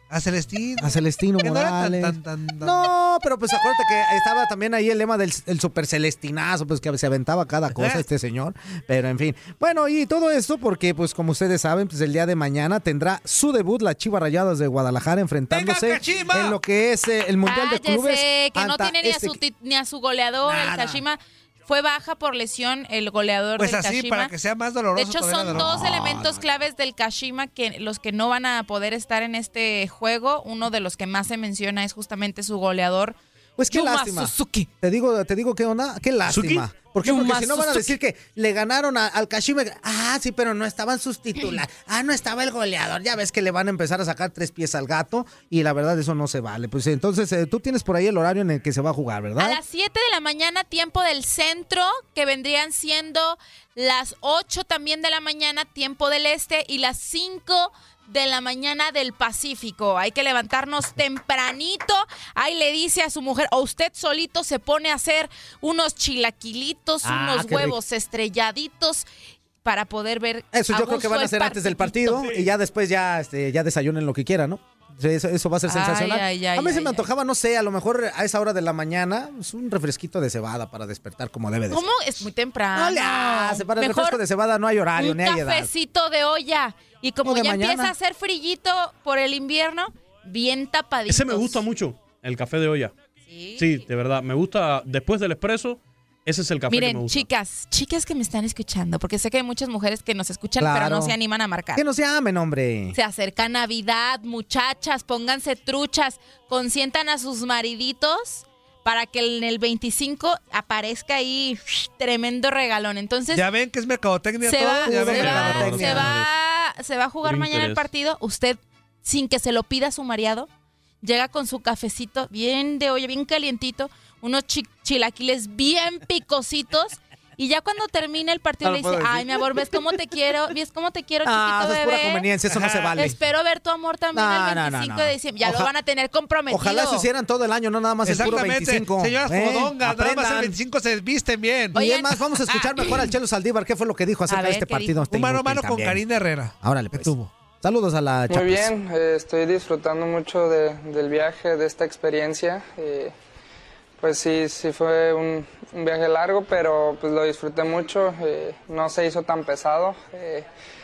A Celestino. A Celestino Que no era Morales. tan, tan, tan, tan- No, pero pues acuérdate que estaba también ahí el lema del el super celestinazo, pues que se aventaba cada cosa este señor. Pero en fin. Bueno, y todo esto porque, pues como ustedes saben, pues el día de mañana tendrá su debut la Chivas Rayadas de Guadalajara enfrentándose Kashima! en lo que es eh, el Mundial de Clubes. Cállese, que no anta tiene ni a, este- su, ti- ni a su goleador, el Nada. Kashima. Fue baja por lesión el goleador Pues del así, Kashima. para que sea más doloroso. De hecho, todavía son la dos derrota. elementos claves del Kashima que los que no van a poder estar en este juego. Uno de los que más se menciona es justamente su goleador. Pues qué Yuma lástima. Suzuki. Te digo, te digo qué onda, qué lástima. ¿Por qué? Yuma Porque si no van a Suzuki. decir que le ganaron a- al Kashima. Ah, sí, pero no estaban sus titulares. Ah, no estaba el goleador. Ya ves que le van a empezar a sacar tres pies al gato y la verdad eso no se vale. Pues entonces eh, tú tienes por ahí el horario en el que se va a jugar, A ¿verdad? las siete de la mañana, tiempo del centro, que vendrían siendo las ocho también de la mañana, tiempo del este, y las cinco de la mañana del Pacífico. Hay que levantarnos tempranito. Ahí le dice a su mujer, o usted solito se pone a hacer unos chilaquilitos, Ah, unos qué huevos estrelladitos para poder ver. Eso a yo creo que gusto van a el hacer antes del partidito. partido y ya después ya, este, ya desayunen lo que quieran, ¿no? Sí, Eso, eso va a ser Ay, sensacional. ay, ay, a mí se ay, me ay. antojaba, no sé, a lo mejor a esa hora de la mañana, pues, un refresquito de cebada para despertar como debe de ser. ¿Cómo? Es muy temprano. No le hace, para el Mejor refresco de cebada no hay horario, un ni hay edad. cafecito de olla. Y como O de ya mañana. empieza a hacer frillito por el invierno, bien tapadito. Ese me gusta mucho, el café de olla. Sí. Sí, de verdad. Me gusta, después del espresso, ese es el café que me Miren, gusta. chicas, chicas que me están escuchando, porque sé que hay muchas mujeres que nos escuchan, Claro. pero no se animan a marcar. Que no se amen, hombre. Se acerca Navidad, muchachas, pónganse truchas, consientan a sus mariditos para que en el veinticinco aparezca ahí tremendo regalón. Entonces, Ya ven que es mercadotecnia se todo. va, ya se ven que va, mercadotecnia. se va, se va a jugar Por mañana el interés. partido. Usted, sin que se lo pida su mariado, llega con su cafecito bien de olla, bien calientito, unos chi- chilaquiles bien picositos. Y ya cuando termine el partido No le lo dice, puedo decir. ay, mi amor, ¿ves cómo te quiero? ¿Ves cómo te quiero, Ah, chiquito eso es pura bebé? conveniencia, eso no se vale. Espero ver tu amor también No, el no, no, veinticinco no. de diciembre. Ya Oja- lo van a tener comprometido. Ojalá eso hicieran todo el año, no nada más el puro Exactamente. veinticinco. Señoras ¿eh? fodongas, nada más el Aprendan. veinticinco se visten bien. Y es más, vamos a escuchar mejor al Chelo Saldívar, qué fue lo que dijo acerca ver, de este ¿qué partido. dijo? este Un mano a inútil mano con también. Karina Herrera. Órale, pues. Saludos a la Muy Chapis. bien, eh, estoy disfrutando mucho de- del viaje, de esta experiencia. eh, pues sí, sí fue un, un viaje largo, pero pues lo disfruté mucho. eh, no se hizo tan pesado. eh,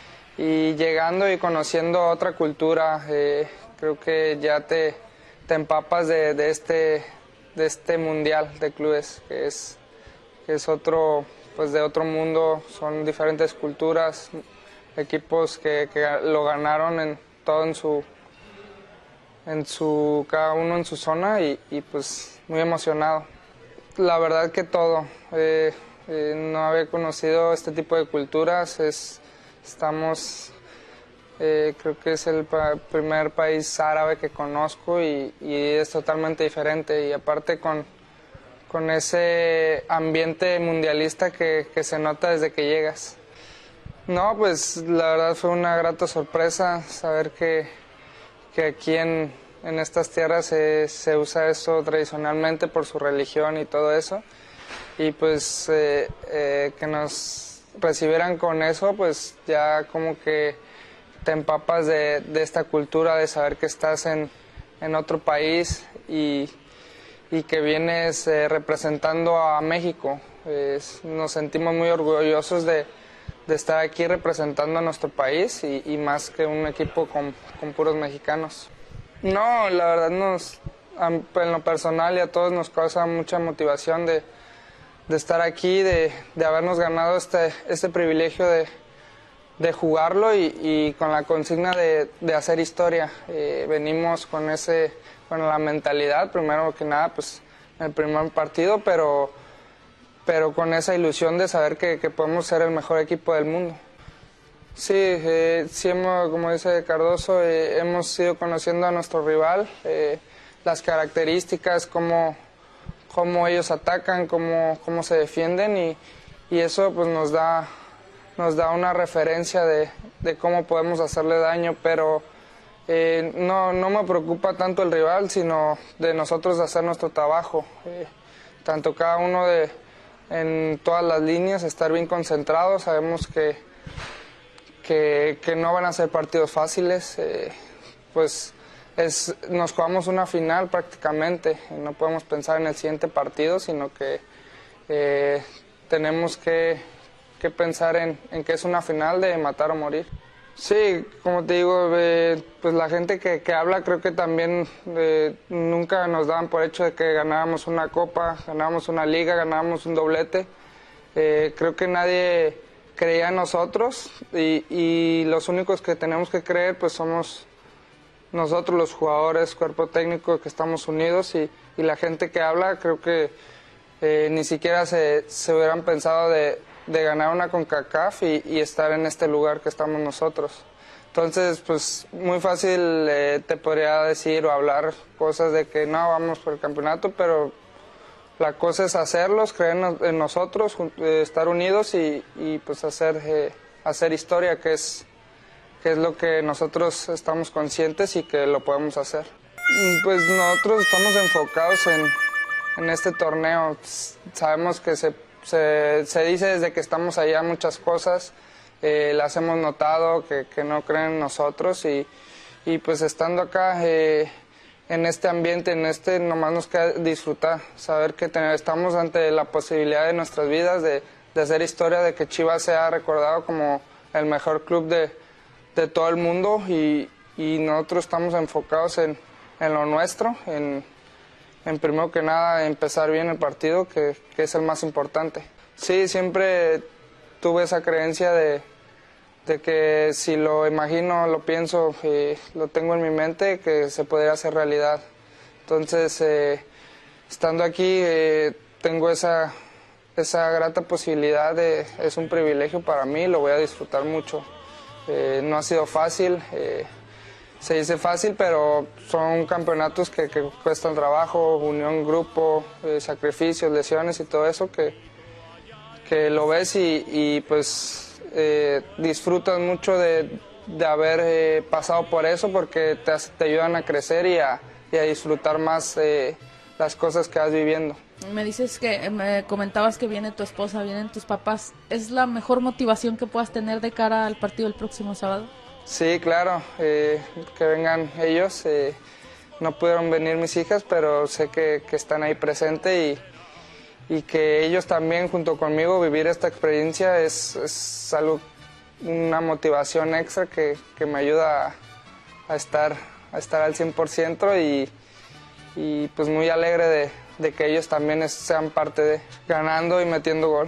y llegando y conociendo otra cultura, eh, creo que ya te, te empapas de, de este, de este mundial de clubes, que es, que es otro, pues de otro mundo, son diferentes culturas, equipos que, que lo ganaron en todo en su en su cada uno en su zona y, y, pues muy emocionado. La verdad que todo. eh, eh, no había conocido este tipo de culturas. Es, estamos eh, creo que es el pa- primer país árabe que conozco y, y es totalmente diferente y aparte con con ese ambiente mundialista que, que se nota desde que llegas. No, pues la verdad fue una grata sorpresa saber que, que aquí en, en estas tierras se, se usa eso tradicionalmente por su religión y todo eso. Y pues eh, eh, que nos recibieran con eso, pues ya como que te empapas de, de esta cultura, de saber que estás en, en otro país y, y que vienes eh, representando a México. Es- nos sentimos muy orgullosos de de estar aquí representando a nuestro país y, y más que un equipo con, con puros mexicanos. No, la verdad nos, a- en lo personal y a todos nos causa mucha motivación de, de estar aquí, de, de habernos ganado este, este privilegio de, de jugarlo y, y con la consigna de, de hacer historia. Eh, venimos con, ese, con la mentalidad, primero que nada, pues en el primer partido, pero pero con esa ilusión de saber que, que podemos ser el mejor equipo del mundo. Sí, eh, sí hemos, como dice Cardoso, eh, hemos ido conociendo a nuestro rival, eh, las características, cómo, cómo ellos atacan, cómo, cómo se defienden y, y eso pues nos da, nos da una referencia de, de cómo podemos hacerle daño, pero eh, no, no me preocupa tanto el rival, sino de nosotros hacer nuestro trabajo, eh, tanto cada uno de en todas las líneas, estar bien concentrados. Sabemos que, que, que no van a ser partidos fáciles, eh, pues es, nos jugamos una final prácticamente. No podemos pensar en el siguiente partido, sino que eh, tenemos que, que pensar en, en que es una final de matar o morir. Sí, como te digo, eh, pues la gente que, que habla creo que también eh, nunca nos daban por hecho de que ganábamos una copa, ganábamos una liga, ganábamos un doblete. Eh, creo que nadie creía en nosotros y, y los únicos que tenemos que creer pues somos nosotros los jugadores, cuerpo técnico, que estamos unidos y, y la gente que habla creo que eh, ni siquiera se, se hubieran pensado de, de ganar una CONCACAF y, y estar en este lugar que estamos nosotros. Entonces, pues muy fácil eh, te podría decir o hablar cosas de que no, vamos por el campeonato, pero la cosa es hacerlos, creer en, en nosotros, eh, estar unidos y, y pues hacer, eh, hacer historia, que es, que es lo que nosotros estamos conscientes y que lo podemos hacer. Pues nosotros estamos enfocados en, en este torneo. Sabemos que se, se, se dice desde que estamos allá muchas cosas, eh, las hemos notado, que, que no creen en nosotros y, y pues estando acá eh, en este ambiente, en este, nomás nos queda disfrutar, saber que tenemos, estamos ante la posibilidad de nuestras vidas de, de hacer historia, de que Chivas sea recordado como el mejor club de, de todo el mundo y, y nosotros estamos enfocados en, en lo nuestro, en, en primero que nada empezar bien el partido, que, que es el más importante. Sí, siempre tuve esa creencia de, de que si lo imagino, lo pienso y lo tengo en mi mente, que se podría hacer realidad. Entonces, eh, estando aquí, eh, tengo esa, esa grata posibilidad, de, es un privilegio para mí, lo voy a disfrutar mucho. Eh, no ha sido fácil, eh, se dice fácil, pero son campeonatos que, que cuestan trabajo, unión, grupo, eh, sacrificios, lesiones y todo eso, que, que lo ves y, y pues eh, disfrutas mucho de, de haber eh, pasado por eso, porque te, te ayudan a crecer y a, y a disfrutar más eh, las cosas que vas viviendo. Me dices que, me comentabas que viene tu esposa, vienen tus papás. ¿Es la mejor motivación que puedas tener de cara al partido el próximo sábado? Sí, claro, eh, que vengan ellos. Eh, no pudieron venir mis hijas, pero sé que, que están ahí presentes y, y que ellos también junto conmigo vivir esta experiencia es, es algo, una motivación extra que, que me ayuda a, a, estar, a estar al cien por ciento y, y pues muy alegre de, de que ellos también sean parte de ganando y metiendo gol.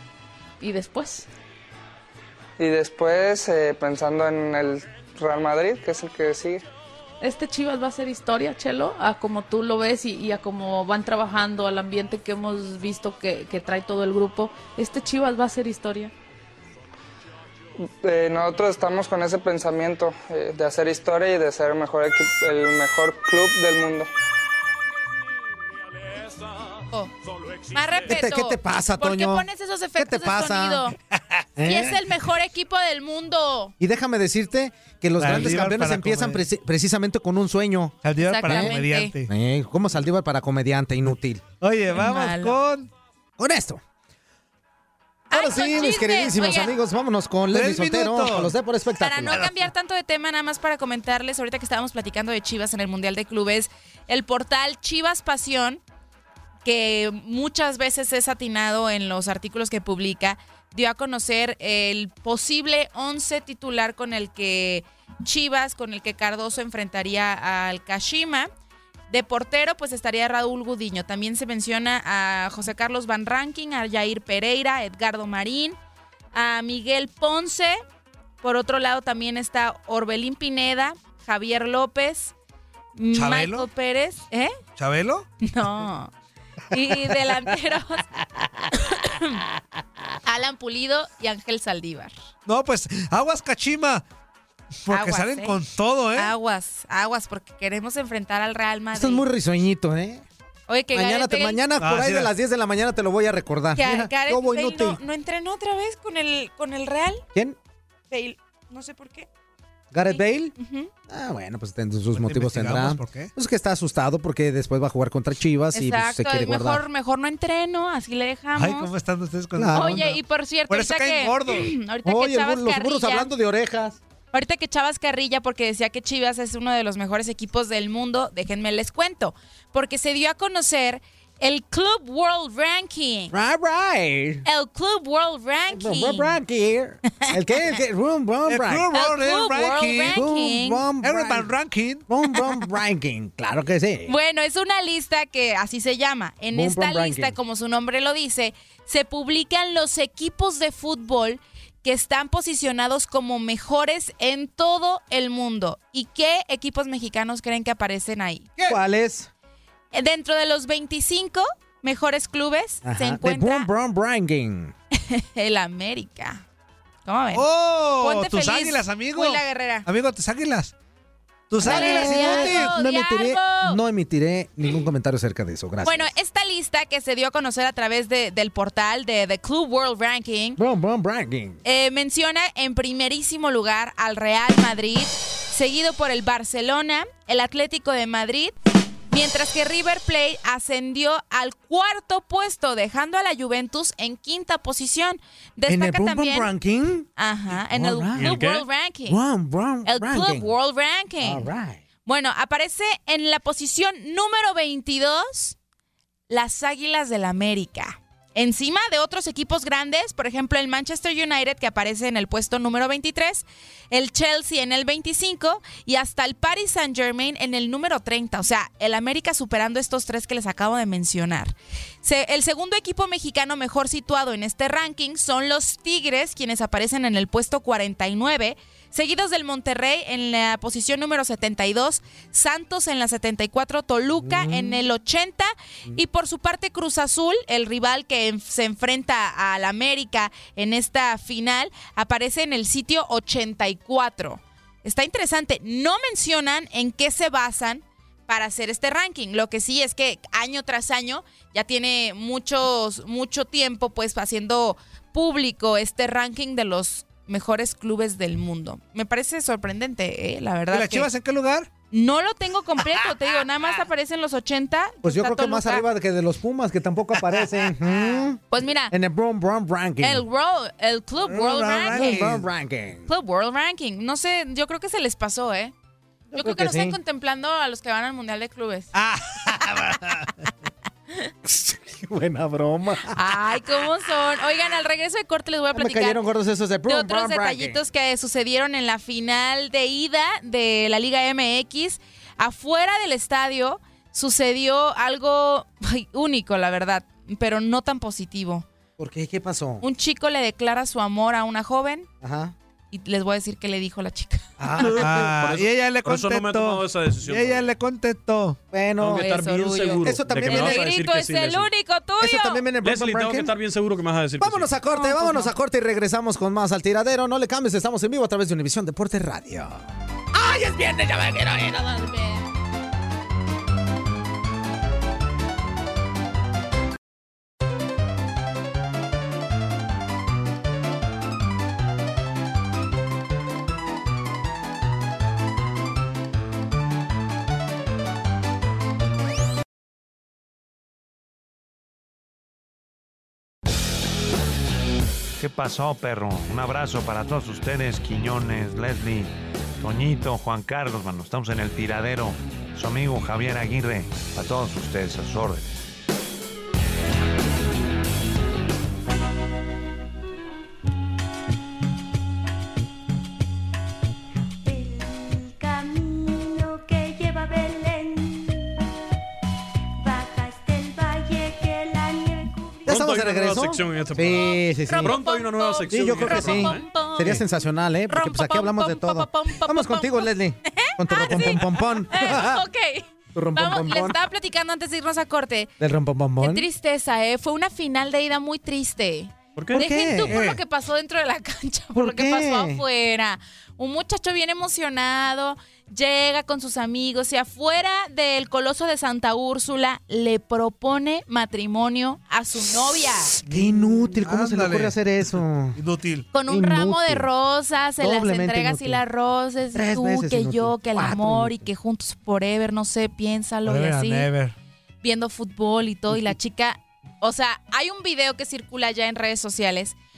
¿Y después? Y después eh, pensando en el Real Madrid, que es el que sigue. ¿Este Chivas va a ser historia, Chelo? A como tú lo ves y, y a cómo van trabajando, al ambiente que hemos visto que, que trae todo el grupo. ¿Este Chivas va a ser historia? Eh, nosotros estamos con ese pensamiento eh, de hacer historia y de ser el mejor, equipo, el mejor club del mundo. Oh. Más respeto. ¿Qué te, ¿Qué te pasa, Toño? ¿Por qué pones esos efectos ¿Qué te pasa? de sonido? ¿Eh? Y es el mejor equipo del mundo. Y déjame decirte que los Saldívar grandes campeones empiezan preci- precisamente con un sueño. Saldívar para comediante. Eh, ¿Cómo Saldívar para comediante? Inútil. Oye, vamos malo. con... Con esto. Ahora Ay, sí, con mis chismes. queridísimos Oigan, amigos, vámonos con Leslie Tres Soltero, minutos. con los de por Para espectáculo. no cambiar tanto de tema, nada más para comentarles, ahorita que estábamos platicando de Chivas en el Mundial de Clubes, el portal Chivas Pasión, que muchas veces es atinado en los artículos que publica, dio a conocer el posible once titular con el que Chivas, con el que Cardoso enfrentaría al Kashima. De portero, pues estaría Raúl Gudiño. También se menciona a José Carlos Van Rankin, a Jair Pereira, Edgardo Marín, a Miguel Ponce. Por otro lado, también está Orbelín Pineda, Javier López, ¿Chabelo? Michael Pérez. ¿Eh? ¿Chabelo? No. Y delanteros Alan Pulido y Ángel Saldívar. No, pues aguas Kashima. Porque Aguas, salen ¿eh? con todo, ¿eh? Aguas, aguas, porque queremos enfrentar al Real Madrid. Esto es muy risueñito, ¿eh? Oye, que Mañana, Gareth te, Bale- mañana Ah, por ahí sí, de la- las diez de la mañana te lo voy a recordar. que Mira, Gareth lobo Bale inútil. no, no entrenó otra vez con el, con el Real. ¿Quién? Bale, no sé por qué. ¿Gareth Bale? Ujú. Ah, bueno, pues ten- sus Pues motivos investigamos tendrá. por qué. Pues que está asustado porque después va a jugar contra Chivas y pues, se Exacto, quiere y guardar. mejor, mejor no entreno, así le dejamos. Ay, ¿cómo están ustedes con Claro. Oye, y por cierto, Por eso ahorita caen que, gordos. ahorita Oye, que el Chavas burro- los burros Carrilla, hablando de orejas. Ahorita que echabas carrilla porque decía que Chivas es uno de los mejores equipos del mundo, déjenme les cuento, porque se dio a conocer el Club World Ranking. Right, right. El Club World Ranking. World Ranking. ¿El qué? ¿El qué? Room, World El Ranking. Club World El Club Ranking. World Ranking. Room, Everybody Ranking. Boom, boom, ranking. Claro que sí. Bueno, es una lista que así se llama. En Boom, esta boom, lista, ranking. como su nombre lo dice, se publican los equipos de fútbol que están posicionados como mejores en todo el mundo. ¿Y qué equipos mexicanos creen que aparecen ahí? ¿Cuáles? Dentro de los veinticinco mejores clubes Ajá. se The encuentra Boom, boom, ranking. el América. ¿Cómo ven? ¡Oh! Ponte tus feliz, águilas, amigo. Huila Guerrera. Amigo, tus águilas. Tus Ándale, águilas, di inútil. algo, No di emitiré, algo. no emitiré ningún comentario acerca de eso. Gracias. Bueno, esta lista que se dio a conocer a través de- del portal de The Club World Ranking Boom, boom, ranking. eh, menciona en primerísimo lugar al Real Madrid, seguido por el Barcelona, el Atlético de Madrid, mientras que River Plate ascendió al cuarto puesto, dejando a la Juventus en quinta posición. ¿En el Destaca Boom, también, boom, ranking? ajá, en el Alright. Club ¿El qué? World Ranking. Boom, boom, El ranking. Club World Ranking. All right. Bueno, aparece en la posición número veintidós las Águilas del América. Encima de otros equipos grandes, por ejemplo, el Manchester United, que aparece en el puesto número veintitrés, el Chelsea en el veinticinco y hasta el Paris Saint-Germain en el número treinta. O sea, el América superando estos tres que les acabo de mencionar. Se- el segundo equipo mexicano mejor situado en este ranking son los Tigres, quienes aparecen en el puesto cuarenta y nueve, seguidos del Monterrey en la posición número setenta y dos, Santos en la setenta y cuatro, Toluca en el ochenta y por su parte Cruz Azul, el rival que en- se enfrenta al América en esta final, aparece en el sitio ochenta y cuatro. Está interesante, no mencionan en qué se basan para hacer este ranking. Lo que sí es que año tras año ya tiene muchos, mucho tiempo pues haciendo público este ranking de los mejores clubes del mundo. Me parece sorprendente, ¿eh? La verdad. ¿Y las que Chivas en qué lugar? no lo tengo completo, te digo, nada más aparecen los ochenta. Pues yo está creo que más Toluca. arriba que de los Pumas, que tampoco aparecen. Ujú. Pues mira, En el Boom, boom, ranking. el, World, el Club World Ranking. Boom, boom, ranking. Club World Ranking. No sé, yo creo que se les pasó, ¿eh? Yo, creo, creo que, que no están sí. contemplando a los que van al Mundial de Clubes. Buena broma. Ay, ¿cómo son? Oigan, al regreso de corte les voy a Me platicar cayeron gordos esos de de Boom, otros boom, ranking. detallitos que sucedieron en la final de ida de la Liga M X. Afuera del estadio sucedió algo ay, único, la verdad, pero no tan positivo. ¿Por qué? ¿Qué pasó? Un chico le declara su amor a una joven Ajá. y les voy a decir qué le dijo la chica. Ah, Por eso- y ella le por eso contestó. no me he tomado esa decisión Y ella todavía. le contestó. Bueno, Tengo que estar Eso, bien orgullo. seguro Eso también de que me viene- vas a decir Negrito que es sí, el Leslie. único tuyo. eso también viene en Boom, Leslie, boom, tengo que ranking. estar bien seguro que me vas a decir Vámonos que a corte, No, pues vámonos no. a corte y regresamos con más al tiradero. No le cambies, estamos en vivo a través de Univisión Deportes Radio. ¡Ay, es viernes! Ya me quiero ir a dormir. ¿Qué pasó, perro? Un abrazo para todos ustedes, Quiñones, Leslie, Toñito, Juan Carlos, mano. Estamos en el tiradero. Su amigo Javier Aguirre. A todos ustedes, a sus órdenes. Camino que lleva a Belén, baja hasta el valle que la nieve cubre. ¿Ya estamos Pronto de hay una nueva regreso? sección en este Sí, sí, sí. Pronto hay una nueva sección. Sí, yo en creo que este sí. programa, ¿eh? Sería sensacional, ¿eh? Porque pues aquí hablamos de todo. Vamos contigo, Leslie. Con tu rompompompón. Eh, ok. Tu Vamos, les rompompompón. estaba platicando antes de irnos a corte. Del Qué rompompompón. tristeza, ¿eh? Fue una final de ida muy triste. ¿Por qué? Dejen ¿Por tú qué? por lo que pasó dentro de la cancha, por, ¿Por lo que qué? pasó afuera. Un muchacho bien emocionado, llega con sus amigos y afuera del Coloso de Santa Úrsula le propone matrimonio a su novia. Qué inútil, ¿cómo se le Ándale. ocurre hacer eso? Inútil. Con un Inútil. ramo de rosas, se las Doblemente entregas y inútil. las rosas, Tres tú, veces que inútil. yo, que el Cuatro amor y inútil. que juntos forever, no sé, piénsalo Forever y and así. ever. Viendo fútbol y todo, y la chica, o sea, hay un video que circula ya en redes sociales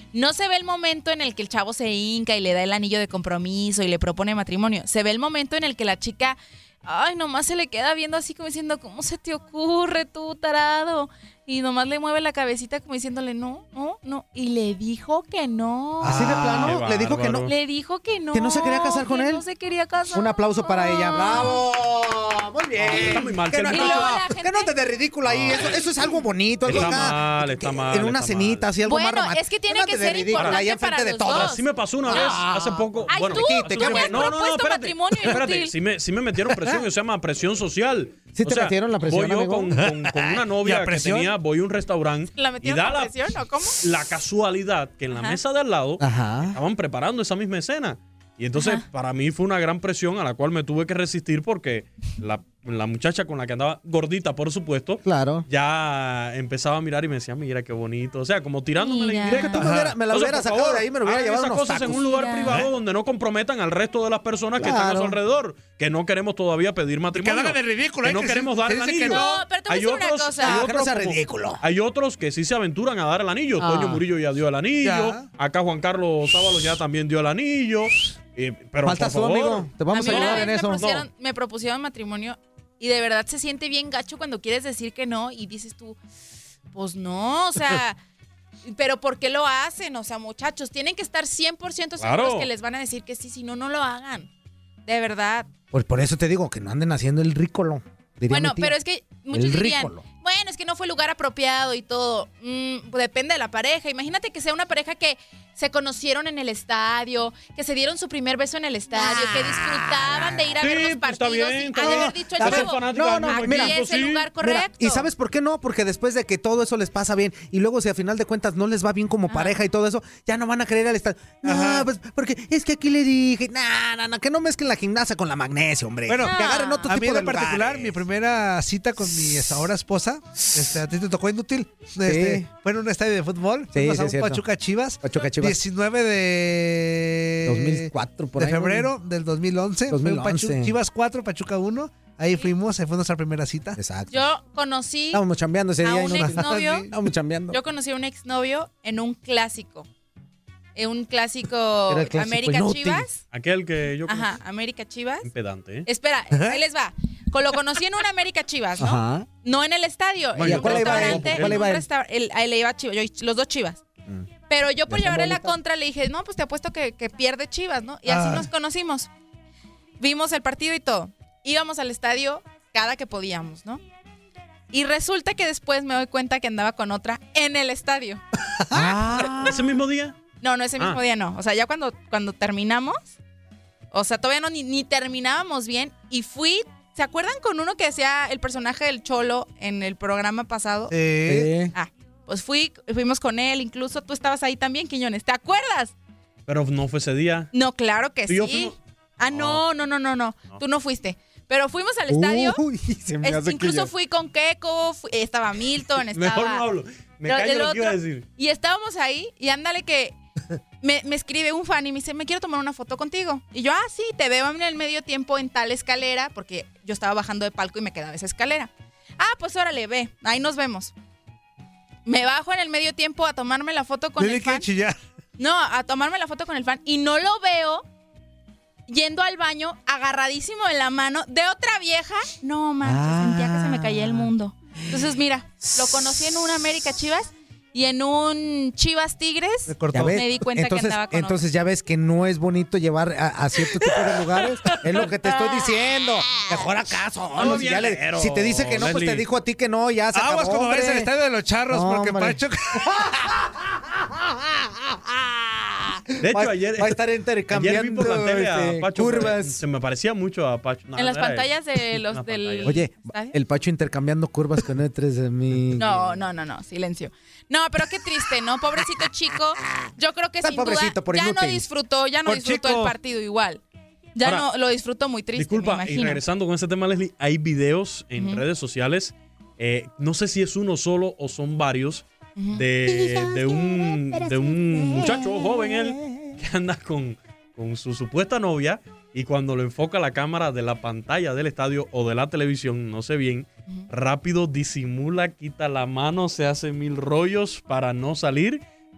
No se ve el momento en el que el chavo se hinca y le da el anillo de compromiso y le propone matrimonio. Se ve el momento en el que la chica, ay, nomás se le queda viendo así como diciendo, ¿cómo se te ocurre tú, tarado? Y nomás le mueve la cabecita como diciéndole, no, no, no. Y le dijo que no. ¿Así de plano? Le dijo que no. Le dijo que no. ¿Que no se quería casar con que él? no se quería casar. Un aplauso para ella. ¡Bravo! Muy bien. Está muy mal. Que no, Que no, no- no, que no te de ridículo ahí. Eso, eso es algo bonito. Algo Está acá. mal, está mal. En una está cenita, así algo Bueno, más romántico. es que tiene No que te de ser ridículo, importante ahí enfrente para de los todos. dos. Sí me pasó una vez, hace poco. Ay, bueno, tú, hace tú un me has tiempo. propuesto matrimonio Espérate, inútil. sí me, sí me metieron presión, eso se llama presión social. ¿Sí O te sea, metieron la presión, Voy yo amigo? con, con- con una ¿Y novia a que presión? tenía, voy a un restaurante ¿La y metieron da con la, presión o cómo? la casualidad que en la Ajá. mesa de al lado Ajá. estaban preparando esa misma escena. Y entonces Ajá. para mí fue una gran presión a la cual me tuve que resistir porque la, la muchacha con la que andaba, gordita por supuesto, Claro. ya empezaba a mirar y me decía, mira qué bonito. O sea, como tirándome la Mira. indirecta. Que tú me hubiera- me la O sea, hubieras por sacado favor, de ahí, me lo hubiera hagan llevado esas unos cosas en tacos. un lugar Mira. privado donde no comprometan al resto de las personas que están a su Claro. alrededor, que no queremos todavía pedir matrimonio. hagan el ridículo, Que ¿eh? no Que queremos se- dar se el dice que anillo. no. No, pero te voy a hay decir una otros, cosa. hay Ah, que no otros sea como- ridículo. hay otros que sí se aventuran a dar el anillo. Ah. Toño Murillo ya dio el anillo. Ya. Acá Juan Carlos Sábalos ya también dio el anillo. Eh, pero Faltas por tú, favor, amigo. Te vamos a a, mí una ayudar vez en eso. Me propusieron, me propusieron matrimonio y de verdad se siente bien gacho cuando quieres decir que no y dices tú, pues no, o sea, pero ¿por qué lo hacen? O sea, muchachos, tienen que estar cien por ciento seguros Claro. que les van a decir que sí, si no, no lo hagan. De verdad. Pues por eso te digo que no anden haciendo el rícolo. diría Bueno, mi tía. pero es que muchos El dirían, rícolo. bueno, es que no fue el lugar apropiado y todo. Mm, pues depende de la pareja. Imagínate que sea una pareja que se conocieron en el estadio, que se dieron su primer beso en el estadio, que disfrutaban de ir a Sí, ver los pues, está partidos. bien, y está han de bien. haber dicho el A ver, chavo, fanática no, del no, mismo aquí mira, equipo, es el sí. lugar Mira, correcto. ¿y sabes por qué no? Porque después de que todo eso les pasa bien y luego si a final de cuentas no les va bien como pareja y todo eso, ya no van a querer ir al estadio. No, pues porque es que aquí le dije, no, no, no, que no mezclen la gimnasia con la magnesia, hombre. Bueno, que agarren otro a mí tipo en de lo particular, lugares. mi primera cita con mi ahora esposa, este, a ti te tocó inútil. Este, fue en un estadio de fútbol. Sí, Fuimos sí, a es un cierto. Pachuca Chivas. Pachuca Chivas. diecinueve de... dos mil cuatro, por de ahí. febrero del dos mil once. Fue un dos mil once. Pachuca, Chivas cuatro, Pachuca uno. Ahí fuimos, ahí fue nuestra primera cita. Exacto. Yo conocí Estábamos chambeando ese a día. y un no- exnovio. Estábamos chambeando. Yo conocí a un exnovio en un clásico. En un clásico, Era el clásico América inútil. Chivas. Aquel que yo Ajá, América Chivas. Un pedante, ¿eh? Espera, ahí les va. Con- Lo conocí en un América Chivas, ¿no? Ajá. No en el estadio. Bueno, en ¿y a un cuál le iba él? restaurante. ¿Cuál en le un iba él? restaur- el- a él le iba Chivas, yo- los dos Chivas. Pero yo por Ya están llevarle la bonitas. contra le dije, no, pues te apuesto que, que pierde Chivas, ¿no? Y así Ah. nos conocimos. Vimos el partido y todo. Íbamos al estadio cada que podíamos, ¿no? Y resulta que después me doy cuenta que andaba con otra en el estadio. Ah. ¿Ese mismo día? No, no, ese mismo Ah. día no. O sea, ya cuando, cuando terminamos, o sea, todavía no ni, ni terminábamos bien. Y fui, ¿se acuerdan con uno que hacía el personaje del Cholo en el programa pasado? Sí. Ah, pues fui, fuimos con él, incluso tú estabas ahí también, Quiñones. ¿Te acuerdas? Pero no fue ese día. No, claro que ¿Tú y yo sí. fuimos? Ah, no, no, no, no, no, Tú no fuiste. Pero fuimos al estadio. Uy, se me Es- hace que incluso ya- fui con Keiko, fu- estaba Milton, estaba... Mejor no hablo. Me Lo- callo el lo que iba a otro. decir. Y estábamos ahí y ándale que me, me escribe un fan y me dice, me quiero tomar una foto contigo. Y yo, ah, sí, te veo en el medio tiempo en tal escalera, porque yo estaba bajando de palco y me quedaba esa escalera. Ah, pues órale, ve, ahí nos vemos. Me bajo en el medio tiempo a tomarme la foto con Tiene el que fan. chillar. No, a tomarme la foto con el fan y no lo veo yendo al baño agarradísimo de la mano de otra vieja. No, manches, Ah. sentía que se me caía el mundo. Entonces, mira, lo conocí en un América Chivas y en un Chivas Tigres Ya ves, me di cuenta entonces, que andaba con entonces ya ves que no es bonito llevar a, a cierto tipo de lugares. Es lo que te estoy diciendo. Mejor acaso. No, si, ya le- viajero, si te dice que no, pues Leslie. te dijo a ti que no, ya se Aguas acabó, cuando vayas al hombre. estadio de los Charros, No, porque hombre. Pacho... De hecho, Va- ayer. va a estar ayer vi intercambiando, por la tele a este, Pacho. curvas. Se me parecía mucho a Pacho. No, en las no era él. pantallas de los Una del pantalla. Oye, estadio. el Pacho intercambiando curvas con E tres de mí. No, no, no, no, silencio. No, pero qué triste, ¿no? Pobrecito chico. Yo creo que Está sin duda pobrecito por ya no inútil. disfrutó, ya no Por disfrutó chico. el partido igual. Ya Ahora, no lo disfrutó muy triste, Disculpa, me y imagino. regresando con ese tema, Leslie, hay videos en Ujú. redes sociales. eh, no sé si es uno solo o son varios. Ujú. De, de un, de un muchacho joven, él, que anda con, con su supuesta novia. Y cuando lo enfoca la cámara de la pantalla del estadio o de la televisión, no sé bien, rápido disimula, quita la mano, se hace mil rollos para no salir.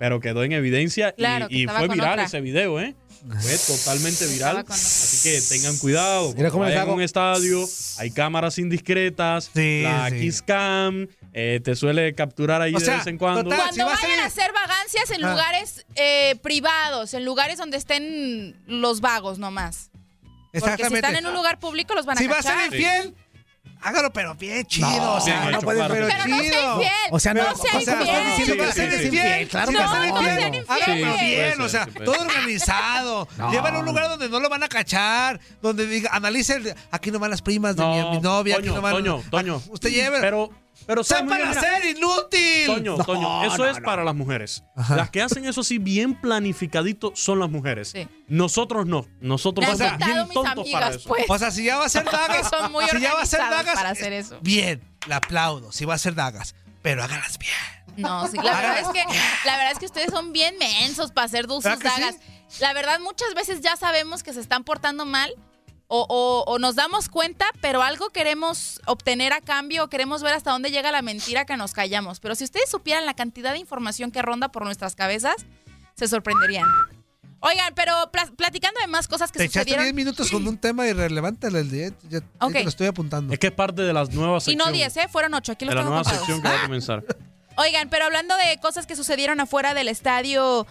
pero quedó en evidencia Claro, que y, y estaba fue con viral otra. ese video, ¿eh? Fue totalmente viral. Estaba con otra. Así que tengan cuidado. Mira cómo Cuando les vayan a hago. un estadio, hay cámaras indiscretas, Sí, la sí. Kiss Cam, eh, te suele capturar ahí O de sea, vez en cuando. total, Cuando si va a vayan ser- a hacer vagancias en Ah. lugares eh, privados, en lugares donde estén los vagos nomás. Porque si Exactamente. están en un lugar público los van a Si va a cachar. ser infiel, hágalo, pero bien chido. No, o sea, bien no hecho, puede, claro. pero, Pero no sea chido. infiel. O sea, no, no sea o sea, infiel. Si Sí, va a sí, ser sí, infiel, claro si que va a ser no. infiel, No sean hágalo pero infieles. bien, Sí, o sea, puede ser, todo puede ser. organizado. No. Llévalo a un lugar donde no lo van a cachar, donde diga, analice, el- aquí no van las primas de mi, mi novia, Toño, aquí no van. Toño, Toño. Usted lleve. Pero, pero ¿sabe muy ¡Sepan bien? Mira, hacer, inútil! Toño, No, Toño, eso no, es no. para las mujeres. Ajá. Las que hacen eso así bien planificadito son las mujeres. Sí. Nosotros no. Nosotros Me han somos contado bien mis tontos para amigas, eso. pues. O sea, si ya va a ser dagas, Que son muy si ya va a ser organizadas dagas, para hacer eso. bien, la aplaudo, si va a ser dagas, pero hágalas bien. No, sí, la verdad es que la verdad es que ustedes son bien mensos para hacer sus ¿Verdad que dagas. sí? La verdad, muchas veces ya sabemos que se están portando mal o, o- o nos damos cuenta, pero algo queremos obtener a cambio o queremos ver hasta dónde llega la mentira que nos callamos. Pero si ustedes supieran la cantidad de información que ronda por nuestras cabezas, se sorprenderían. Oigan, pero pla- platicando de más cosas que Te echaste sucedieron. diez minutos con un tema irrelevante del día. Ya, ya Ok. te lo estoy apuntando. Es que es parte de las nuevas Y secciones. no diez, ¿eh? Fueron ocho. Aquí los de la tengo nueva contados. sección que va a comenzar. Oigan, pero hablando de cosas que sucedieron afuera del estadio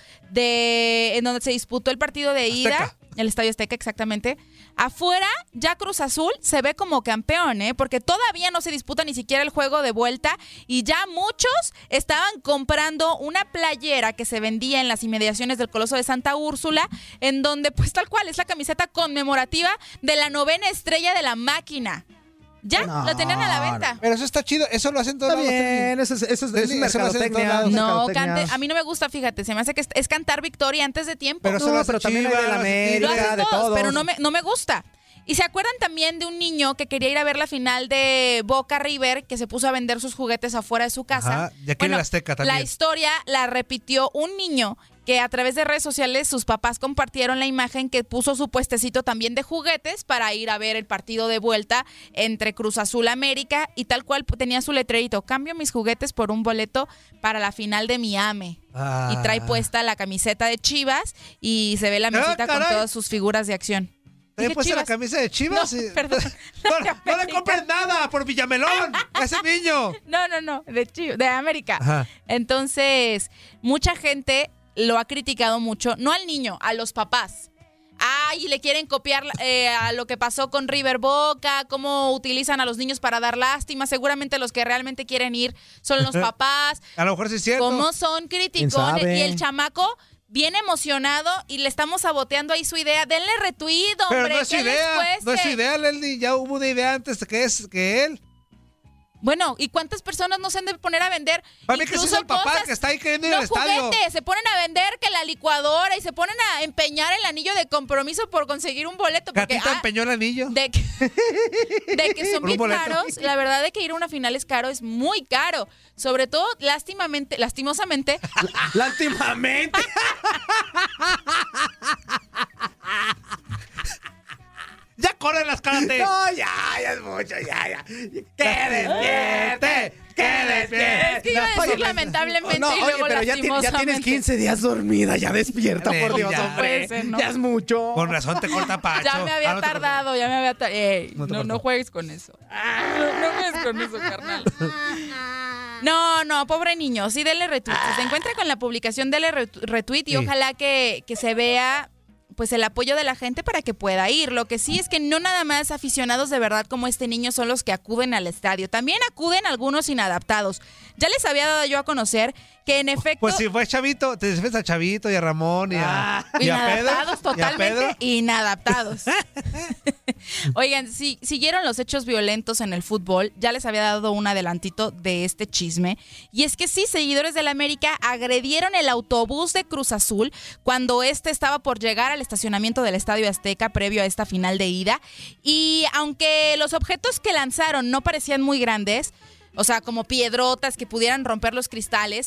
de en donde se disputó el partido de ida, Azteca. el Estadio Azteca exactamente, afuera ya Cruz Azul se ve como campeón, ¿eh? Porque todavía no se disputa ni siquiera el juego de vuelta y ya muchos estaban comprando una playera que se vendía en las inmediaciones del Coloso de Santa Úrsula, en donde pues tal cual es la camiseta conmemorativa de la novena estrella de la máquina. Ya, No, la tenían a la venta. Pero eso está chido, eso lo hacen todos Está lados. bien, eso es, eso es, es Eso lo hacen en todos mercadotecnia. lados. es No, mercadotecnia. cante, a mí no me gusta, fíjate, se me hace que es, es cantar victoria antes de tiempo. Pero eso No, lo hace pero también hay de la Chivas, Lo América, hacen de todos, todos. pero no me, no me gusta. ¿Y se acuerdan también de un niño que quería ir a ver la final de Boca River, que se puso a vender sus juguetes afuera de su casa? Ajá, y aquí en el Azteca también. La historia la repitió un niño que a través de redes sociales sus papás compartieron la imagen que puso su puestecito también de juguetes para ir a ver el partido de vuelta entre Cruz Azul América y tal cual tenía su letrerito, cambio mis juguetes por un boleto para la final de Miami. Ah. Y trae puesta la camiseta de Chivas y se ve la mesita con caray. todas sus figuras de acción. ¿Trae Dije puesta la Chivas. camisa de Chivas? No, Sí. perdón. No, no le compres nada por Villamelón, a ese niño. No, no, no, de Chivas, de América. Ajá. Entonces, mucha gente lo ha criticado mucho, no al niño, a los papás. Ay, le quieren copiar eh, a lo que pasó con River Boca, cómo utilizan a los niños para dar lástima. Seguramente los que realmente quieren ir son los papás. A lo mejor sí es cierto. ¿Cómo son ¿Quién criticones? sabe? Y el chamaco bien emocionado y le estamos saboteando ahí su idea. Denle retweet, hombre. Pero no es ¿qué les idea, cueste? no es idea, Leslie. Ya hubo una idea antes de que, es, que él. Bueno, ¿y cuántas personas no se han de poner a vender? Para mí que ese es el papá cosas- que está ahí queriendo ir no al estadio. juguetes, se ponen a vender que la licuadora y se ponen a empeñar el anillo de compromiso por conseguir un boleto. Porque, Gatita ah, empeñó el anillo. de, que, de que son Por un bien boleto. caros, la verdad de que ir a una final es caro, es muy caro. Sobre todo, lástimamente, lastimosamente, Lástimamente. ¡Ya corren las karate! No, ya, ya es mucho, ya, ya. ¡Que despierte! ¡Que despierte! es que iba a decir lamentablemente No, y oye, luego pero ya, ti- ya tienes lastimosamente. quince días dormida, ya despierta, Dale, por Dios, ya. hombre. Puede ser, ¿no? Ya es mucho. Con razón te corta Pacho. Ya me había Ah, no te corta. tardado, ya me había tardado. Ey, No te no, cortó. no juegues con eso. No, no juegues con eso, carnal. No, no, pobre niño. Sí, dele retweet. Si se encuentra con la publicación, dele retu- retweet y Sí. ojalá que, que se vea pues el apoyo de la gente para que pueda ir. Lo que sí es que no nada más aficionados de verdad como este niño son los que acuden al estadio. También acuden algunos inadaptados. Ya les había dado yo a conocer que en efecto... Pues si fue Chavito, te refieres a Chavito y a Ramón y a, y a Pedro. Inadaptados, y a totalmente Pedro. inadaptados. Oigan, si siguieron los hechos violentos en el fútbol, ya les había dado un adelantito de este chisme. Y es que sí, seguidores del América agredieron el autobús de Cruz Azul cuando este estaba por llegar al estacionamiento del Estadio Azteca previo a esta final de ida. Y aunque los objetos que lanzaron no parecían muy grandes, o sea, como piedrotas que pudieran romper los cristales,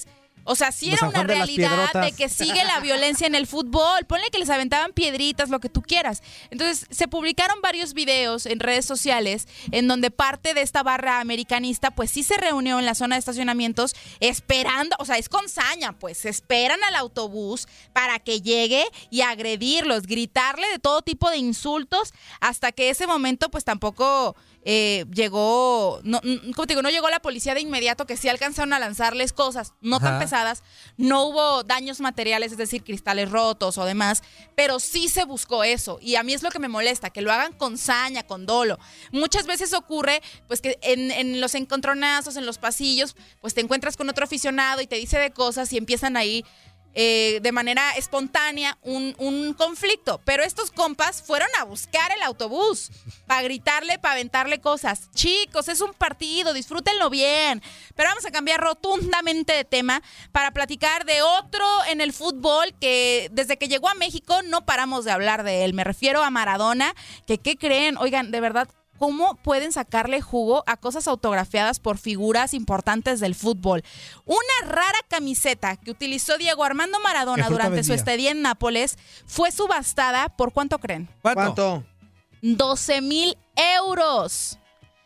O sea, sí Los era una San Juan de las realidad Piedrotas. de que sigue la violencia en el fútbol. Ponle que les aventaban piedritas, lo que tú quieras. Entonces, se publicaron varios videos en redes sociales en donde parte de esta barra americanista, pues sí se reunió en la zona de estacionamientos esperando, o sea, es con saña, pues esperan al autobús para que llegue y agredirlos, gritarle de todo tipo de insultos, hasta que ese momento, pues tampoco... Eh, llegó, no, como te digo, no llegó la policía de inmediato, que sí alcanzaron a lanzarles cosas no tan Ajá. pesadas, no hubo daños materiales, es decir, cristales rotos o demás, pero sí se buscó eso, y a mí es lo que me molesta, que lo hagan con saña, con dolo. Muchas veces ocurre, pues que en, en los encontronazos, en los pasillos, pues te encuentras con otro aficionado y te dice de cosas y empiezan ahí Eh, de manera espontánea un, un conflicto, pero estos compas fueron a buscar el autobús para gritarle, para aventarle cosas. Chicos, es un partido, disfrútenlo bien. Pero vamos a cambiar rotundamente de tema para platicar de otro en el fútbol que desde que llegó a México no paramos de hablar de él. Me refiero a Maradona, que ¿qué creen? Oigan, de verdad, ¿cómo pueden sacarle jugo a cosas autografiadas por figuras importantes del fútbol? Una rara camiseta que utilizó Diego Armando Maradona durante su estadía en Nápoles fue subastada ¿por cuánto creen? ¿Cuánto? doce mil euros.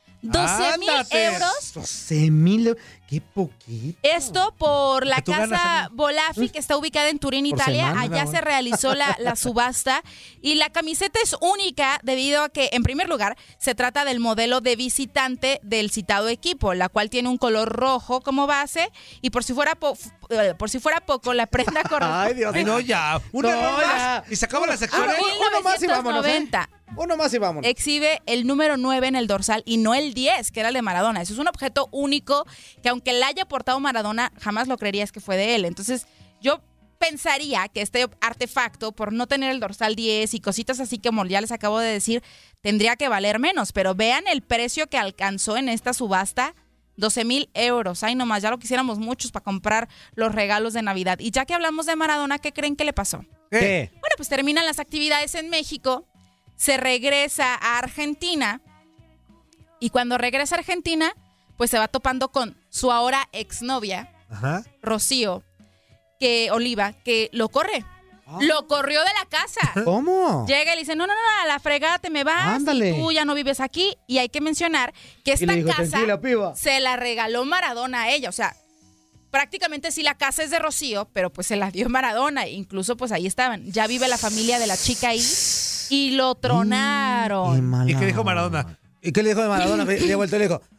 doce mil euros. doce mil Qué poquito. Esto por la Que tú ganas, casa amigo. Volafi, que está ubicada en Turín, Por Italia. semana, Allá ¿no? se realizó la, la subasta y la camiseta es única debido a que, en primer lugar, se trata del modelo de visitante del citado equipo, la cual tiene un color rojo como base y por si fuera po- f- por si fuera poco, la prenda corresponde. Ay, Dios. Ay, no, ya. Un No, error ya. más. Y se acaba la sección. Ah, ¿eh? Uno más y vámonos, ¿eh? mil novecientos noventa. Uno más y vámonos. Exhibe el número nueve en el dorsal y no el diez, que era el de Maradona. Eso es un objeto único que aunque la haya portado Maradona, jamás lo creerías que fue de él. Entonces, yo pensaría que este artefacto, por no tener el dorsal diez y cositas así como ya les acabo de decir, tendría que valer menos. Pero vean el precio que alcanzó en esta subasta. doce mil euros. Ay, nomás, ya lo quisiéramos muchos para comprar los regalos de Navidad. Y ya que hablamos de Maradona, ¿qué creen que le pasó? ¿Qué? Bueno, pues terminan las actividades en México, se regresa a Argentina y cuando regresa a Argentina, pues se va topando con su ahora exnovia, Ajá. Rocío, que Oliva, que lo corre. Lo corrió de la casa. ¿Cómo? Llega y le dice, no, no, no, a la fregada te me vas, Ándale. y tú ya no vives aquí. Y hay que mencionar que esta le dijo, casa "Tranquila, piba". se la regaló Maradona a ella. O sea, prácticamente sí la casa es de Rocío, pero pues se la dio Maradona. Incluso pues ahí estaban. Ya vive la familia de la chica ahí y lo tronaron. ¿Y qué dijo Maradona? ¿Y qué le dijo de Maradona? Le vuelto y le dijo...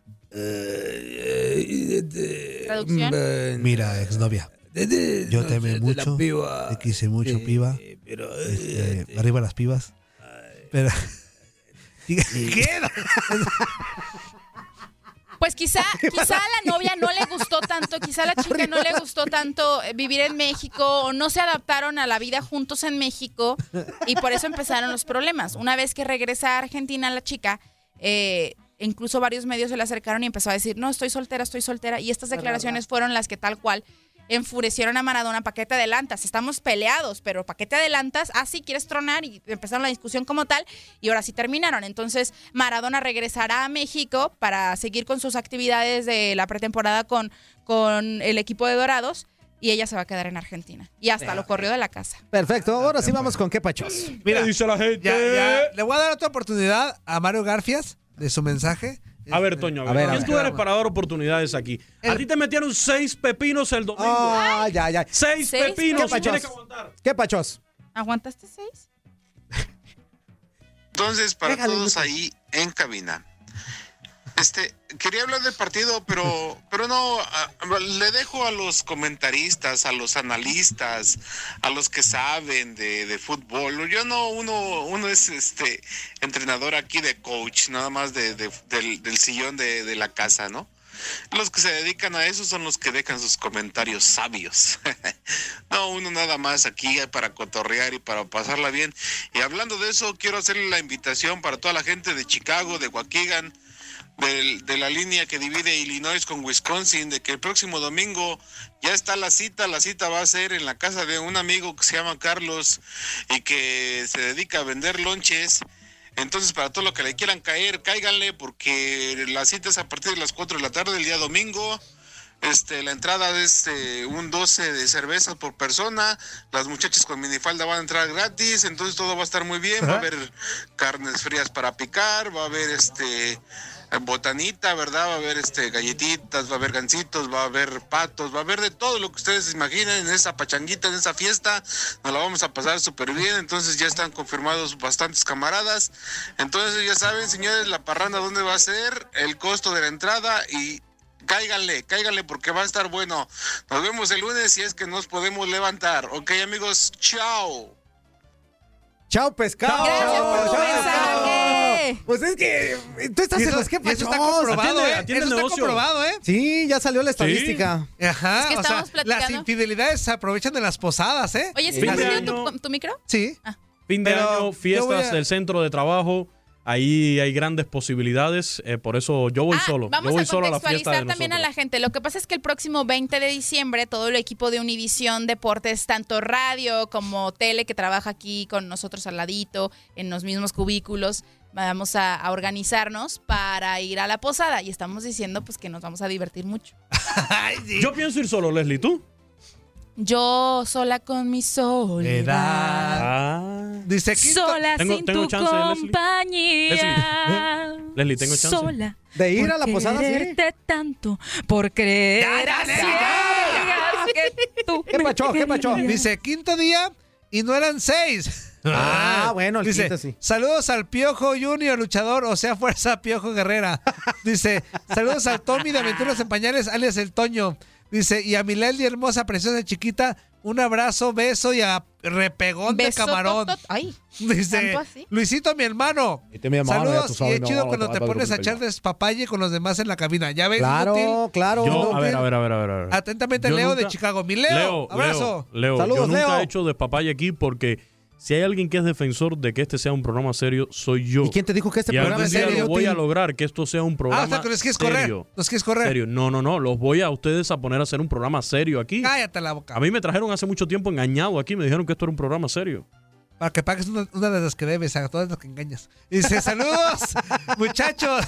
¿Traducción? Mira, exnovia. Yo te amé mucho. Te quise mucho, piba. Este, arriba las pibas. Pero. ¿Qué? Pues quizá, quizá a la novia no le gustó tanto, quizá a la chica no le gustó tanto eh, vivir en México o no se adaptaron a la vida juntos en México y por eso empezaron los problemas. Una vez que regresa a Argentina la chica, eh, incluso varios medios se le acercaron y empezó a decir, no, estoy soltera, estoy soltera. Y estas declaraciones fueron las que tal cual enfurecieron a Maradona. ¿Para qué te adelantas? Estamos peleados, pero ¿para qué te adelantas? Ah, sí, quieres tronar, y empezaron la discusión como tal y ahora sí terminaron. Entonces Maradona regresará a México para seguir con sus actividades de la pretemporada con, con el equipo de Dorados y ella se va a quedar en Argentina. Y hasta lo corrió de la casa. Perfecto, ahora sí vamos con qué pachos. Mira, dice la gente? Ya, ya, le voy a dar otra oportunidad a Mario Garfias de su mensaje. A ver, Toño, a ver, A ver, a ¿quién ver. tú eres para dar oportunidades aquí? A ti te metieron seis pepinos el domingo. Ah, ya, ya. Seis, ¿Seis pepinos, ¿Qué tú tienes pachos? que aguantar. ¿Qué pachos? ¿Aguantaste seis? Entonces, para Déjale, todos Lupe. ahí en cabina. Este, quería hablar del partido, pero, pero no, a- le dejo a los comentaristas, a los analistas, a los que saben de, de fútbol. Yo no, uno, uno es este entrenador aquí de coach, nada más de, de- del, del sillón de, de la casa, ¿no? Los que se dedican a eso son los que dejan sus comentarios sabios. No, uno nada más aquí para cotorrear y para pasarla bien. Y hablando de eso, quiero hacerle la invitación para toda la gente de Chicago, de Waukegan, de, de la línea que divide Illinois con Wisconsin, de que el próximo domingo ya está la cita. La cita va a ser en la casa de un amigo que se llama Carlos y que se dedica a vender lonches. Entonces, para todo lo que le quieran caer, cáiganle, porque la cita es a partir de las cuatro de la tarde el día domingo. Este, la entrada es eh, un doce de cervezas por persona. Las muchachas con minifalda van a entrar gratis, entonces todo va a estar muy bien. Va a haber carnes frías para picar, va a haber este botanita, ¿verdad? Va a haber este galletitas, va a haber gancitos, va a haber patos, va a haber de todo lo que ustedes imaginen en esa pachanguita, en esa fiesta. Nos la vamos a pasar súper bien. Entonces ya están confirmados bastantes camaradas. Entonces ya saben, señores, la parranda dónde va a ser, el costo de la entrada y cáiganle, cáiganle porque va a estar bueno. Nos vemos el lunes si es que nos podemos levantar. Ok, amigos, chao. Chao, pescado. Gracias por tu Chao, mensaje. Pues es que tú estás en los que Eso está comprobado, ¿eh? atiende Eso está negocio. comprobado, ¿eh? Sí, ya salió la estadística. Ajá, Es que o sea, estamos platicando. las infidelidades se aprovechan de las posadas, ¿eh? Oye, ¿sí Fin está de prendido año. tu, tu micro? Sí. Fin de Pero año, yo voy fiestas a- del centro de trabajo. Ahí hay grandes posibilidades. eh, por eso yo voy Ah, solo. Vamos yo voy a solo a la fiesta contextualizar de también a nosotros. la gente. Lo que pasa es que el próximo veinte de diciembre todo el equipo de Univisión Deportes, tanto radio como tele, que trabaja aquí con nosotros al ladito, en los mismos cubículos, vamos a, a organizarnos para ir a la posada. Y estamos diciendo pues que nos vamos a divertir mucho. Yo pienso ir solo, Leslie. ¿Tú? Yo sola con mi soledad. Ah. Dice quinto. Sola Tengo- sin tengo tu chance, Leslie. compañía. Leslie, tengo chance. Sola. De ir a la por posada, sí. quererte tanto, por creer a ciegas que tú ¿Qué pacho? ¿Qué pacho? Dice quinto día y no eran seis. Ah, bueno, el Dice, quinto sí. saludos al Piojo Junior, luchador, o sea, fuerza Piojo Guerrera. Dice, saludos al Tommy de Aventuras en Pañales, alias el Toño. Dice, y a mi Leslie hermosa, preciosa, chiquita, un abrazo, beso y a repegón de Beso, camarón. tot, tot. Ay, Dice, ¿tanto así? Luisito, mi hermano. Este, mi hermano, ya tú Saludos y sabes, es mi chido hermano, cuando te te va a pones a dar echar despapalle con los demás en la cabina. ¿Ya ves? Claro, inútil? claro. Yo, a ver, inútil. a ver, a ver, a ver. a ver. Atentamente, Yo Leo nunca- de Chicago. Mi Leo, Leo, abrazo. Leo, Leo, Saludos, yo nunca Leo. he hecho despapalle aquí porque si hay alguien que es defensor de que este sea un programa serio, soy yo. ¿Y quién te dijo que este Y programa algún es día serio? lo voy a Tim? lograr que esto sea un programa Ah, o sea, que nos quieres serio. correr. Nos quieres correr. Serio. No, no, no. Los voy a ustedes a poner a hacer un programa serio aquí. Cállate la boca. A mí me trajeron hace mucho tiempo engañado aquí. Me dijeron que esto era un programa serio. Para que pagues una, una de las que debes, a todas las que engañas. Dice, saludos, muchachos.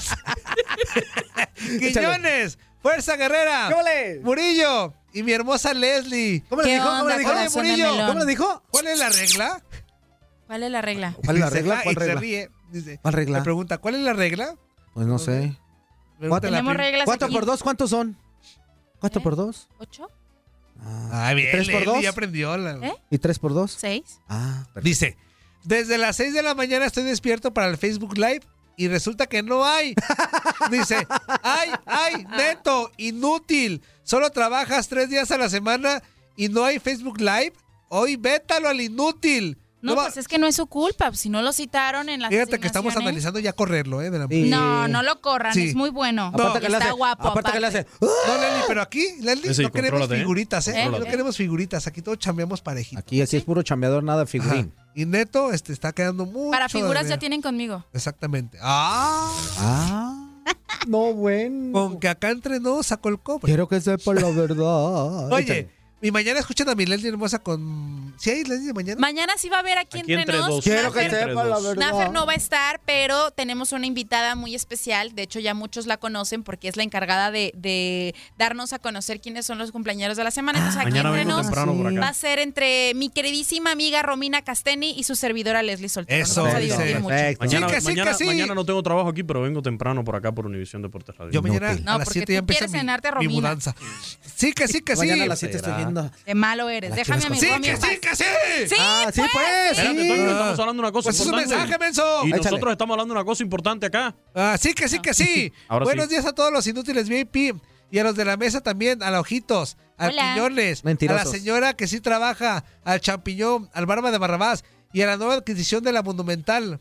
Quiñones, Fuerza Guerrera, ¿Qué ole? Murillo y mi hermosa Leslie. ¿Cómo le ¿Qué dijo? ¿Cómo onda, le dijo? Oye, corazón de Murillo, melón? ¿Cómo le dijo? ¿Cuál es la regla? ¿Cuál es la regla? ¿Cuál es la Dice, regla? ah, ¿Cuál y se regla? ríe. Dice, ¿Cuál regla? Le pregunta, ¿cuál es la regla? Pues no sé. Pregúntale a Tenemos Pri- reglas ¿Cuatro aquí. por dos? ¿Cuántos son? ¿Cuatro ¿Eh? por dos? ¿Ocho? Ah, bien, ¿Tres por Leslie, dos? ya aprendió. La... ¿Eh? ¿Y tres por dos? ¿Seis? Ah, perfecto. Dice, desde las seis de la mañana estoy despierto para el Facebook Live y resulta que no hay. Dice, ay, ay, neto, inútil. Solo trabajas tres días a la semana y no hay Facebook Live. Hoy vétalo al inútil. No, va- pues es que no es su culpa. Si no lo citaron en las Fíjate que estamos asignaciones. analizando ya correrlo, ¿eh? De la... Sí. No, no lo corran. Sí. Es muy bueno. Aparte que le Está hace- guapo. aparte que le hace, aparte. No, Leslie, pero aquí, Leslie, Sí, no queremos contrólate, ¿eh? figuritas, ¿eh? Contrólate. No queremos figuritas. Aquí todos chambeamos parejito. Aquí así es puro chambeador, nada de figurín. Ajá. Y Neto este, está quedando mucho. Para figuras de- ya tienen conmigo. Exactamente. Ah, Ah, no, bueno. con que acá entrenó, sacó el cobre. Quiero que sepa la verdad. Oye, y mañana escuchan a mi Leslie hermosa con... ¿Sí hay Leslie de mañana? Mañana sí va a haber aquí, Aquí entre entre nos. dos. Quiero que Nafer- Entre sepa la dos. verdad. Nafer no va a estar, pero tenemos una invitada muy especial. De hecho, ya muchos la conocen porque es la encargada de, de darnos a conocer quiénes son los cumpleaños de la semana. Entonces, aquí Mañana entre vengo nos temprano por va acá. a ser entre mi queridísima amiga Romina Casteni y su servidora Leslie Soltero. Nos Eso, vamos a dice. divertir mucho. Perfecto. Mañana, Sí, que sí, mañana, que sí. mañana no tengo trabajo aquí, pero vengo temprano por acá por Univisión Deportes Radio. Yo mañana Inútil. a No, las porque siete ya tú empieza quieres mi, cenarte a mi Romina. mudanza. Sí, que sí, que sí. Mañana a las siete estoy viendo. Qué malo eres. Las Déjame a mi chivas Sí, Romy que en paz. sí, que sí. Sí, Ah, sí, pues. Espérate, sí. Toño, estamos hablando de una cosa Pues es un importante. mensaje, menso. Y Échale. nosotros estamos hablando de una cosa importante acá. Ah, sí, que sí, que sí. Ahora Buenos sí. días a todos los inútiles V I P y a los de la mesa también, a la Ojitos, al Hola. Quiñones, a Mentirosos. la señora que sí trabaja, al Champiñón, al Barba de Barrabás y a la nueva adquisición de la Monumental.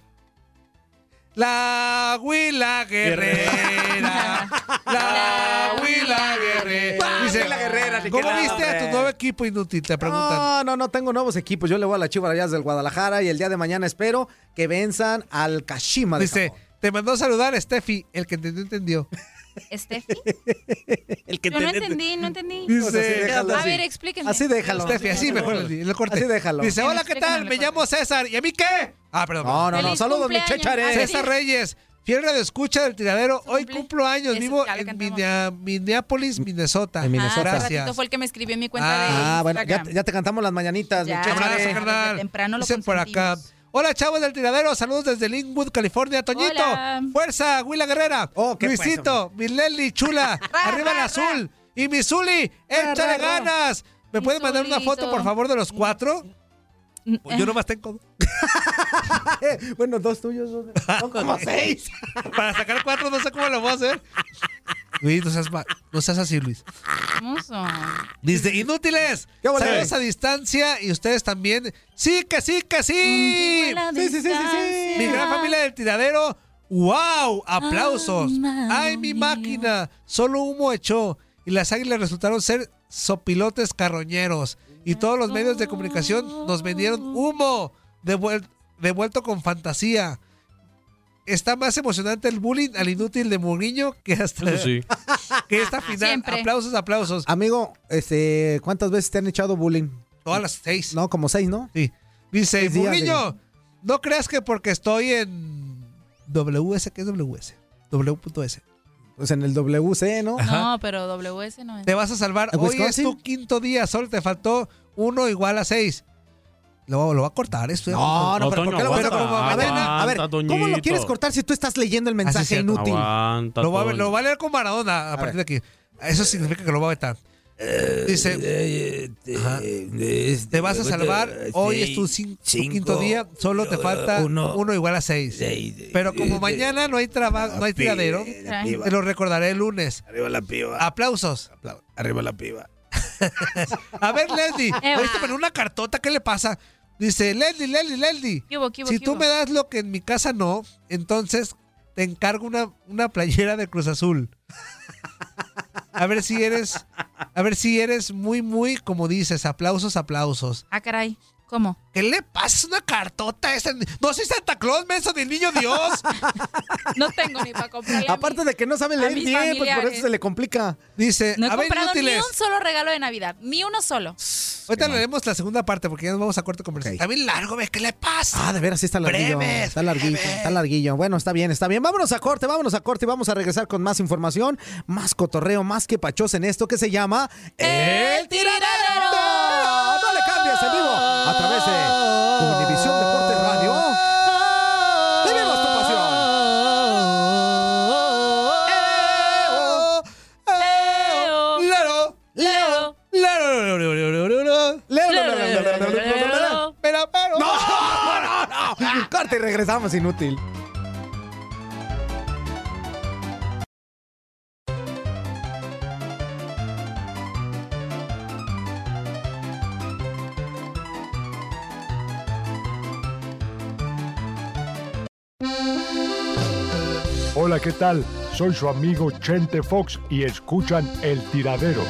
La Huila Guerrera. La Huila Guerrera. Dice, Huila Guerrera, ni ¿cómo que nada, viste a tu hombre. nuevo equipo inútil? Te preguntan. No, no, no tengo nuevos equipos. Yo le voy a la Chivas Rayadas del Guadalajara y el día de mañana espero que venzan al Kashima de Dice, Japón. te mandó a saludar Steffi, el que entendió, entendió. ¿Estefi? El que Yo no te- entendí, no entendí. Dice, Pues así déjalo, A así. ver, explíquenme. Así déjalo. Steffi, así mejor el, el corte. Así déjalo. Dice, Sí, hola, ¿qué explícame tal? el Me corte. llamo César. ¿Y a mí qué? Ah, perdón. No, no, no. Feliz Saludos, mi cumpleaños. Chechare. Ah, sí. César Reyes. Fiel de escucha del tiradero. Hoy cumplo años. Ese, Vivo ya le en cantamos. Minea- Minneapolis, Minnesota. En Minnesota. Ah, hace Gracias. ratito fue el que me escribió en mi cuenta Ah, de bueno, ya, Instagram. ya te cantamos las mañanitas. Ya, mi Cheche. Abrazo, desde carnal. temprano lo Dicen por acá. consentimos. Hola, chavos del tiradero. Saludos desde Linwood, California. Toñito. Hola. Fuerza, Huila Guerrera. Oh, ¿qué Luisito, mi Leli, chula. Arriba el azul. Y mi Zuli. Échale ganas. ¿Me Mi pueden mandar una Zulito. foto, por favor, de los cuatro? Pues yo nomás tengo dos. Bueno, dos tuyos. Son son como seis. Para sacar cuatro no sé cómo lo voy a hacer. Luis, no seas, ma- no seas así, Luis. Hermoso. Dice, inútiles. ¿Qué vale? Saludos a distancia y ustedes también. Sí, que sí, que sí. Sí, sí, sí, sí, sí. Mi gran familia del tiradero. ¡Wow! ¡Aplausos! ¡Ay, mi máquina! Solo humo echó. Y las águilas resultaron ser sopilotes carroñeros. Y todos los medios de comunicación nos vendieron humo. Devuel- devuelto con fantasía. Está más emocionante el bullying al inútil de Mourinho que hasta Eso sí. que esta final. Siempre. Aplausos, aplausos. Amigo, este, ¿cuántas veces te han echado bullying? Todas las seis. No, como seis, ¿no? Sí. Dice, Seis días, Mourinho, no creas que porque estoy en W S, ¿qué es W S? W.S. Pues en el W C, ¿no? No, pero W S no es. Te vas a salvar. ¿En Hoy es Wisconsin? tu quinto día, solo te faltó uno igual a seis. Lo, lo va a cortar esto. No, no, No, pero ¿por Toño, qué lo vas a aguanta, cortar? A ver, a ver, aguanta, ¿cómo lo Toñito. quieres cortar si tú estás leyendo el mensaje cierto. inútil? Aguanta, Lo va, a, Toño. lo va a leer con Maradona a, partir de aquí. Eso significa que lo va a vetar. Dice, ajá, te vas a salvar. Hoy es tu, cin- tu quinto día. Solo te falta uno, uno igual a seis. Pero como mañana no hay trabajo, no hay tiradero, te lo recordaré el lunes. Arriba la piba. Aplausos. Arriba la piba. A ver, Leslie, Eva. ahorita poner una cartota, ¿qué le pasa? Dice, Leslie, Leslie, Leslie. ¿Qué hubo, qué hubo, Si qué tú hubo? me das lo que en mi casa no, entonces te encargo una, una playera de Cruz Azul. A ver si eres, a ver si eres muy, muy, como dices, aplausos, aplausos. Ah, caray. ¿Cómo? ¿Qué le pasa? Es una cartota esa. No soy Santa Claus, menso del niño Dios. No tengo ni para comprarle. a Aparte mi- de que no sabe a leer mis bien, pues por familiares. eso se le complica. Dice, No he a ver, comprado ni inútiles. un solo regalo de Navidad. Ni uno solo. Ahorita leemos la segunda parte porque ya nos vamos a corte comercial. Ok. Está bien largo, ¿ves? ¿Qué le pasa? Ah, de veras, sí está larguillo. Breves, está larguillo, breves. está larguillo. Bueno, está bien, está bien. Vámonos a corte, vámonos a corte y vamos a regresar con más información, más cotorreo, más que pachos en esto que se llama ¡El Tiradero! No le cambies en vivo a través de Univisión Deportes Radio. ¡Vivimos tu pasión! Lero, Leo. lero, lero, lero, lero, lero. Pero, pero. ¡No, no, no! Corte y regresamos, inútil. Hola, ¿qué tal? Soy su amigo Chente Fox y escuchan El Tiradero.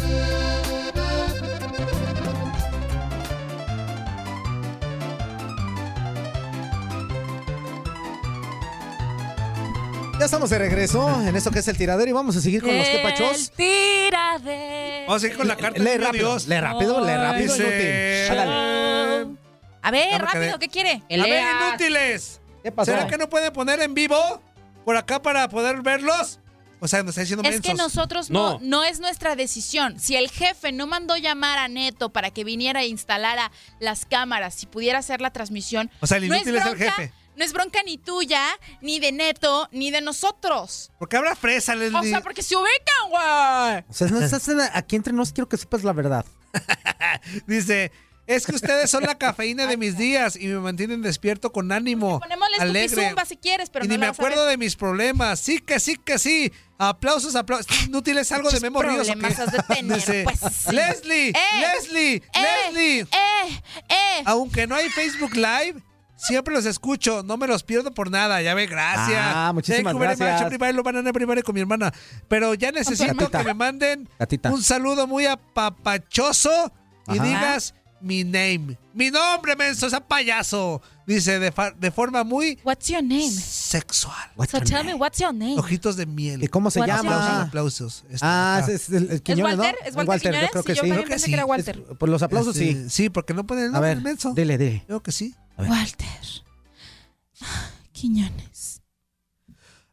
Ya estamos de regreso en esto que es el tiradero y vamos a seguir con los que pachos. El Tiradero. Vamos a seguir con la carta Lee del niño rápido, Dios. lee rápido, lee rápido, Dice- inútil. Ándale. A ver, Ya me rápido, quedé. ¿qué quiere? A ver, inútiles. ¿Qué pasó? ¿Será que no pueden poner en vivo por acá para poder verlos? O sea, nos está diciendo Es que mensos. nosotros no. No. no, es nuestra decisión. Si el jefe no mandó llamar a Neto para que viniera e instalara las cámaras y pudiera hacer la transmisión, O sea, el no inútil es el bronca- jefe. No es bronca ni tuya, ni de Neto, ni de nosotros. Porque habrá fresa, Leslie. O sea, porque se ubican, güey. O sea, no estás en- aquí entre nos, quiero que sepas la verdad. Dice, es que ustedes son la cafeína de mis días y me mantienen despierto con ánimo, Ponémosle alegre. estupizumba si quieres, pero y no ni la me vas a ver. acuerdo de mis problemas. Sí que sí que sí. Aplausos, aplausos. Inútil es algo de Memo Ríos. ¿o qué? problemas has de tener, Dice, pues, sí. Leslie, Eh, Leslie, eh, Leslie. Eh, eh. Aunque no hay Facebook Live, siempre los escucho, no me los pierdo por nada. Ya ve, gracias. Ah, muchísimas Thank you very gracias. much, everybody, lo van a everybody con mi hermana. Pero ya necesito Gatita. que me manden Gatita. un saludo muy apapachoso y Ajá. digas mi name. Mi nombre, menso, ese payaso. Dice de, fa- de forma muy What's your name? sexual. So tell me what's your name. Ojitos de miel. ¿Y cómo se What's llama? Aplausos, aplausos. Este, Ah, acá. es, es el, el Quiñones, Walter? ¿no? ¿Es Walter yo Quiñones? creo que Sí, yo sí. también pensé que era Walter. Es- por los aplausos, Este, sí. Sí, porque no ponen el A nombre, ver, menso. dile, dile. Creo que sí. Walter. Quiñones.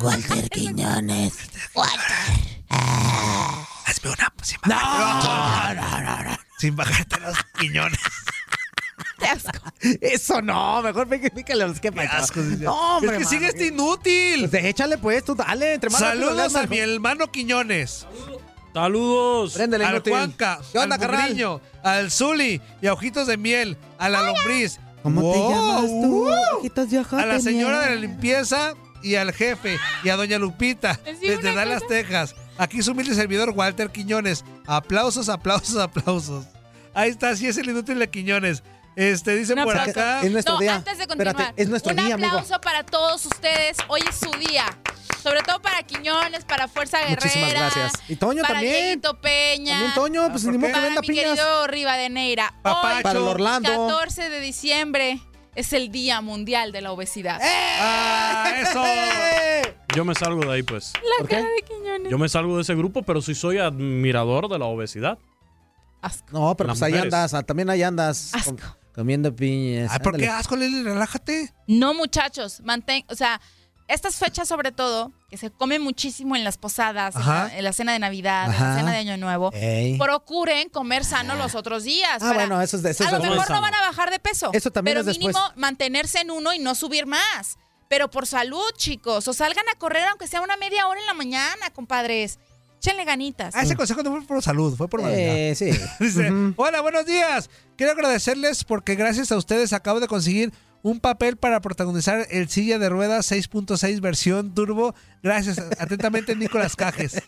Walter Quiñones. Walter. Hazme una sin bajarte. No, no, no, no. Sin bajarte los quiñones. Qué asco. Eso no, mejor pícale los que asco. No, hombre, es que man. sigue este inútil. Pues échale pues, tú dale. Entre más Saludos rápido, a mi hermano Quiñones. Saludos. Préndele, Al inútil. Juanca, ¿Qué onda, al carnal? Bugriño, al Zuli y a Ojitos de Miel, a la Lombriz. ¿Cómo Wow, te llamas tú? uh, Ojitos de ojo A la de señora miel. de la limpieza y al jefe y a doña Lupita desde Dallas, Texas. Aquí su humilde servidor Walter Quiñones. Aplausos, aplausos, aplausos. Ahí está, sí es el inútil de Quiñones. Este, dice Un por aplauso. acá. Es nuestro No, día. antes de continuar, Espérate, es nuestro un día, amigo. aplauso para todos ustedes. Hoy es su día. Sobre todo para Quiñones, para Fuerza Guerrera. Muchísimas gracias. Y Toño para también. Dieguito Peña. También Toño, pues ni modo que Para venda mi piñas. querido Rivadeneira. Papacho. Hoy, Para el Orlando. catorce de diciembre, es el Día Mundial de la Obesidad. ¡Ah, eso! Yo me salgo de ahí, pues. La cara de Quiñones. Yo me salgo de ese grupo, pero sí soy admirador de la obesidad. No, pero Las pues ahí mujeres. andas, ah, también ahí andas com- comiendo piñas. Ay, ¿por qué Ándale. asco, Lili? Relájate. No, muchachos, mantén, o sea, estas fechas sobre todo, que se come muchísimo en las posadas, en Ajá. la, en la cena de Navidad, en Ajá. la cena de Año Nuevo, Ey. procuren comer sano los otros días. Ah, para- bueno, eso es de eso es a lo de- mejor no van a bajar de peso, Eso también pero es después. mínimo mantenerse en uno y no subir más. Pero por salud, chicos, o salgan a correr aunque sea una media hora en la mañana, compadres. Échenle ganitas. Ah, ese consejo no fue por salud, fue por vanidad. Eh, sí. Dice, hola, buenos días. Quiero agradecerles porque gracias a ustedes acabo de conseguir un papel para protagonizar el Silla de Ruedas seis punto seis versión turbo. Gracias. Atentamente, Nicolás Cajes.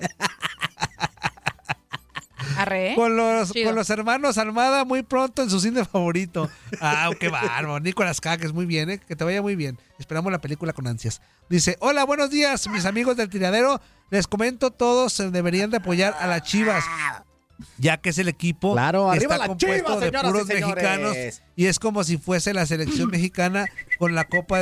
Arre. Con los, Chido. con los hermanos Almada muy pronto en su cine favorito. Ah, qué bárbaro. Nicolás Cajes, muy bien, ¿eh? Que te vaya muy bien. Esperamos la película con ansias. Dice, hola, buenos días, mis amigos del tiradero. Les comento, todos se deberían de apoyar a las Chivas, ya que es el equipo Claro, que arriba está las compuesto Chivas, de señoras puros y señores. mexicanos y es como si fuese la selección mexicana con la Copa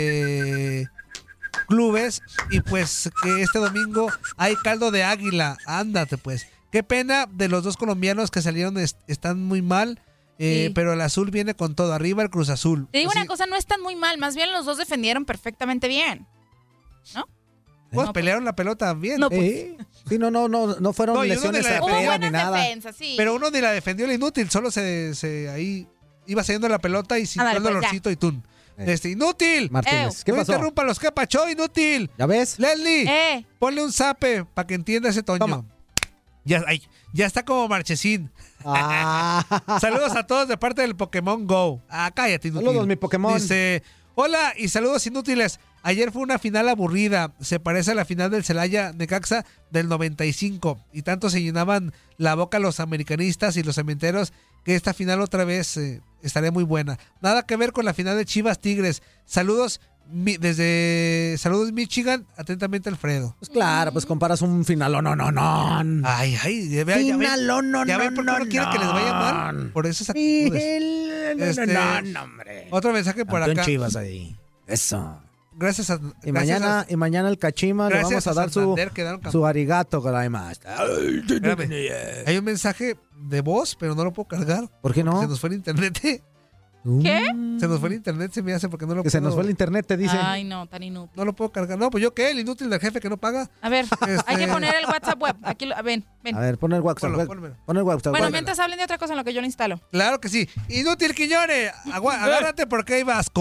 de Clubes y pues que este domingo hay caldo de águila. Ándate pues. Qué pena de los dos colombianos que salieron, est- están muy mal, eh, Sí. pero el azul viene con todo. Arriba el Cruz Azul. Te digo Así- una cosa, no están muy mal, más bien los dos defendieron perfectamente bien. ¿No? Pues pelearon la pelota bien. No, pues. Sí. Sí, no, no, no, no fueron No, y uno lesiones de la a defensa- pera ni nada. defensas, sí. Pero uno ni la defendió el inútil, solo se, se ahí iba saliendo la pelota y sintió Ándale, el pues, dolorcito y tún. Este, inútil. Martínez, ¿qué no pasó? interrumpa los que pachó, inútil. ¿Ya ves? Leslie, Eh. ponle un zape para que entienda ese Toño. Toma. Ya, ay, ya está como Marchesín. Ah. Saludos a todos de parte del Pokémon Go. Ah, cállate, inútil. Saludos, mi Pokémon. Dice, hola y saludos inútiles. Ayer fue una final aburrida. Se parece a la final del Celaya Necaxa del noventa y cinco. Y tanto se llenaban la boca los americanistas y los cementeros que esta final otra vez eh, estaría muy buena. Nada que ver con la final de Chivas Tigres. Saludos mi- desde Saludos Michigan. Atentamente, Alfredo. Pues claro, pues comparas un finalón, no, no, no. Ay, ay, ya ve- ya ven, Finalón, no, ya ven no, por qué no, no quiere que les vaya mal. Por eso Miguel, no, Este, no, no, hombre. Otro mensaje por Campeón acá. Chivas ahí. Eso. Gracias a. Y gracias mañana, a- y mañana el Cachima le gracias vamos a a dar su, Santander quedaron campeones. su arigato, más. Espérame, hay un mensaje de voz, pero no lo puedo cargar. ¿Por qué no? Se nos fue el internet. ¿Qué? Se nos fue el internet, se me hace porque no lo Que puedo. se nos fue el internet, te dicen. Ay, no, tan inútil. No lo puedo cargar. No, pues yo qué, el inútil del jefe que no paga. A ver, Este- hay que poner el WhatsApp web. Aquí, lo- ven, ven. A ver, pon el WhatsApp. Ponlo, pon pónmelo. pon el WhatsApp. Bueno, pon- mientras hablen de otra cosa en lo que yo lo instalo. Claro que sí. Inútil Quiñones, agua- agárrate porque ahí vas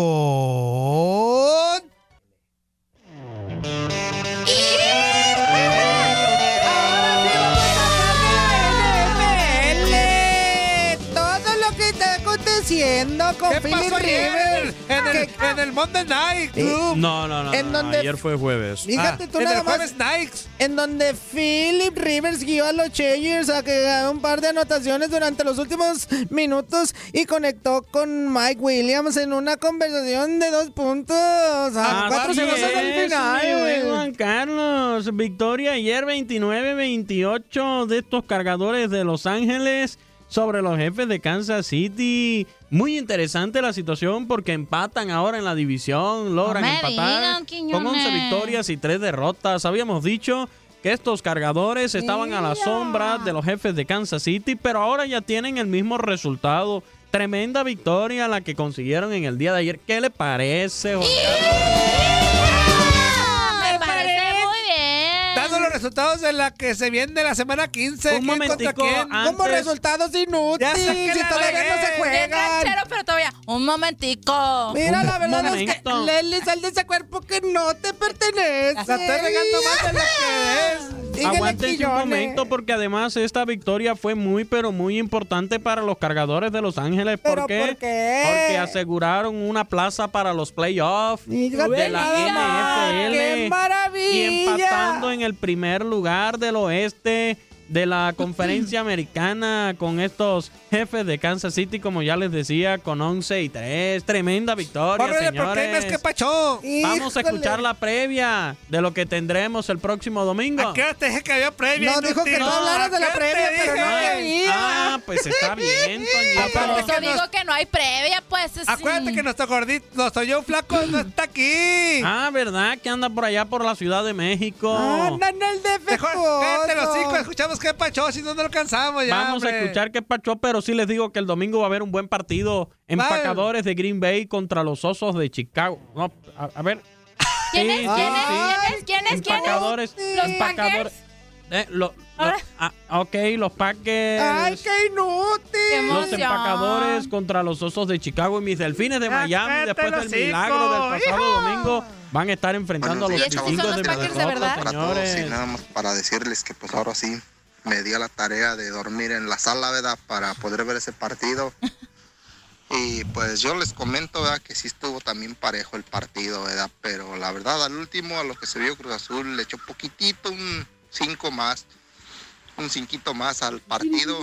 con. Todo lo que está aconteciendo con ¿Qué Philip pasó ayer? Rivers. En el, Que- en el Monday Night Club. No, no, no. ¿En no, dónde- Ayer fue jueves. Fíjate tú en nada el más. jueves Nights. En donde Philip Rivers guió a los Chargers a que haga un par de anotaciones durante los últimos minutos y conectó con Mike Williams en una conversación de dos puntos. A cuatro Así segundos al es, mi buen final. Juan Carlos. Victoria ayer veintinueve veintiocho de estos cargadores de Los Ángeles sobre los jefes de Kansas City. Muy interesante la situación porque empatan ahora en la división, logran No me empatar digan, con Quiñones. once victorias y tres derrotas. Habíamos dicho que estos cargadores estaban a la sombra de los jefes de Kansas City, pero ahora ya tienen el mismo resultado. Tremenda victoria la que consiguieron en el día de ayer. ¿Qué le parece, Juan Carlos? Me parece resultados de la que se viene la semana quince. Un ¿Quién contra momentico, quién? antes- ¿Cómo resultados inútiles? Ya sé que Si la todavía regué. no se Bien juegan. ranchero, pero todavía. Un momentico. Mira, Un la verdad es que momento. Leslie, sal de ese cuerpo que no te pertenece. La estoy regando más de la que es. Dígale, Aguántense un Quillones. momento porque además esta victoria fue muy pero muy importante para los Cargadores de Los Ángeles. ¿Por ¿Pero qué? por qué? Porque aseguraron una plaza para los playoffs Fíjate de la nada más, N F L. ¡qué maravilla! Y empatando en el primer lugar del oeste de la conferencia americana con estos jefes de Kansas City, como ya les decía, con once y tres. Tremenda victoria, Córrele, ¿por qué señores. ves que pachó? Vamos a Híjole. escuchar la previa de lo que tendremos el próximo domingo. ¿A qué hora te dije que había previa? No, dijo que inútil? no hablaras de la ¿a qué previa, te pero dije? no quería. Ah, pues está bien, Toñito. Por Aparte eso que digo nos- que no hay previa, pues. es- Acuérdate que nuestro gordito, nuestro yo flaco no está aquí. Ah, ¿verdad? Que anda por allá por la Ciudad de México. Anda en el Mejor cállate los defectuoso. cinco, escuchamos qué pachó, si no, no lo alcanzamos ya. Vamos hombre. a escuchar qué pachó, pero sí les digo que el domingo va a haber un buen partido. Empacadores de Green Bay contra los Osos de Chicago. No, a, a ver. ¿Quién Sí, es? sí, ¿Quién es? sí. ¿Quién es? ¿Quién es? ¿Quién es? Empacadores. ¿Los empacadores. Eh, lo- lo- Ahora. ah, ok, los Packers. ¡Ay, qué inútil! Qué Los emoción. empacadores contra los Osos de Chicago y mis delfines de Ah, Miami cállate después los del milagro cinco. del pasado domingo van a estar enfrentando Buenos a los días, ¿Y estos sí son vikingos los de Packers de Minnesota, verdad? para todos y señores. nada más para decirles que pues ahora sí me di a la tarea de dormir en la sala, ¿verdad? Para poder ver ese partido. Y pues yo les comento, ¿verdad? Que sí estuvo también parejo el partido, ¿verdad? Pero la verdad, al último, a lo que se vio Cruz Azul, le echó poquitito, un cinco más, un cinquito más al partido.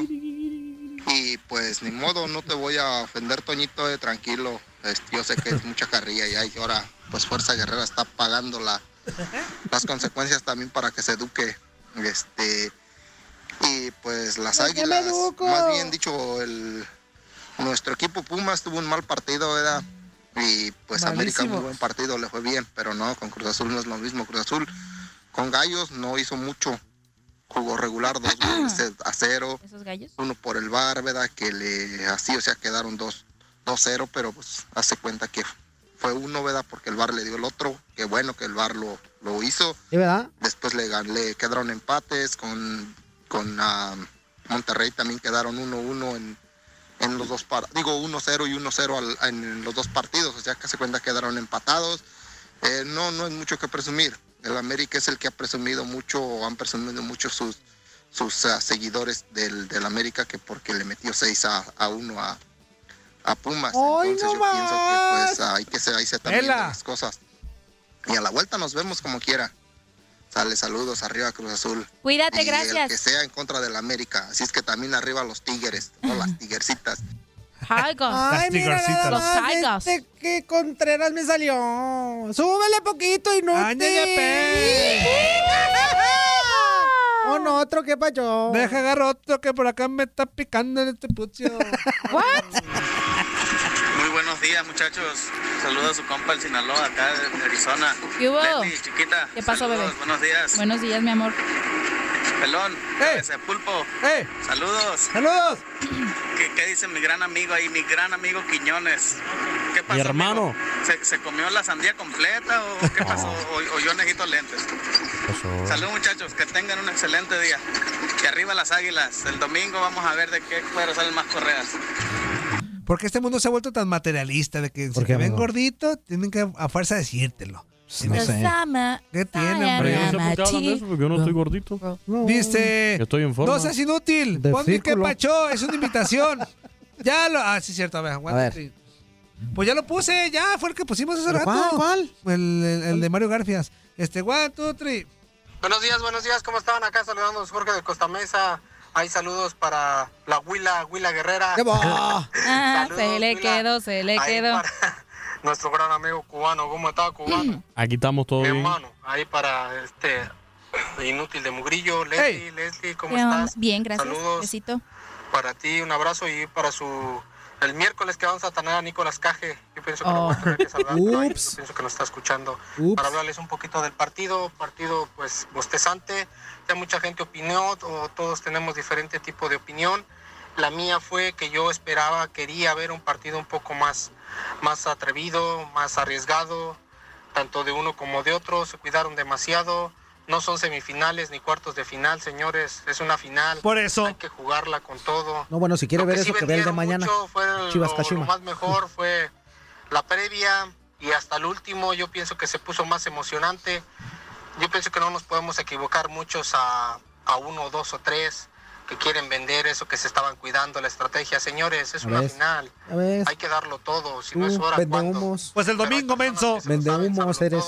Y pues ni modo, no te voy a ofender, Toñito, eh, tranquilo. Este, yo sé que es mucha carrilla ya y ahora pues Fuerza Guerrera está pagando la, las consecuencias también para que se eduque. Este, y pues las ¿Por qué me Águilas, educo? más bien dicho, el nuestro equipo Pumas tuvo un mal partido, ¿verdad? Y pues América Malísimo. muy buen partido, le fue bien, pero no, con Cruz Azul no es lo mismo. Cruz Azul con Gallos no hizo mucho, jugó regular, dos goles a cero, ¿Esos gallos? uno por el V A R, ¿verdad? Que le así, o sea, quedaron dos, dos cero, pero pues hace cuenta que fue uno, ¿verdad? Porque el V A R le dio el otro, que bueno que el V A R lo, lo hizo. ¿Sí, verdad? Después le, gan- le quedaron empates con, con ah, Monterrey, también quedaron uno uno en, en los dos par digo uno cero y uno cero al- en los dos partidos, o sea que se cuenta quedaron empatados. Eh, no, no es mucho que presumir. El América es el que ha presumido mucho, o han presumido mucho sus, sus ah, seguidores del, del América, que porque le metió seis a uno a, a Pumas. ¡Ay, Entonces no yo pienso que más! pues hay que se, ahí se también Vela. las cosas. Y a la vuelta nos vemos como quiera. Sale, saludos, arriba Cruz Azul. Cuídate, Y el que gracias. sea en contra del América. Así es que también arriba los Tigres, o las Tigercitas. Tigers. Ay, mira, nada Los más Tigers. este que Contreras me salió. Súbele poquito, inútil. Ándale, pe. O no, otro que pasó. Deja agarrar otro que por acá me está picando en este pucho. What? Muy buenos días, muchachos. Saludos a su compa el Sinaloa, acá de Arizona. ¿Qué hubo? Leslie, chiquita. ¿Qué pasó, saludos, bebé? Buenos días. Buenos días, mi amor. Pelón, ¡Eh! ese pulpo. ¡Eh! Saludos. ¡Saludos! ¿Qué, ¿Qué dice mi gran amigo ahí, mi gran amigo Quiñones? ¿Qué pasó, Mi hermano. amigo? ¿Se, se comió la sandía completa o qué pasó? O, o yo necesito lentes. Saludos, muchachos, que tengan un excelente día. Y arriba las águilas. El domingo vamos a ver de qué cuero salen más correas. ¿Por qué este mundo se ha vuelto tan materialista de que si ¿Por qué, te ven amigo? gordito, tienen que a fuerza decírtelo? No sé. ¿Qué tiene, Pero yo no sé hombre? por qué hablan de eso, porque yo no estoy gordito. Dice, Yo estoy en forma. no seas inútil, De ponte que círculo. pachó, es una invitación. Ya lo, ah, sí, cierto, a ver, aguántate. Pues ya lo puse, ya fue el que pusimos hace ¿Pero rato. cuál, cuál? El, el- el de Mario Garfias. Este, one, two, three. Buenos días, buenos días, ¿cómo estaban acá? Saludándonos Jorge de Costa Mesa. Hay saludos para la Huila, Huila Guerrera. ¿Qué va? Ah, Saludos, se le Huila. quedó, se le Ahí quedó. para nuestro gran amigo cubano, ¿cómo está cubano? Aquí estamos todos Mi bien. hermano, ahí para este inútil de Mugrillo, Leslie, Leslie, ¿cómo ¿Qué onda? estás? Bien, gracias. Saludos Besito. para ti, un abrazo y para su el miércoles que vamos a tener a Nicolás Caje. Yo pienso que lo voy a tener que saludar, pero ahí Ups. yo pienso que nos está escuchando Ups. para hablarles un poquito del partido, partido pues bostezante. Ya mucha gente opinó, o todos tenemos diferente tipo de opinión. La mía fue que yo esperaba, quería ver un partido un poco más, más atrevido, más arriesgado, tanto de uno como de otro. Se cuidaron demasiado, no son semifinales ni cuartos de final, señores, es una final. Por eso. Hay que jugarla con todo. No, bueno, si quiere Lo ver que eso, sí que vea el de mañana. mucho fue el- Chivas lo, Kashima. lo más mejor fue la previa y hasta el último yo pienso que se puso más emocionante. Yo pienso que no nos podemos equivocar muchos a, a uno, dos o tres que quieren vender eso, que se estaban cuidando la estrategia. Señores, es Ya una ves, final. ya ves. Hay que darlo todo. Si Tú, no es hora, vende ¿cuándo? humos. Pues el domingo, menso. Vende humos eres.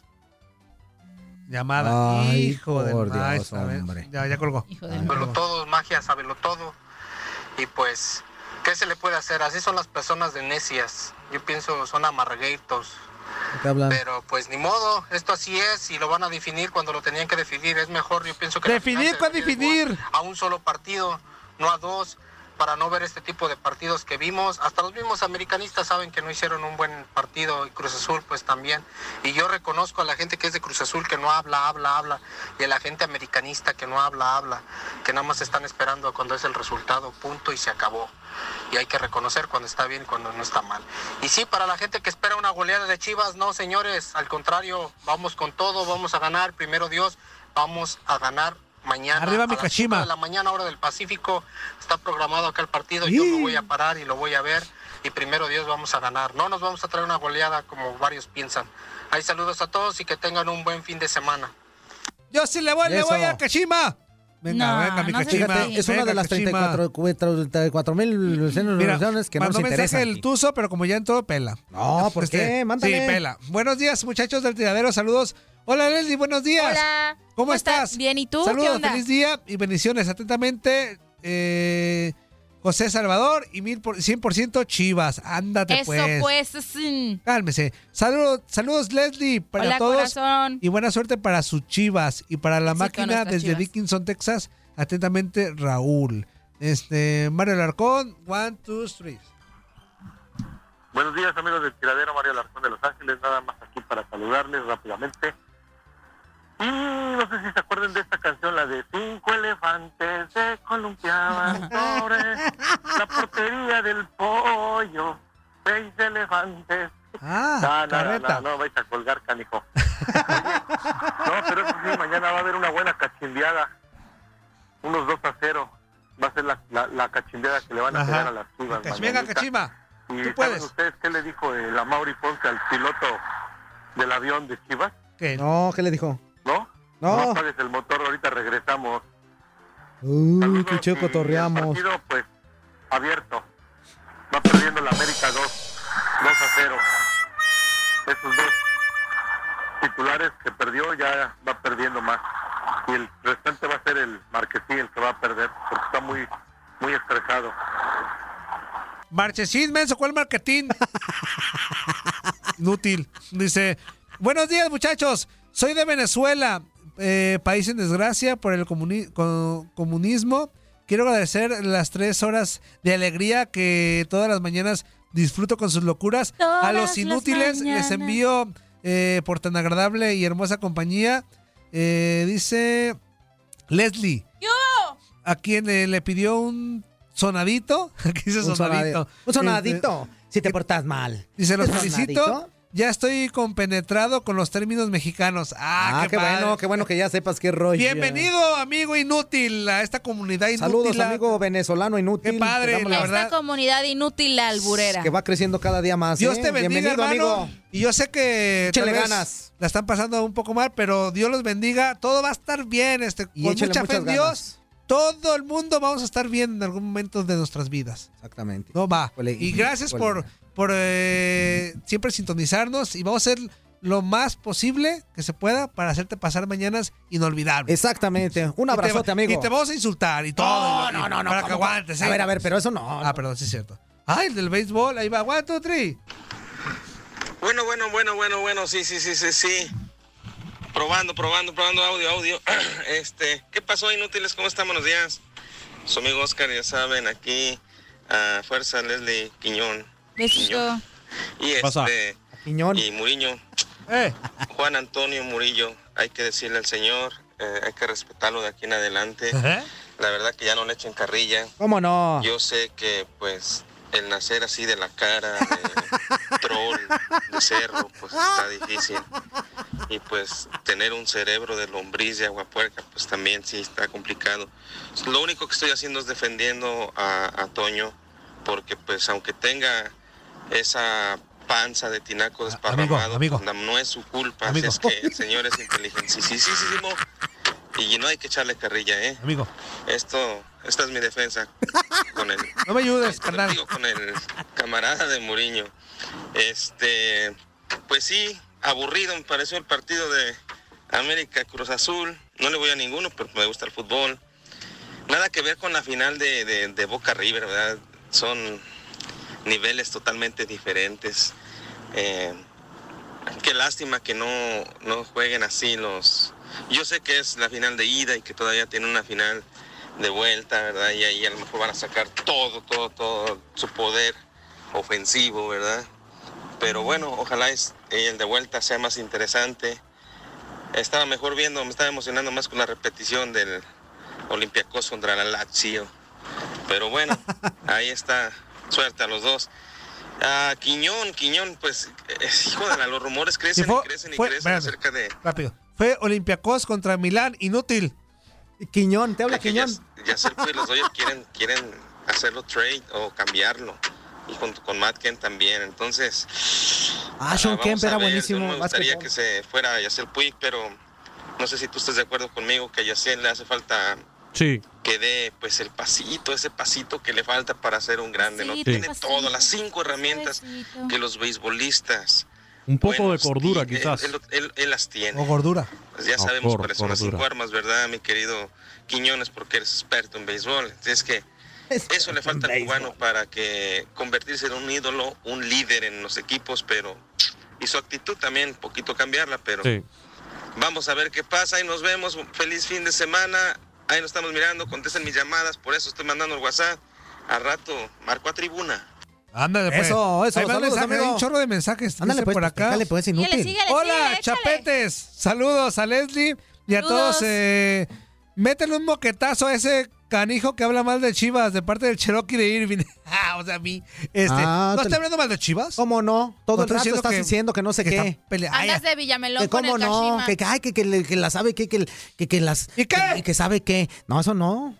Llamada. Ay, Hijo de por maíz, Dios, a ver, hombre. Ya, ya colgó. Sábelo todo, magia, sábelo todo. Y pues, ¿qué se le puede hacer? Así son las personas de necias. Yo pienso, son amarguitos. ¿De qué hablan? Pero pues ni modo, esto así es y lo van a definir cuando lo tenían que definir. Es mejor, yo pienso que... la Definir, final se ¿cuál debe definir? jugar A un solo partido, no a dos, para no ver este tipo de partidos que vimos. Hasta los mismos americanistas saben que no hicieron un buen partido y Cruz Azul pues también. Y yo reconozco a la gente que es de Cruz Azul que no habla, habla, habla. Y a la gente americanista que no habla, habla. Que nada más están esperando a cuando es el resultado, punto y se acabó. Y hay que reconocer cuando está bien y cuando no está mal. Y sí, para la gente que espera una goleada de Chivas, no señores, al contrario, vamos con todo, vamos a ganar, primero Dios, vamos a ganar mañana. Arriba a mi las Kashima. cinco de la mañana, hora del Pacífico, está programado acá el partido, yo lo voy a parar y lo voy a ver, y primero Dios vamos a ganar. No nos vamos a traer una goleada como varios piensan. Ahí saludos a todos y que tengan un buen fin de semana. Yo sí le voy, le Eso. voy a Kashima. Venga, No, venga, mi no se Kashima. Fíjate, es una Venga, de las Kashima. treinta y cuatro mil Mira, ilusiones que no mandó nos mensaje interesan. el Tuzo, pero como ya entró, pela. No, ¿por qué? Mándale. Sí, pela. Buenos días, muchachos del tiradero. Saludos. Hola, Leslie, buenos días. Hola. ¿Cómo, ¿Cómo estás? estás? Bien, ¿y tú? Saludos, ¿Qué onda? feliz día y bendiciones. Atentamente, eh, José Salvador y mil por, cien por ciento Chivas. Ándate, Eso pues. pues, sí. Cálmese. Saludos, saludos, Leslie, para Hola, todos. corazón. Y buena suerte para sus Chivas y para la Sí, con máquina nuestras desde Chivas. Dickinson, Texas. Atentamente, Raúl. Este, Mario Larcón, one, two, three. Buenos días, amigos del tiradero, Mario Larcón de Los Ángeles, nada más aquí para saludarles rápidamente. Y no sé si se acuerdan de esta canción, la de Cinco elefantes se columpiaban sobre la portería del pollo. Seis elefantes. Ah, no, no, carreta. no, no, vais a colgar, canijo. Oye, no, pero eso sí, mañana va a haber una buena cachimbeada. Unos dos a cero. Va a ser la, la, la cachimbeada que le van a Ajá. pegar a las Chivas. Cach- Venga, mañanita. Kachima. ¿Y Tú saben puedes. ustedes qué le dijo el Amaury Ponce al piloto del avión de Chivas? ¿Qué? No, ¿qué le dijo? ¿No? No. No apagues el motor, ahorita regresamos. Uy, qué chido Y cotorreamos. el partido, pues, abierto. Va perdiendo la América dos, dos a cero. Esos dos titulares que perdió ya va perdiendo más. Y el restante va a ser el Marquesí el que va a perder, porque está muy, muy estresado. Marchesín, menso, ¿cuál marketing? Inútil. Dice, buenos días, muchachos. Soy de Venezuela, eh, país en desgracia por el comuni- co- comunismo. Quiero agradecer las tres horas de alegría que todas las mañanas disfruto con sus locuras. Todas A los las inútiles les mañanas. envío eh, por tan agradable y hermosa compañía. Eh, dice Leslie, ¡Yo! a quien eh, le pidió un sonadito. Aquí dice Un sonadito. sonadi- un sonadito, si te portas mal. Dice, los ¿Un felicito. sonadito? Ya estoy compenetrado con los términos mexicanos. Ah, Ah, qué, qué padre. bueno, qué bueno que ya sepas qué rollo. Bienvenido, amigo inútil, a esta comunidad inútil. Saludos, amigo venezolano inútil. Qué padre, Te damos la las- verdad. Esta comunidad inútil la alburera. Que va creciendo cada día más. Dios ¿eh? te bendiga, Bienvenido, hermano. amigo. Y yo sé que tal Échale vez ganas. la están pasando un poco mal, pero Dios los bendiga. Todo va a estar bien, este, Y con échale mucha fe muchas en Dios. ganas. Todo el mundo vamos a estar bien en algún momento de nuestras vidas. Exactamente. No va. Híjole, Y gracias híjole. por, por eh, siempre sintonizarnos y vamos a hacer lo más posible que se pueda para hacerte pasar mañanas inolvidables. Exactamente. Un Y te- abrazote, amigo. Y te vamos a insultar y todo. No, y- no, y no, no, Para que ¿cómo? aguantes. A ¿eh? ver, a ver, pero eso no. Ah, perdón, sí es cierto. Ay, el del béisbol, ahí va. One, two, three. Bueno, bueno, bueno, bueno, bueno, sí, sí, sí, sí, sí. Probando, probando, probando audio, audio. Este, ¿qué pasó, inútiles? ¿Cómo están? Buenos días. Su amigo Oscar, ya saben, aquí a Fuerza Leslie Quiñón. Besito. Y Pasa. este, Quiñón. y Muriño, Eh. Juan Antonio Murillo, hay que decirle al señor, eh, hay que respetarlo de aquí en adelante. Ajá. La verdad que ya no le echen carrilla. ¿Cómo no? Yo sé que, pues, el nacer así de la cara, de troll, de cerro, pues está difícil. y pues tener un cerebro de lombriz de agua puerca, pues también sí está complicado. Lo único que estoy haciendo es defendiendo a, a Toño, porque pues aunque tenga esa panza de tinaco desparramado, amigo, amigo. pues, no es su culpa, Amigo. así es que el señor es inteligentísimo y no hay que echarle carrilla, ¿eh? Amigo. Esto, esta es mi defensa con el... No me ayudes, carnal. Digo, con el camarada de Mourinho. Este, pues sí, aburrido me pareció el partido de América Cruz Azul. No le voy a ninguno, pero me gusta el fútbol. Nada que ver con la final de, de, de Boca River, ¿verdad? Son niveles totalmente diferentes. Eh, qué lástima que no, no jueguen así los... Yo sé que es la final de ida y que todavía tiene una final de vuelta, ¿verdad? Y ahí a lo mejor van a sacar todo, todo, todo su poder ofensivo, ¿verdad? Pero bueno, ojalá es, el de vuelta sea más interesante. Estaba mejor viendo, me estaba emocionando más con la repetición del Olympiacos contra la Lazio. Pero bueno, ahí está, suerte a los dos. Ah, Quiñón, Quiñón, pues, eh, hijo de la, los rumores crecen Sí, fue- y crecen y fue- crecen espérame. acerca de... Rápido. Fue Olympiacos contra Milán, inútil. Quiñón, te habla que ya, Quiñón. ya sé, pues los Dodgers quieren, quieren hacerlo trade o cambiarlo. Y con, con Matt Kemp también, entonces... Ah, Sean vamos Kemp a era ver. buenísimo, Yo no me gustaría básquetbol. que se fuera Yasiel Puig, pero no sé si tú estás de acuerdo conmigo que a Yasiel le hace falta Sí. que dé pues el pasito, ese pasito que le falta para ser un grande, ¿no? Sí, Tiene pasito, todo, las cinco herramientas que los beisbolistas, Un poco buenos, de cordura, ti- quizás. Él, él- él las tiene. O gordura. Pues ya Oh, sabemos cor- cuáles son las cordura. cinco armas, ¿verdad, mi querido Quiñones? Porque eres experto en béisbol. Es que eso le falta al cubano para que convertirse en un ídolo, un líder en los equipos, pero... Y su actitud también, poquito cambiarla, pero... Sí. Vamos a ver qué pasa y nos vemos. Feliz fin de semana. Ahí nos estamos mirando, contesten mis llamadas, por eso estoy mandando el WhatsApp. Al rato, marco a tribuna. Ándale, pues. Eso, eso, Ahí va el saludos, mensaje, amigo. hay un chorro de mensajes. Ándale, dice pues, por acá. dale, pues, inútil. Síguele, síguele, Hola, síguele, échale. chapetes. Saludos a Leslie y a Saludos. todos. Eh, métele un moquetazo a ese canijo que habla mal de Chivas de parte del Cherokee de Irving. Ah, o sea, a mí. Este, Ah, ¿No te- está hablando mal de Chivas? ¿Cómo no? Todo ¿No el rato estás que- diciendo que no sé que qué. están pele- Ay, Andas de Villamelón Que con cómo el no, Kashima. que, ay, que, que, le- que la sabe que, que, que, que las... ¿Y qué? Que, que sabe que... No, eso no.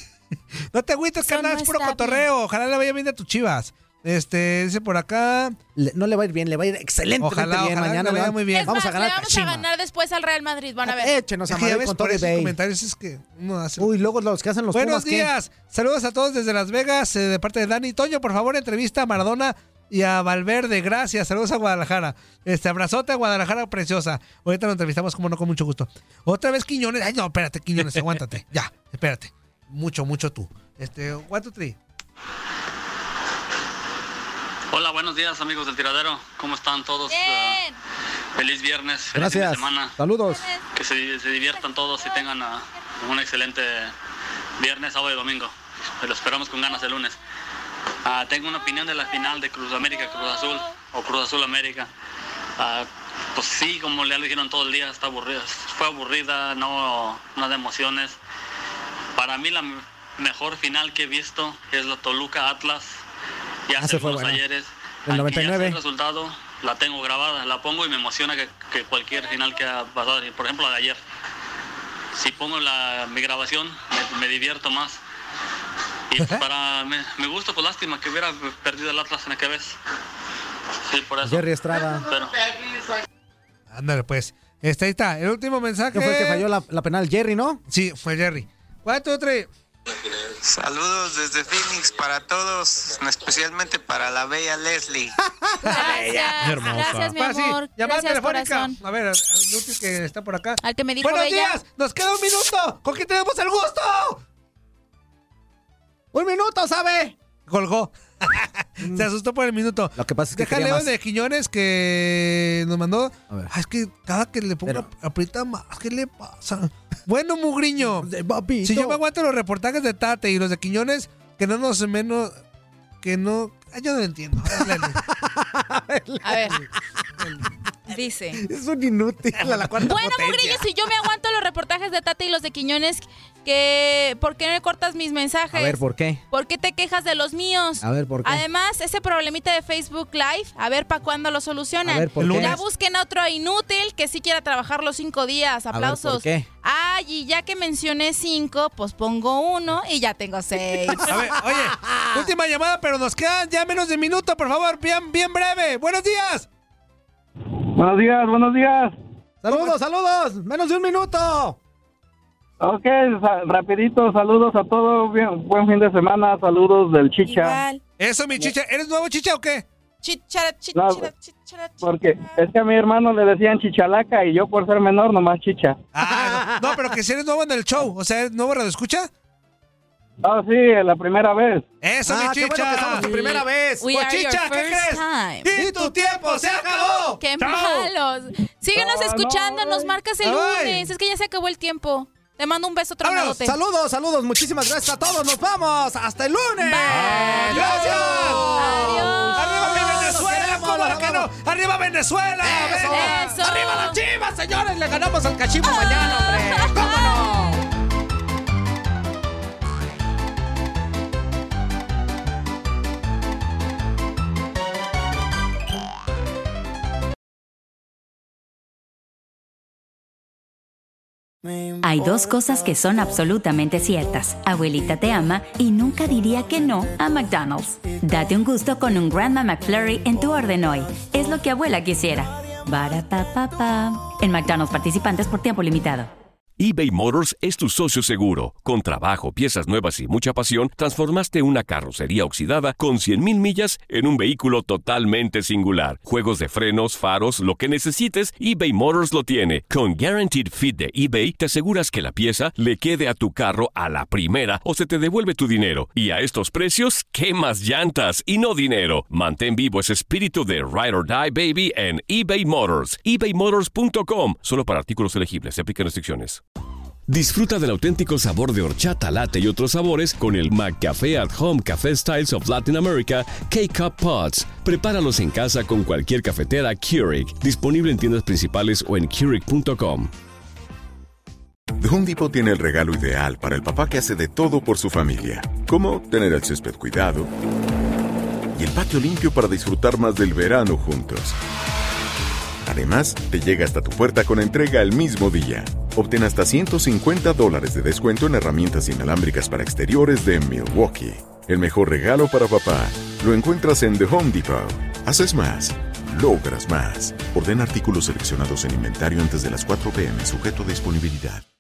No te agüites, Eso carnal, no es puro está cotorreo. Ojalá le vaya bien a tus Chivas. Este, dice por acá. Le- no le va a ir bien, le va a ir excelente. Ojalá, bien. ojalá Mañana le vaya van- muy bien. Es Vamos más, a ganar le vamos Kashima. a ganar después al Real Madrid, van a ver. Échenos a Es que ya Madrid ves, con por todo y esos Bay. comentarios es que uno hace... Uy, luego los que hacen los Buenos Pumas, ¿qué? días. Saludos a todos desde Las Vegas, eh, de parte de Dani. Toño, por favor, entrevista a Maradona y a Valverde. Gracias. Saludos a Guadalajara. Este, abrazote a Guadalajara, preciosa. Ahorita lo entrevistamos, como no, con mucho gusto. Otra vez Quiñones. Ay, no, espérate, Quiñones, aguántate. Ya, espérate. Mucho, mucho tú. Este, one, two, three. Hola, buenos días amigos del Tiradero. ¿Cómo están todos? Uh, feliz viernes, feliz fin de Gracias. semana. Saludos. Que se, se diviertan todos y tengan uh, un excelente viernes, sábado y domingo. Lo esperamos con ganas el lunes. Uh, tengo una opinión de la final de Cruz América, Cruz Azul o Cruz Azul América. Uh, pues sí, como ya lo dijeron todo el día, está aburrida. Fue aburrida, no, no de emociones. Para mí la m- mejor final que he visto es la Toluca Atlas. Ya Ah, hace se fue algunos buena. ayeres. El noventa y nueve. Aunque ya sé el resultado, la tengo grabada, la pongo y me emociona que, que cualquier final que ha pasado. Por ejemplo, la de ayer. Si pongo la, mi grabación, me, me divierto más. Y para mi, mi gusto, pues lástima que hubiera perdido el Atlas en aquella vez. Sí, por eso. Jerry Estrada. Pero, Ándale, pues. Este, ahí está. El último mensaje. ¿Qué fue el que falló la, la penal? Jerry, ¿no? Sí, fue Jerry. one, two, three. Saludos desde Phoenix para todos, especialmente para la bella Leslie. Gracias. Hermosa. Gracias, mi Ah, sí, amor. llamada Gracias, telefónica. corazón. A ver, al al inútil que está por acá. Al que me dijo ¡Buenos bella. días! ¡Nos queda un minuto! ¿Con quién tenemos el gusto? ¡Un minuto, sabe! Colgó. Se asustó por el minuto. Lo que pasa es que Deja quería Leo más. de Quiñones que nos mandó. A ver. Ah, es que cada que le pongo Pero- aprieta más. ¿Qué le pasa? Bueno, Mugriño. De papito. Si yo me aguanto los reportajes de Tate y los de Quiñones, que no nos menos. Que no. Ay, yo no lo entiendo. A ver. Dice. Es un inútil a la cuarta Bueno, potencia. Mugrillo, si yo me aguanto los reportajes de Tata y los de Quiñones, que ¿por qué no me cortas mis mensajes? A ver, ¿por qué? ¿Por qué te quejas de los míos? A ver, ¿por qué? Además, ese problemita de Facebook Live, a ver para cuándo lo solucionan. A ver, ¿por qué? Ya busquen a otro inútil que sí quiera trabajar los cinco días. Aplausos. A ver, ¿por qué? Ay, y ya que mencioné cinco, pues pongo uno y ya tengo seis. A ver, oye, última llamada, pero nos quedan ya menos de un minuto, por favor, bien, bien breve. ¡Buenos días! Buenos días, buenos días. Saludos, saludos. Menos de un minuto. Ok, sa- rapidito, saludos a todos. Bien, buen fin de semana. Saludos del Chicha. Igual. Eso, mi Chicha. ¿Eres nuevo Chicha o qué? Chichara, No, chichara, chichara, Porque es que a mi hermano le decían Chichalaca y yo por ser menor nomás Chicha. Ah, no, no, pero que si eres nuevo en el show, o sea, ¿eres nuevo radio escucha? Ah, sí, la primera vez. Eso, Ah, mi qué Chicha. bueno que somos tu primera vez. We Pues, are Chicha, your ¿qué first crees? time. ¡Y tu tiempo se acabó! ¡Qué ¡Chao! malos! Síguenos No, escuchando, no, nos marcas el Ay. lunes. Es que ya se acabó el tiempo. Te mando un beso Vámonos. tronadote. Saludos, saludos. Muchísimas gracias a todos. Nos vamos. Hasta el lunes. Bye. ¡Gracias! Adiós. ¡Arriba mi Venezuela! queremos, ¿Cómo los que no? amamos. ¡Arriba Venezuela! Eso. Eso. Arriba las Chivas, señores. Le ganamos al Cachimbo mañana, hombre. ¿Cómo no? Hay dos cosas que son absolutamente ciertas. Abuelita te ama y nunca diría que no a McDonald's. Date un gusto con un Grandma McFlurry en tu orden hoy. Es lo que abuela quisiera. Barapapapa. En McDonald's participantes por tiempo limitado. eBay Motors es tu socio seguro. Con trabajo, piezas nuevas y mucha pasión, transformaste una carrocería oxidada con cien mil millas en un vehículo totalmente singular. Juegos de frenos, faros, lo que necesites, eBay Motors lo tiene. Con Guaranteed Fit de eBay, te aseguras que la pieza le quede a tu carro a la primera o se te devuelve tu dinero. Y a estos precios, ¿qué más llantas y no dinero? Mantén vivo ese espíritu de Ride or Die, baby, en eBay Motors. ebay motors punto com. Solo para artículos elegibles. Se aplican restricciones. Disfruta del auténtico sabor de horchata, latte y otros sabores con el McCafé at Home Café Styles of Latin America K-Cup Pods. Prepáralos en casa con cualquier cafetera Keurig. Disponible en tiendas principales o en Keurig punto com. The Home Depot tiene el regalo ideal para el papá que hace de todo por su familia. Como tener el césped cuidado y el patio limpio para disfrutar más del verano juntos. Además, te llega hasta tu puerta con entrega el mismo día. Obtén hasta ciento cincuenta dólares de descuento en herramientas inalámbricas para exteriores de Milwaukee. El mejor regalo para papá lo encuentras en The Home Depot. Haces más, logras más. Ordena artículos seleccionados en inventario antes de las cuatro p m, sujeto a disponibilidad.